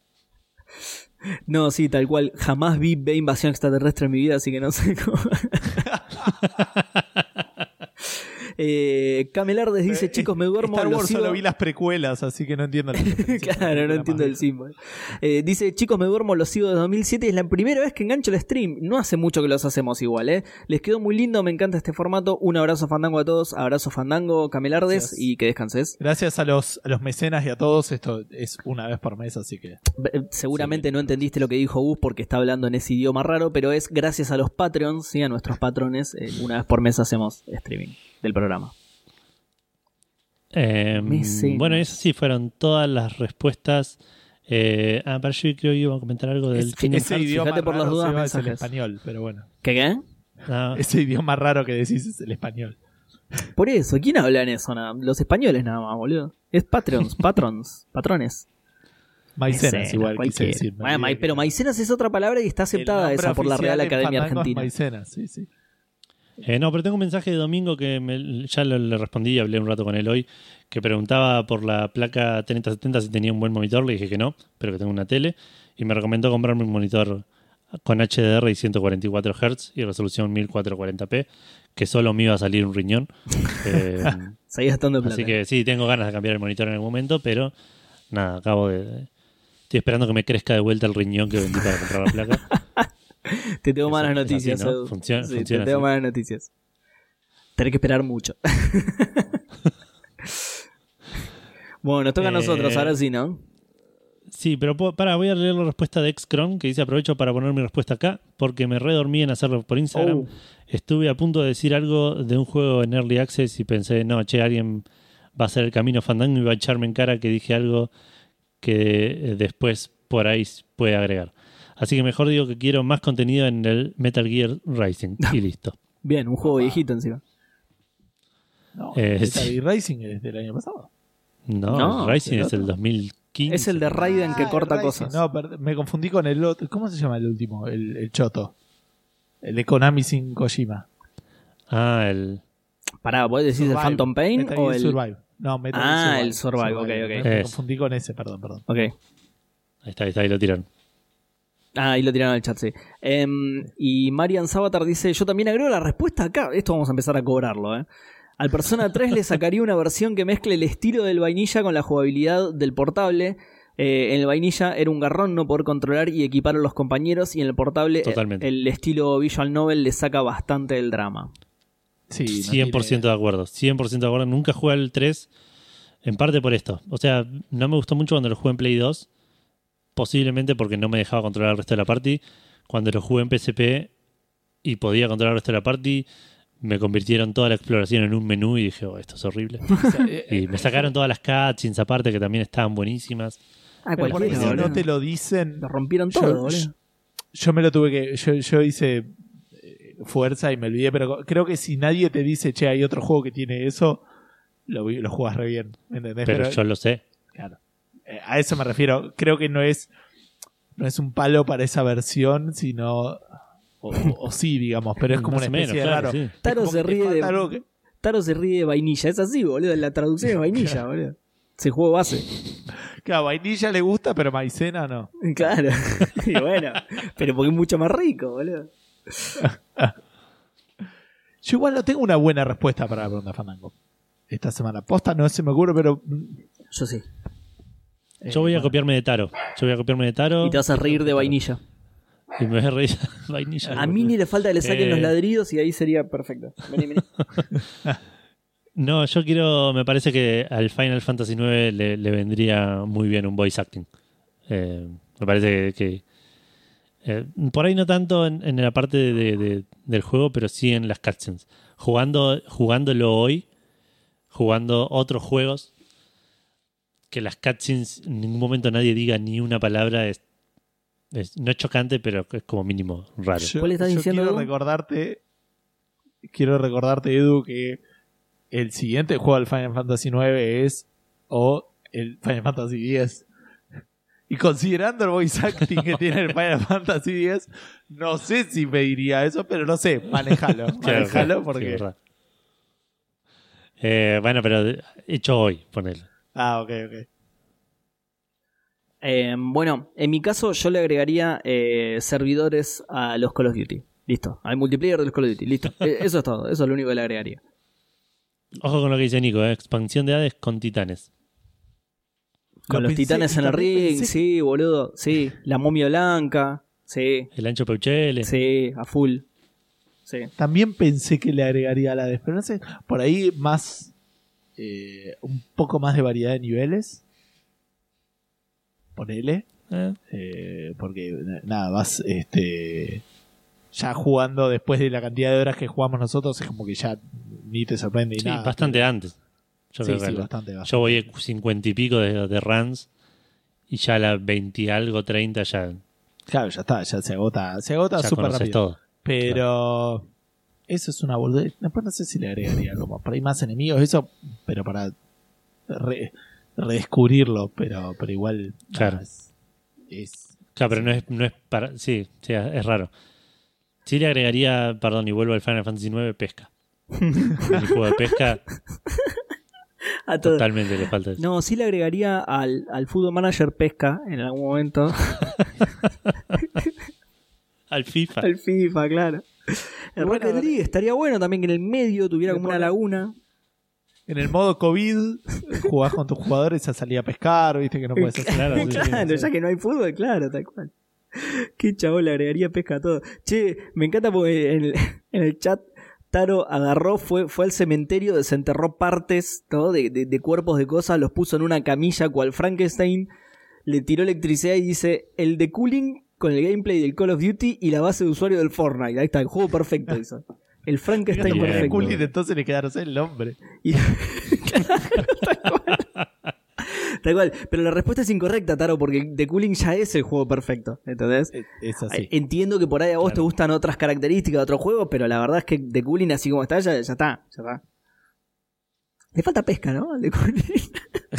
No, sí, tal cual. Jamás vi B Invasión Extraterrestre en mi vida, así que no sé cómo. eh, Camelardes dice: chicos, me duermo. Star los Wars sigo- solo vi las precuelas, así que no entiendo la referencia. Claro, no entiendo el símbolo. Eh, dice: chicos, me duermo, los sigo desde dos mil siete y es la primera vez que engancho el stream. No hace mucho que los hacemos igual, ¿eh? Les quedó muy lindo, me encanta este formato. Un abrazo Fandango a todos. Abrazo Fandango, Camelardes, Gracias. y que descanses. Gracias a los, a los mecenas y a todos. Esto es una vez por mes, así que... Eh, Seguramente Sí, no entendiste lo que dijo Gus porque está hablando en ese idioma raro, pero es gracias a los Patreons, ¿sí? A nuestros patrones. Eh, una vez por mes hacemos streaming del programa. Eh, Mecenas. bueno, esas sí fueron todas las respuestas. Eh, ah, para yo creo que iba a comentar algo del Es- Kingdom Ese Hearts. idioma fíjate por las raro, dudas, Seba, es el mensajes. español, pero bueno. ¿Qué qué? Ah, Ese idioma raro que decís es el español. Por eso, ¿quién habla en eso? Nada? Los españoles nada más, boludo. Es Patreons, patrons, patrones. Maicenas, Maicenas, igual quise cualquiera. decir. me Bueno, olvidé ma- que- pero maicenas es otra palabra y está aceptada El nombre esa por la oficial Real en Academia Fandango es Argentina. Maicenas, sí, sí. eh, no, pero tengo un mensaje de Domingo que me- ya lo- le respondí y hablé un rato con él hoy, que preguntaba por la placa treinta setenta si tenía un buen monitor. Le dije que no, pero que tengo una tele. Y me recomendó comprarme un monitor con H D R y ciento cuarenta y cuatro hertz y resolución mil cuatrocientos cuarenta p, que solo me iba a salir un riñón. Eh, Seguís gastando plata. así que sí, tengo ganas de cambiar el monitor en algún momento, pero nada, acabo de... de- Estoy esperando que me crezca de vuelta el riñón que vendí para comprar la placa. Te tengo Eso malas es así, noticias, ¿no? Edu. Funciona- Sí, funciona te tengo así. malas noticias. Tenés que esperar mucho. Bueno, nos toca a Eh, nosotros, ahora sí, ¿no? Sí, pero po- para, voy a leer la respuesta de Excron, que dice: aprovecho para poner mi respuesta acá, porque me redormí en hacerlo por Instagram. Oh. Estuve a punto de decir algo de un juego en Early Access y pensé, no, che, alguien va a hacer el camino Fandango y va a echarme en cara que dije algo que eh, después por ahí puede agregar. Así que mejor digo que quiero más contenido en el Metal Gear Rising y listo. Bien, un juego viejito encima. No, Eh, Metal sí. Gear Rising es del año pasado. No, No, el Rising el es el otro. dos mil quince. Es el de Raiden que Ah, corta el Rising. cosas. No, perd- me confundí con el otro. ¿Cómo se llama el último? El, el Choto. El de Konami sin Kojima. Ah, el... Pará, ¿podés decir el Survive. Phantom Pain Metal o Gear el...? Survive. No, Metal Ah, Gear el Survive, ok, ok. Me, me Es. confundí con ese, perdón, perdón. Ok. Ahí está, ahí está, ahí lo tiraron. Ah, ahí lo tiraron al chat, sí. Em, y Marian Sabatar dice, yo también agrego la respuesta acá. Esto vamos a empezar a cobrarlo, ¿eh? Al Persona tres le sacaría una versión que mezcle el estilo del vainilla con la jugabilidad del portable. Eh, en el vainilla era un garrón no poder controlar y equipar a los compañeros, y en el portable Totalmente. el estilo visual novel le saca bastante del drama. Sí, no cien por ciento tiene- de acuerdo, cien por ciento de acuerdo. Nunca jugué al tres, en parte por esto. O sea, no me gustó mucho cuando lo jugué en Play dos, posiblemente porque no me dejaba controlar el resto de la party. Cuando lo jugué en P S P y podía controlar el resto de la party, me convirtieron toda la exploración en un menú y dije, oh, esto es horrible. o sea, eh, Y me sacaron todas las cutscenes aparte, que también estaban buenísimas. Ah, pero por ahí cualquiera, si boludo. no te lo dicen, Lo rompieron Yo- todo, yo- boludo. yo me lo tuve que. Yo, yo hice eh, fuerza y me olvidé, pero creo que si nadie te dice, che, hay otro juego que tiene eso, lo, vi- lo juegas re bien. ¿Me entendés? Pero yo lo sé. Claro. Eh, a eso me refiero. Creo que no es. No es un palo para esa versión, sino. O, o- o sí, digamos, pero es como Más una o especie menos, de claro, raro. sí. Es Taro como se que te ríe de- falta algo que- Taro se ríe de vainilla, es así, boludo. La traducción es vainilla, boludo. Es el juego base. Claro, vainilla le gusta, pero maicena no. Claro. Y bueno, pero porque es mucho más rico, boludo. Yo igual no tengo una buena respuesta para la pregunta Fandango. Esta semana. Posta no se me ocurre, pero. Yo sí. eh, Yo voy a bueno. copiarme de Taro. Yo voy a copiarme de Taro. Y te vas a reír de vainilla. Y me voy a reír de vainilla. A mí ni le falta que le saquen Eh. los ladridos y ahí sería perfecto. Vení, vení. No, yo quiero. Me parece que al Final Fantasy nueve le, le vendría muy bien un voice acting. Eh, me parece que. eh, por ahí no tanto en, en la parte de, de- de- del juego, pero sí en las cutscenes. Jugando, jugándolo hoy, jugando otros juegos, que las cutscenes en ningún momento nadie diga ni una palabra es, es- no es chocante, pero es como mínimo raro. Yo, ¿Cuál estás yo diciendo, quiero Edu? recordarte. Quiero recordarte, Edu, que el siguiente juego del Final Fantasy nueve es. O el Final Fantasy diez. Y considerando el voice acting que tiene el Final Fantasy diez, no sé si me diría eso, pero no sé, manejalo. Claro, Manejalo claro, sí, porque. verdad. Eh, bueno, pero de- hecho hoy, ponele. Ah, ok, ok. Eh, bueno, en mi caso yo le agregaría eh, servidores a los Call of Duty. Listo. Al multiplayer de los Call of Duty. Listo. Eh, Eso es todo. Eso es lo único que le agregaría. Ojo con lo que dice Nico, ¿eh? Expansión de Hades con titanes. Con Lo los pensé, titanes y en el también ring, pensé- sí, boludo. Sí. La momia blanca. Sí. El ancho Peuchele. Sí, a full. Sí. También pensé que le agregaría a la de, pero no sé, por ahí más. eh, un poco más de variedad de niveles. Ponele. Eh, Eh, porque n- nada, vas este ya jugando después de la cantidad de horas que jugamos nosotros, es como que ya ni te sorprende y sí, nada. bastante antes. Yo, Sí, creo que sí, la- bastante, bastante. yo voy a cincuenta y pico de, de runs y ya a las veinte y algo, treinta ya, Claro, ya está, ya se agota, se agota ya súper conoces rápido. todo. Pero eso es una boludez. Después no sé si le agregaría algo más. Por ahí más enemigos, eso, pero para re- redescubrirlo, pero, pero igual nada, Claro. es, es- Claro, pero no es, no es para. Sí, sí, es raro. Sí le agregaría, perdón, y vuelvo al Final Fantasy nueve, pesca. El juego de pesca A todo. totalmente le falta eso. No, sí le agregaría al, al Football Manager pesca en algún momento. Al FIFA. Al FIFA, claro. El Bueno, Rocket League estaría bueno también que en el medio tuviera Le como una pone- laguna. en el modo COVID jugás con tus jugadores a salir a pescar, viste que no puedes hacer Claro, sí, sí, Claro, sí. ya que no hay fútbol, claro, tal cual. Qué chabón, le agregaría pesca a todo. Che, me encanta porque en el, en el chat Taro agarró, fue, fue al cementerio, desenterró partes, ¿no? de, de, de cuerpos de cosas, los puso en una camilla cual Frankenstein, le tiró electricidad y dice, el de cooling con el gameplay del Call of Duty y la base de usuario del Fortnite. Ahí está, el juego perfecto hizo. El Frankenstein Bien, perfecto. Cool, y entonces le quedaron el nombre. Y- Claro, tal cual. Tal cual. Pero la respuesta es incorrecta, Taro, porque The Cooling ya es el juego perfecto. ¿Entendés? Es, es así. Entiendo que por ahí a vos Claro. te gustan otras características de otros juegos, pero la verdad es que The Cooling, así como está, ya, ya está. Ya está. Le falta pesca, ¿no? Al The Cooling.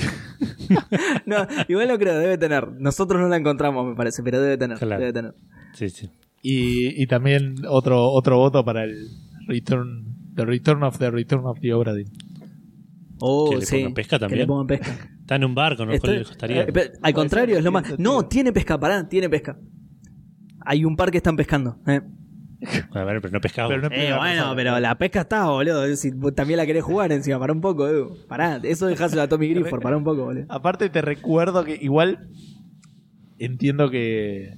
No, igual no creo, debe tener. Nosotros no la encontramos, me parece, pero debe tener. Claro. Debe tener. Sí, sí. Y, y también otro otro voto para el Return The Return of the Return of the Obra Dinn. Oh, Que le sí. pongan pesca Que también. le pongan pesca. Está en un barco, no Estoy- le costaría. eh, pero, al contrario, es lo más. tiene No, sentido. tiene pesca, pará, tiene pesca. Hay un par que están pescando. Eh, A ver, pero no pescaba. Pero no- Eh, bueno, pero la pesca está, boludo. Si vos también la querés jugar encima, pará un poco, Edu. Pará, eso dejáselo a Tommy Grifford, pará un poco, boludo. Aparte te recuerdo que igual entiendo que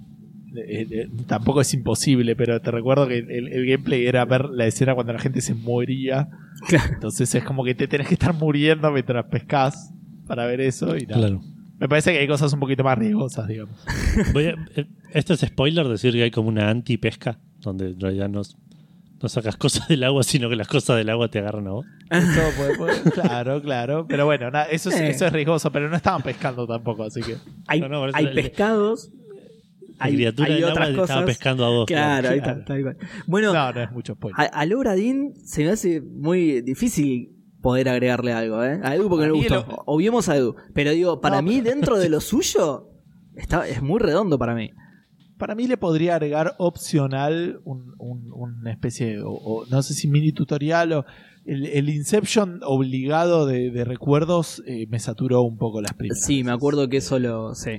eh, eh, tampoco es imposible, pero te recuerdo que el, el gameplay era ver la escena cuando la gente se moría. Claro. Entonces es como que te tenés que estar muriendo mientras pescás para ver eso y nada. Claro. Me parece que hay cosas un poquito más riesgosas, digamos. Voy a- eh, esto es spoiler, decir que hay como una anti-pesca, donde en realidad no, no sacas cosas del agua, sino que las cosas del agua te agarran a vos. Eso puede- puede- claro, claro. Pero bueno, nada, eso, es, Eh. eso es riesgoso, pero no estaban pescando tampoco, así que. Hay, No, no, por eso hay el- pescados. La Hay, criatura hay del otras agua te estaba cosas. pescando a vos. Claro, ahí Claro. está, tal cual. Bueno, No, no es mucho spoiler. a, a Laura Dean se me hace muy difícil poder agregarle algo, ¿eh? A Edu porque A no le mí gustó. lo- Obviemos a Edu. Pero digo, para No, mí, pero- dentro de lo suyo, está, es muy redondo para mí. Para mí le podría agregar opcional un, un- una especie, o, o no sé si mini tutorial o el, el Inception obligado de, de recuerdos eh, me saturó un poco las primeras. Sí, me veces. acuerdo que eso lo. Sí.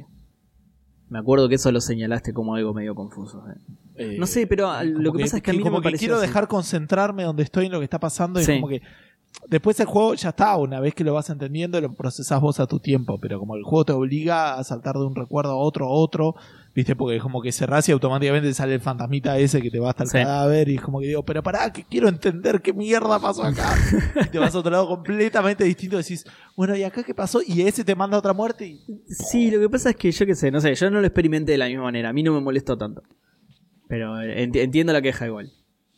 Me acuerdo que eso lo señalaste como algo medio confuso. ¿eh? Eh, No sé, pero a- lo como que pasa es que a mí no como me que pareció quiero así. dejar concentrarme donde estoy en lo que está pasando y Sí. como que después el juego ya está, una vez que lo vas entendiendo lo procesás vos a tu tiempo, pero como el juego te obliga a saltar de un recuerdo a otro a otro, viste, porque es como que cerrás y automáticamente sale el fantasmita ese que te va hasta el Sí. cadáver y es como que digo, pero pará, que quiero entender qué mierda pasó acá. Y te vas a otro lado completamente distinto, decís, bueno, ¿y acá qué pasó? Y ese te manda a otra muerte y Sí, lo que pasa es que yo qué sé, no sé, yo no lo experimenté de la misma manera. A mí no me molestó tanto. Pero eh, enti- entiendo la queja igual.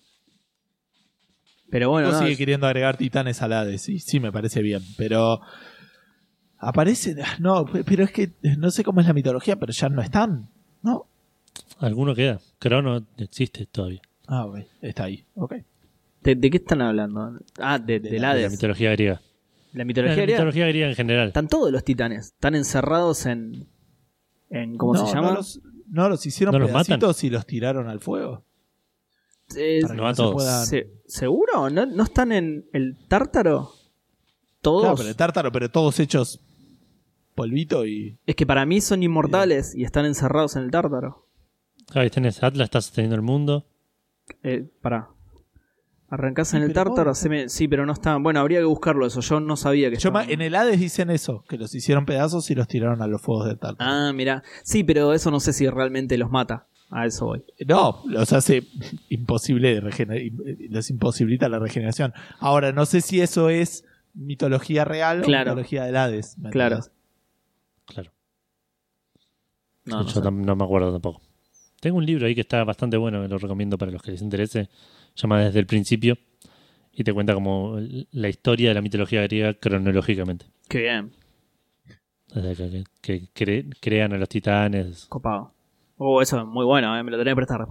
Pero bueno, uno no, sigue queriendo agregar titanes al Hades y sí me parece bien, pero aparece, no, pero es que no sé cómo es la mitología, pero ya no están, ¿no? Alguno queda. Crono existe todavía. Ah, ok, está ahí, ok. ¿de, de qué están hablando? Ah, de, De del la- De la Hades. mitología griega. La La mitología griega. mitología griega en general. Están todos los titanes. Están encerrados en. en ¿Cómo no, se llama? No los, no los hicieron ¿No los pedacitos y los tiraron al fuego. Eh, Para que no a no se todos. puedan- se- ¿Seguro? ¿No, ¿No están en el tártaro? ¿Todos? Claro, pero el tártaro, pero todos hechos polvito y... Es que para mí son inmortales y están encerrados en el tártaro. Ahí tenés Atlas, está sosteniendo el mundo. Eh, pará. Arrancás Sí, en el pero tártaro, bueno. se me- sí, pero no estaban. Bueno, habría que buscarlo eso. Yo no sabía que Yo ma- estaban. en el Hades dicen eso, que los hicieron pedazos y los tiraron a los fuegos del tártaro. Ah, mira. Sí, pero eso no sé si realmente los mata. A eso voy. No, los hace imposible de regenerar, los imposibilita la regeneración. Ahora, no sé si eso es mitología real Claro. o mitología del Hades. ¿me Claro. entendés? Claro. No, no Yo sé. tam- no me acuerdo tampoco. Tengo un libro ahí que está bastante bueno, que lo recomiendo para los que les interese. Se llama Desde el Principio. Y te cuenta como la historia de la mitología griega cronológicamente. Qué bien. Desde que, que cre- crean a los titanes. Copado. Oh, eso es muy bueno, eh, me lo tenía que prestar.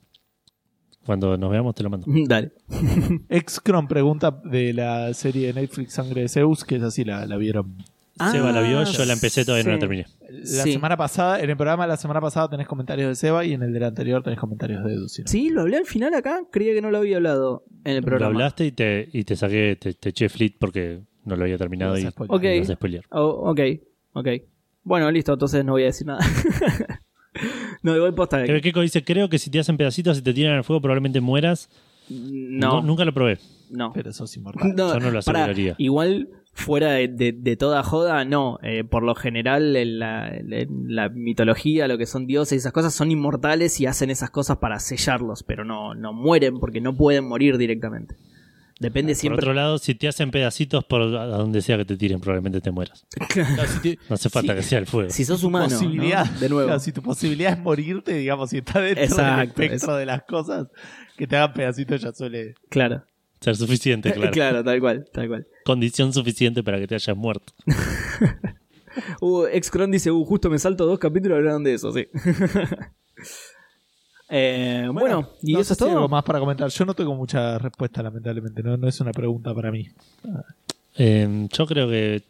Cuando nos veamos te lo mando. Dale. Excron pregunta de la serie de Netflix Sangre de Zeus, que es así, la, la vieron. Seba la vio, Ah, yo la empecé, todavía no la sí. terminé. La Sí. semana pasada, en el programa de la semana pasada tenés comentarios de Seba y en el del anterior tenés comentarios de Edu. ¿sí, no? Sí, lo hablé al final acá. Creía que no lo había hablado en el Lo programa. hablaste y te, y te saqué, te, te eché flit porque no lo había terminado Vas y a spoilear. Ok. y vas a spoilear. Oh, ok, ok. Bueno, listo, entonces no voy a decir nada. No, igual posta. Que Keiko dice, creo que si te hacen pedacitos y te tiran al fuego probablemente mueras. No, Nu- nunca lo probé. no. Pero sos inmortal. No, Yo no lo pará, aseguraría. igual fuera de, de- de toda joda, no. Eh, por lo general, en la, en la mitología, lo que son dioses y esas cosas, son inmortales y hacen esas cosas para sellarlos, pero no, no mueren porque no pueden morir directamente. Depende Por siempre. otro lado, si te hacen pedacitos por a donde sea que te tiren, probablemente te mueras. Claro, si, te- No hace falta Sí. que sea el fuego. Si sos humano, posibilidad, ¿no? De nuevo. claro, si tu posibilidad es morirte, digamos, si está dentro Exacto, del espectro de las cosas, que te hagan pedacitos ya suele... Claro. Ser suficiente, claro. Claro, tal cual, tal cual. Condición suficiente para que te hayas muerto. Uh, Excron dice, uh, justo me salto dos capítulos hablaron de eso, sí. eh, bueno, bueno, y no eso sé es todo. Si algo más para comentar. Yo no tengo mucha respuesta, lamentablemente. No, no es una pregunta para mí. Eh, yo creo que...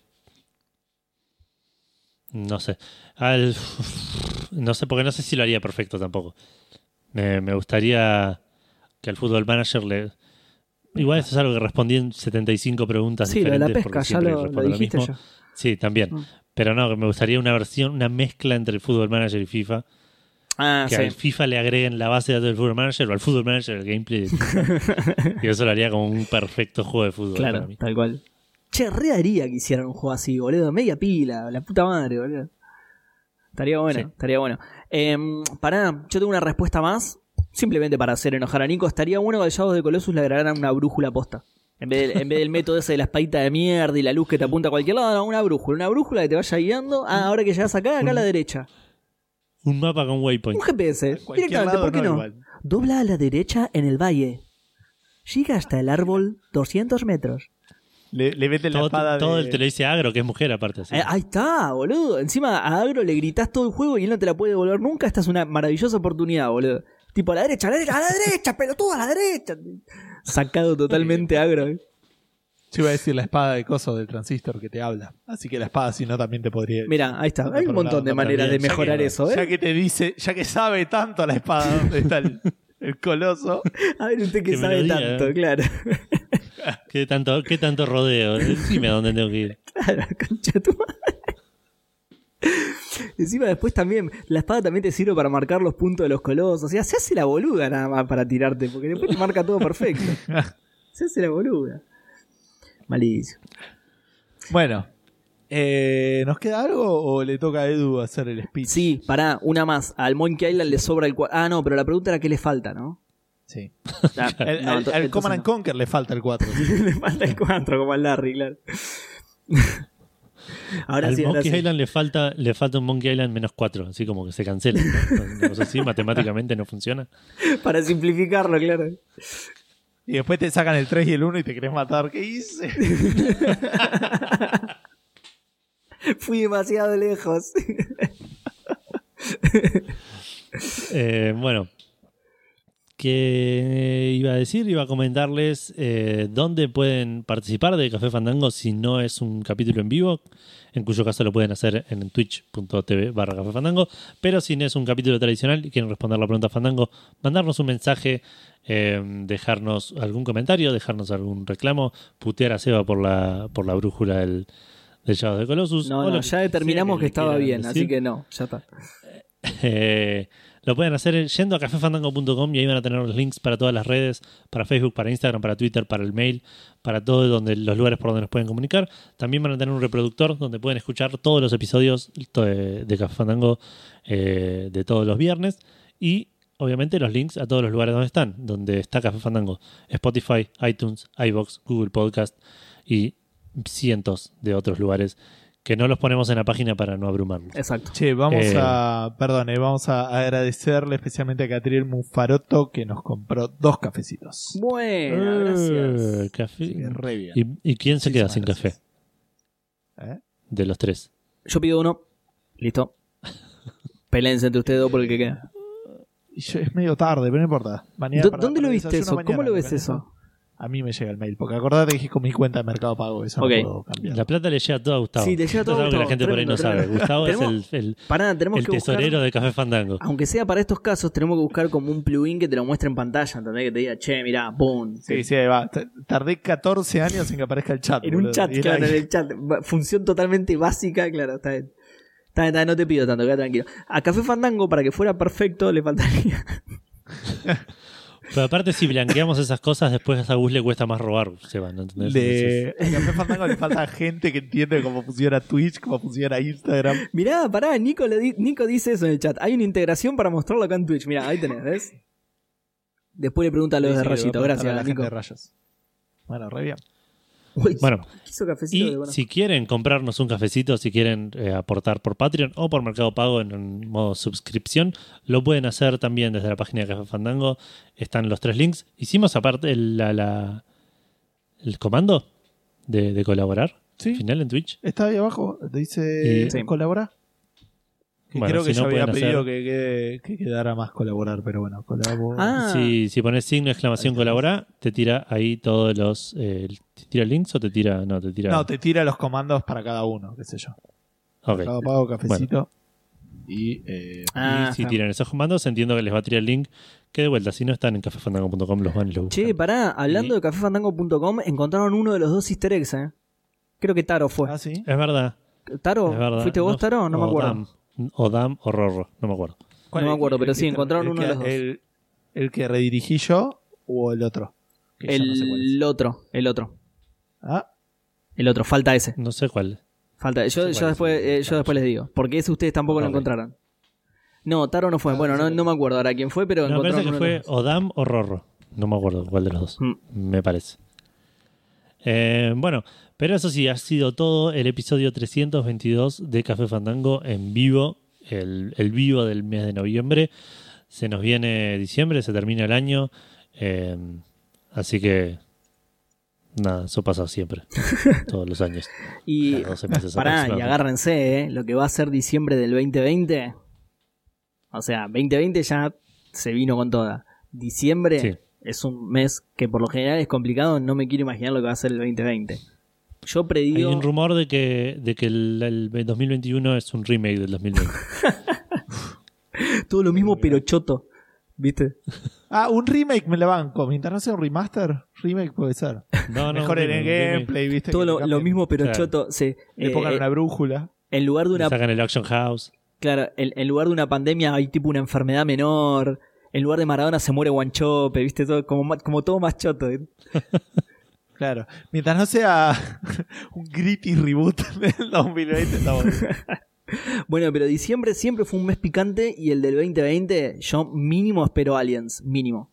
No sé. Al... No sé, porque no sé si lo haría perfecto tampoco. Me, me gustaría que al Football Manager le... Igual esto es algo que respondí en setenta y cinco preguntas sí, diferentes. Sí, la pesca, ya lo, lo dijiste lo ya. Sí, también. Mm. Pero no, que me gustaría una versión, una mezcla entre el Football Manager y FIFA. Ah, que sí. al FIFA le agreguen la base de datos del Football Manager o al Football Manager el gameplay de FIFA. Y eso lo haría como un perfecto juego de fútbol. Claro, para mí. Tal cual. Che, re haría que hicieran un juego así, boludo. Media pila, la puta madre, boludo. Estaría bueno, sí. estaría bueno. Eh, pará, yo tengo una respuesta más. Simplemente para hacer enojar a Nico. Estaría bueno que al Shadow of the Colossus le agregaran una brújula posta. En vez, de, en vez del método ese de la espadita de mierda y la luz que te apunta a cualquier lado, no, una brújula. Una brújula que te vaya guiando. Ah, ahora que llegas acá, acá a la derecha. Un mapa con waypoint. Un G P S. Directamente, ¿por qué no? no? Dobla a la derecha en el valle. Llega hasta el árbol doscientos metros. Le, le mete la todo, espada todo de... el te lo dice Agro, que es mujer aparte. Eh, ahí está, boludo. Encima a Agro le gritás todo el juego y él no te la puede devolver nunca. Esta es una maravillosa oportunidad, boludo. Tipo, a la derecha, a la derecha, a la derecha, pelotudo, a la derecha. Sacado totalmente Agro. ¿eh? Yo iba a decir la espada de coso del transistor que te habla. Así que la espada, si no, también te podría... Mira, ahí está. Hay un montón de maneras de mejorar que, eso, ¿eh? Ya que te dice, ya que sabe tanto la espada dónde está el, el coloso. A ver, usted que, que sabe diga, tanto, ¿eh? claro. ¿Qué tanto, ¿Qué tanto rodeo? Dime a dónde tengo que ir. Claro, concha tu madre. Encima después también, la espada también te sirve para marcar los puntos de los colosos. O sea, se hace la boluda nada más para tirarte, porque después te marca todo perfecto. Se hace la boluda. Malísimo. Bueno, eh, ¿nos queda algo o le toca a Edu hacer el speech? Sí, pará, una más. Al Monkey Island le sobra el cuatro. Ah, no, pero la pregunta era qué le falta, ¿no? Sí. Ah, el, no, el, ento- al Command and no. Conquer le falta el cuatro. Le falta el cuatro, como al Larry, claro. Ahora Al sí, ahora Monkey sí. Island le falta, le falta un Monkey Island menos cuatro, así como que se cancela. ¿no? Una cosa así, matemáticamente no funciona. Para simplificarlo, claro. Y después te sacan el tres y el uno y te querés matar. ¿Qué hice? Fui demasiado lejos. Eh, bueno, ¿qué iba a decir? Iba a comentarles eh, dónde pueden participar de Café Fandango si no es un capítulo en vivo, en cuyo caso lo pueden hacer en twitch.tv barra Café Fandango, pero si no es un capítulo tradicional y quieren responder la pregunta Fandango, mandarnos un mensaje, eh, dejarnos algún comentario, dejarnos algún reclamo, putear a Seba por la, por la brújula del, del Shadow of the Colossus. No, o no, lo ya que determinamos sea que, le estaba quieran bien, decir. así que no, ya está. Eh, lo pueden hacer yendo a café fandango punto com y ahí van a tener los links para todas las redes, para Facebook, para Instagram, para Twitter, para el mail, para todo donde los lugares por donde nos pueden comunicar. También van a tener un reproductor donde pueden escuchar todos los episodios de, de Café Fandango eh, de todos los viernes y obviamente los links a todos los lugares donde están, donde está Café Fandango: Spotify, iTunes, iVoox, Google Podcast y cientos de otros lugares que no los ponemos en la página para no abrumarlos. Exacto. Che, vamos Eh, a... Perdón, eh, vamos a agradecerle especialmente a Catriel Mufaroto que nos compró dos cafecitos. Bueno, gracias. Eh, café. Así que re bien. ¿Y, y quién se queda Muchísimas sin gracias. café? ¿Eh? De los tres. Yo pido uno. Listo. Pelense entre ustedes dos por el que queda. Y yo- es medio tarde, pero no importa. Mañana ¿Dó- para- ¿Dónde para lo el viste desayuno eso? ¿Cómo mañana, lo ves ¿con eso? A mí me llega el mail, porque acordate que es con mi cuenta de Mercado Pago, eso Ok. no puedo cambiar. La plata le llega todo a Gustavo. Sí, le llega todo Esto a es algo que la Gustavo. gente por ahí no Tremendo, sabe. tremendo. Gustavo es Tenemos- el, el, Pará, tenemos el que buscar... tesorero de Café Fandango. Aunque sea para estos casos, tenemos que buscar como un plugin que te lo muestre en pantalla, ¿entendés? Que te diga, che, mirá, boom. Sí, sí, ahí va. T- Tardé catorce años en que aparezca el chat. En un boludo. chat, Y era claro, ahí. en el chat. Va- Función totalmente básica, claro, está bien. Está bien, está bien, no te pido tanto, queda tranquilo. A Café Fandango, para que fuera perfecto, le faltaría... Pero aparte, si blanqueamos esas cosas, después a Gus le cuesta más robar, Seba, ¿no entendés? Le... En Café Fandango le falta gente que entiende cómo funciona Twitch, cómo funciona Instagram. Mirá, pará, Nico, le di- Nico dice eso en el chat. Hay una integración para mostrarlo acá en Twitch. Mirá, ahí tenés, ¿ves? Después le pregunta a los Sí, de sí, le voy a Rayito. preguntar a Gracias, la gente Nico. de Rayos. Bueno, re bien. Uy, Bueno, quiso cafecito y de bueno. si quieren comprarnos un cafecito, si quieren eh, aportar por Patreon o por Mercado Pago en un modo suscripción, lo pueden hacer también desde la página de Café Fandango. Están los tres links. Hicimos aparte el, la, la- el comando de, de colaborar Sí. final en Twitch. Está ahí abajo, te dice Y- Sí. colabora. Que Bueno, creo que si no yo había pueden pedido hacer- que, quede- que quedara más colaborar, pero bueno, colabora. Ah, Si, si pones signo de exclamación Ahí está. colabora, te tira ahí todos los... eh, ¿Te tira links o te tira...? No, te tira... No, te tira los comandos para cada uno, qué sé yo. Ok. Cada pago, cafecito. Y, eh, Ah, y si está. tiran esos comandos, entiendo que les va a tirar el link. Que de vuelta, si no están en cafefandango punto com, los van y los buscan. Che, pará, hablando Y- de cafefandango punto com, encontraron uno de los dos easter eggs, eh. Creo que Taro fue. ah, sí. Es verdad, ¿Taro? es verdad. ¿Fuiste vos, Taro? No me o acuerdo. Dam, o Dam o Rorro, no me acuerdo. ¿Cuál No me es? acuerdo, El pero que sí, está- encontraron el uno que- de los dos. El, el que redirigí yo o el otro. Que ya El no sé cuál es. otro, el otro. Ah, El otro, falta ese. No sé cuál. Falta. Yo, cuál yo, es después, el- eh, yo después les digo. Porque ese ustedes tampoco lo Ok. encontraron. No, Taro no fue. Ah, Bueno, sí. no, no me acuerdo ahora quién fue, pero No, me encontraron parece que uno de fue los dos. o Dam o Rorro. No me acuerdo cuál de los dos. Mm. Me parece. Eh, bueno, pero eso sí, ha sido todo el episodio trescientos veintidós de Café Fandango en vivo. El, el vivo del mes de noviembre. Se nos viene diciembre, se termina el año. eh, así que... Nada, eso pasa siempre. Todos los años. Y Cada doce meses pará, y aproximadamente. agárrense, ¿eh? Lo que va a ser diciembre del veinte veinte. O sea, veinte veinte ya se vino con toda. Diciembre Sí. es un mes que por lo general es complicado. No me quiero imaginar lo que va a ser el veinte veinte. Yo Hay predigo... un rumor de que, de que el, el dos mil veintiuno es un remake del dos mil veinte. todo lo mismo pero choto. ¿Viste? ah, un remake me la banco. Mientras no sea un remaster, remake puede ser. No, no, Mejor un en el remake, un remake. gameplay, ¿viste? Todo que lo, le lo cambien- mismo pero Claro. choto. Sí. Le Eh, pongan eh, una brújula. en lugar de Le una sacan el Action House. Claro, en, en lugar de una pandemia hay tipo una enfermedad menor. En lugar de Maradona se muere Guanchope, ¿viste? Todo, como, ma- como todo más choto. ¿eh? Claro. Mientras no sea un gritty reboot del dos mil veinte, está bueno. Bueno, pero diciembre siempre fue un mes picante y el del veinte veinte yo mínimo espero Aliens, mínimo.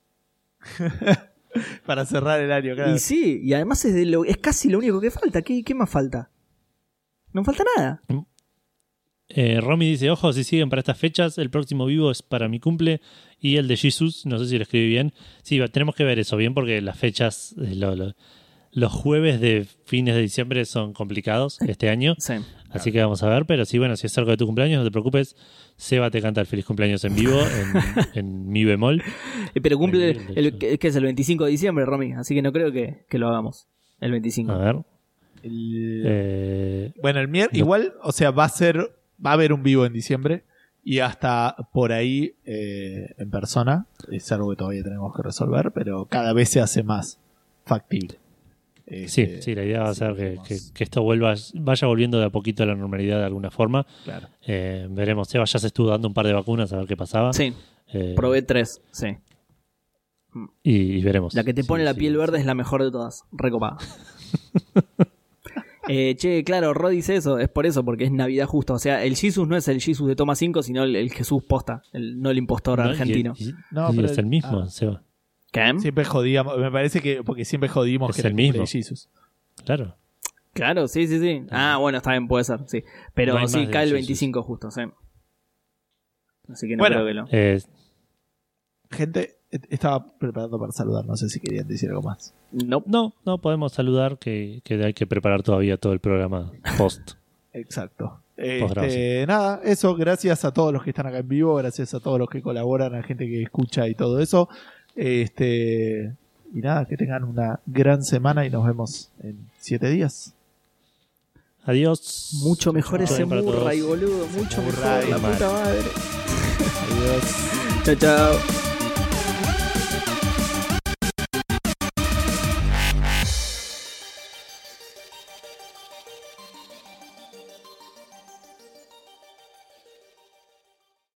Para cerrar el año, claro. Y sí, y además es, de lo, es casi lo único que falta. ¿Qué, qué más falta? No falta nada. Eh, Romy dice, ojo, si siguen para estas fechas, el próximo vivo es para mi cumple y el de Jesus, no sé si lo escribí bien. Sí, va, tenemos que ver eso bien porque las fechas, eh, lo- lo- los jueves de fines de diciembre son complicados este año, Sí. así que vamos a ver, pero sí, bueno, si es algo de tu cumpleaños, no te preocupes, Seba te canta el feliz cumpleaños en vivo, en, en mi bemol. Eh, Pero cumple El- el, el- que que es el veinticinco de diciembre, Romy. Así que no creo que, que lo hagamos. El veinticinco. A ver. El- Eh, Bueno, el mier No. igual, o sea, va a ser, va a haber un vivo en diciembre y hasta por ahí eh, en persona. Es algo que todavía tenemos que resolver, pero cada vez se hace más factible. sí, Este, sí, la idea va a sí, ser que, vamos- que- que esto vuelva, vaya volviendo de a poquito a la normalidad de alguna forma. Claro. Eh, veremos, Seba ya se estuvo dando un par de vacunas a ver qué pasaba. Sí, Eh, probé tres. Sí. y, y veremos. La que te Sí, pone la sí, piel sí. verde es la mejor de todas. Recopada. eh, che, claro, Rod dice eso. Es por eso, porque es Navidad justo. O sea, el Jesus no es el Jesus de Toma cinco, sino el, el Jesús posta. El, no el impostor No, y- argentino. y- No, y pero- es el mismo, ah. Seba. ¿Qué? Siempre jodíamos, me parece que, porque siempre jodimos Es que era el cumple mismo. de Jesus. Claro. Claro, sí, sí, sí. Ah, bueno, está bien, puede ser, sí. Pero No hay sí, más de cae el Jesus. veinticinco justo, sí. Así que no Bueno. creo que lo... Eh, Gente, et- estaba preparando para saludar, no sé si querían decir algo más. No. no, no podemos saludar que, que hay que preparar todavía todo el programa post. Exacto. Posgrabación. Este, nada, eso, gracias a todos los que están acá en vivo, gracias a todos los que colaboran, a la gente que escucha y todo eso. Este, y nada, que tengan una gran semana y nos vemos en siete días. Adiós. Mucho mejor Chao. ese Para todos. Murray, boludo. Mucho Murray, mejor, la mal. puta madre. Adiós. Chao, chao.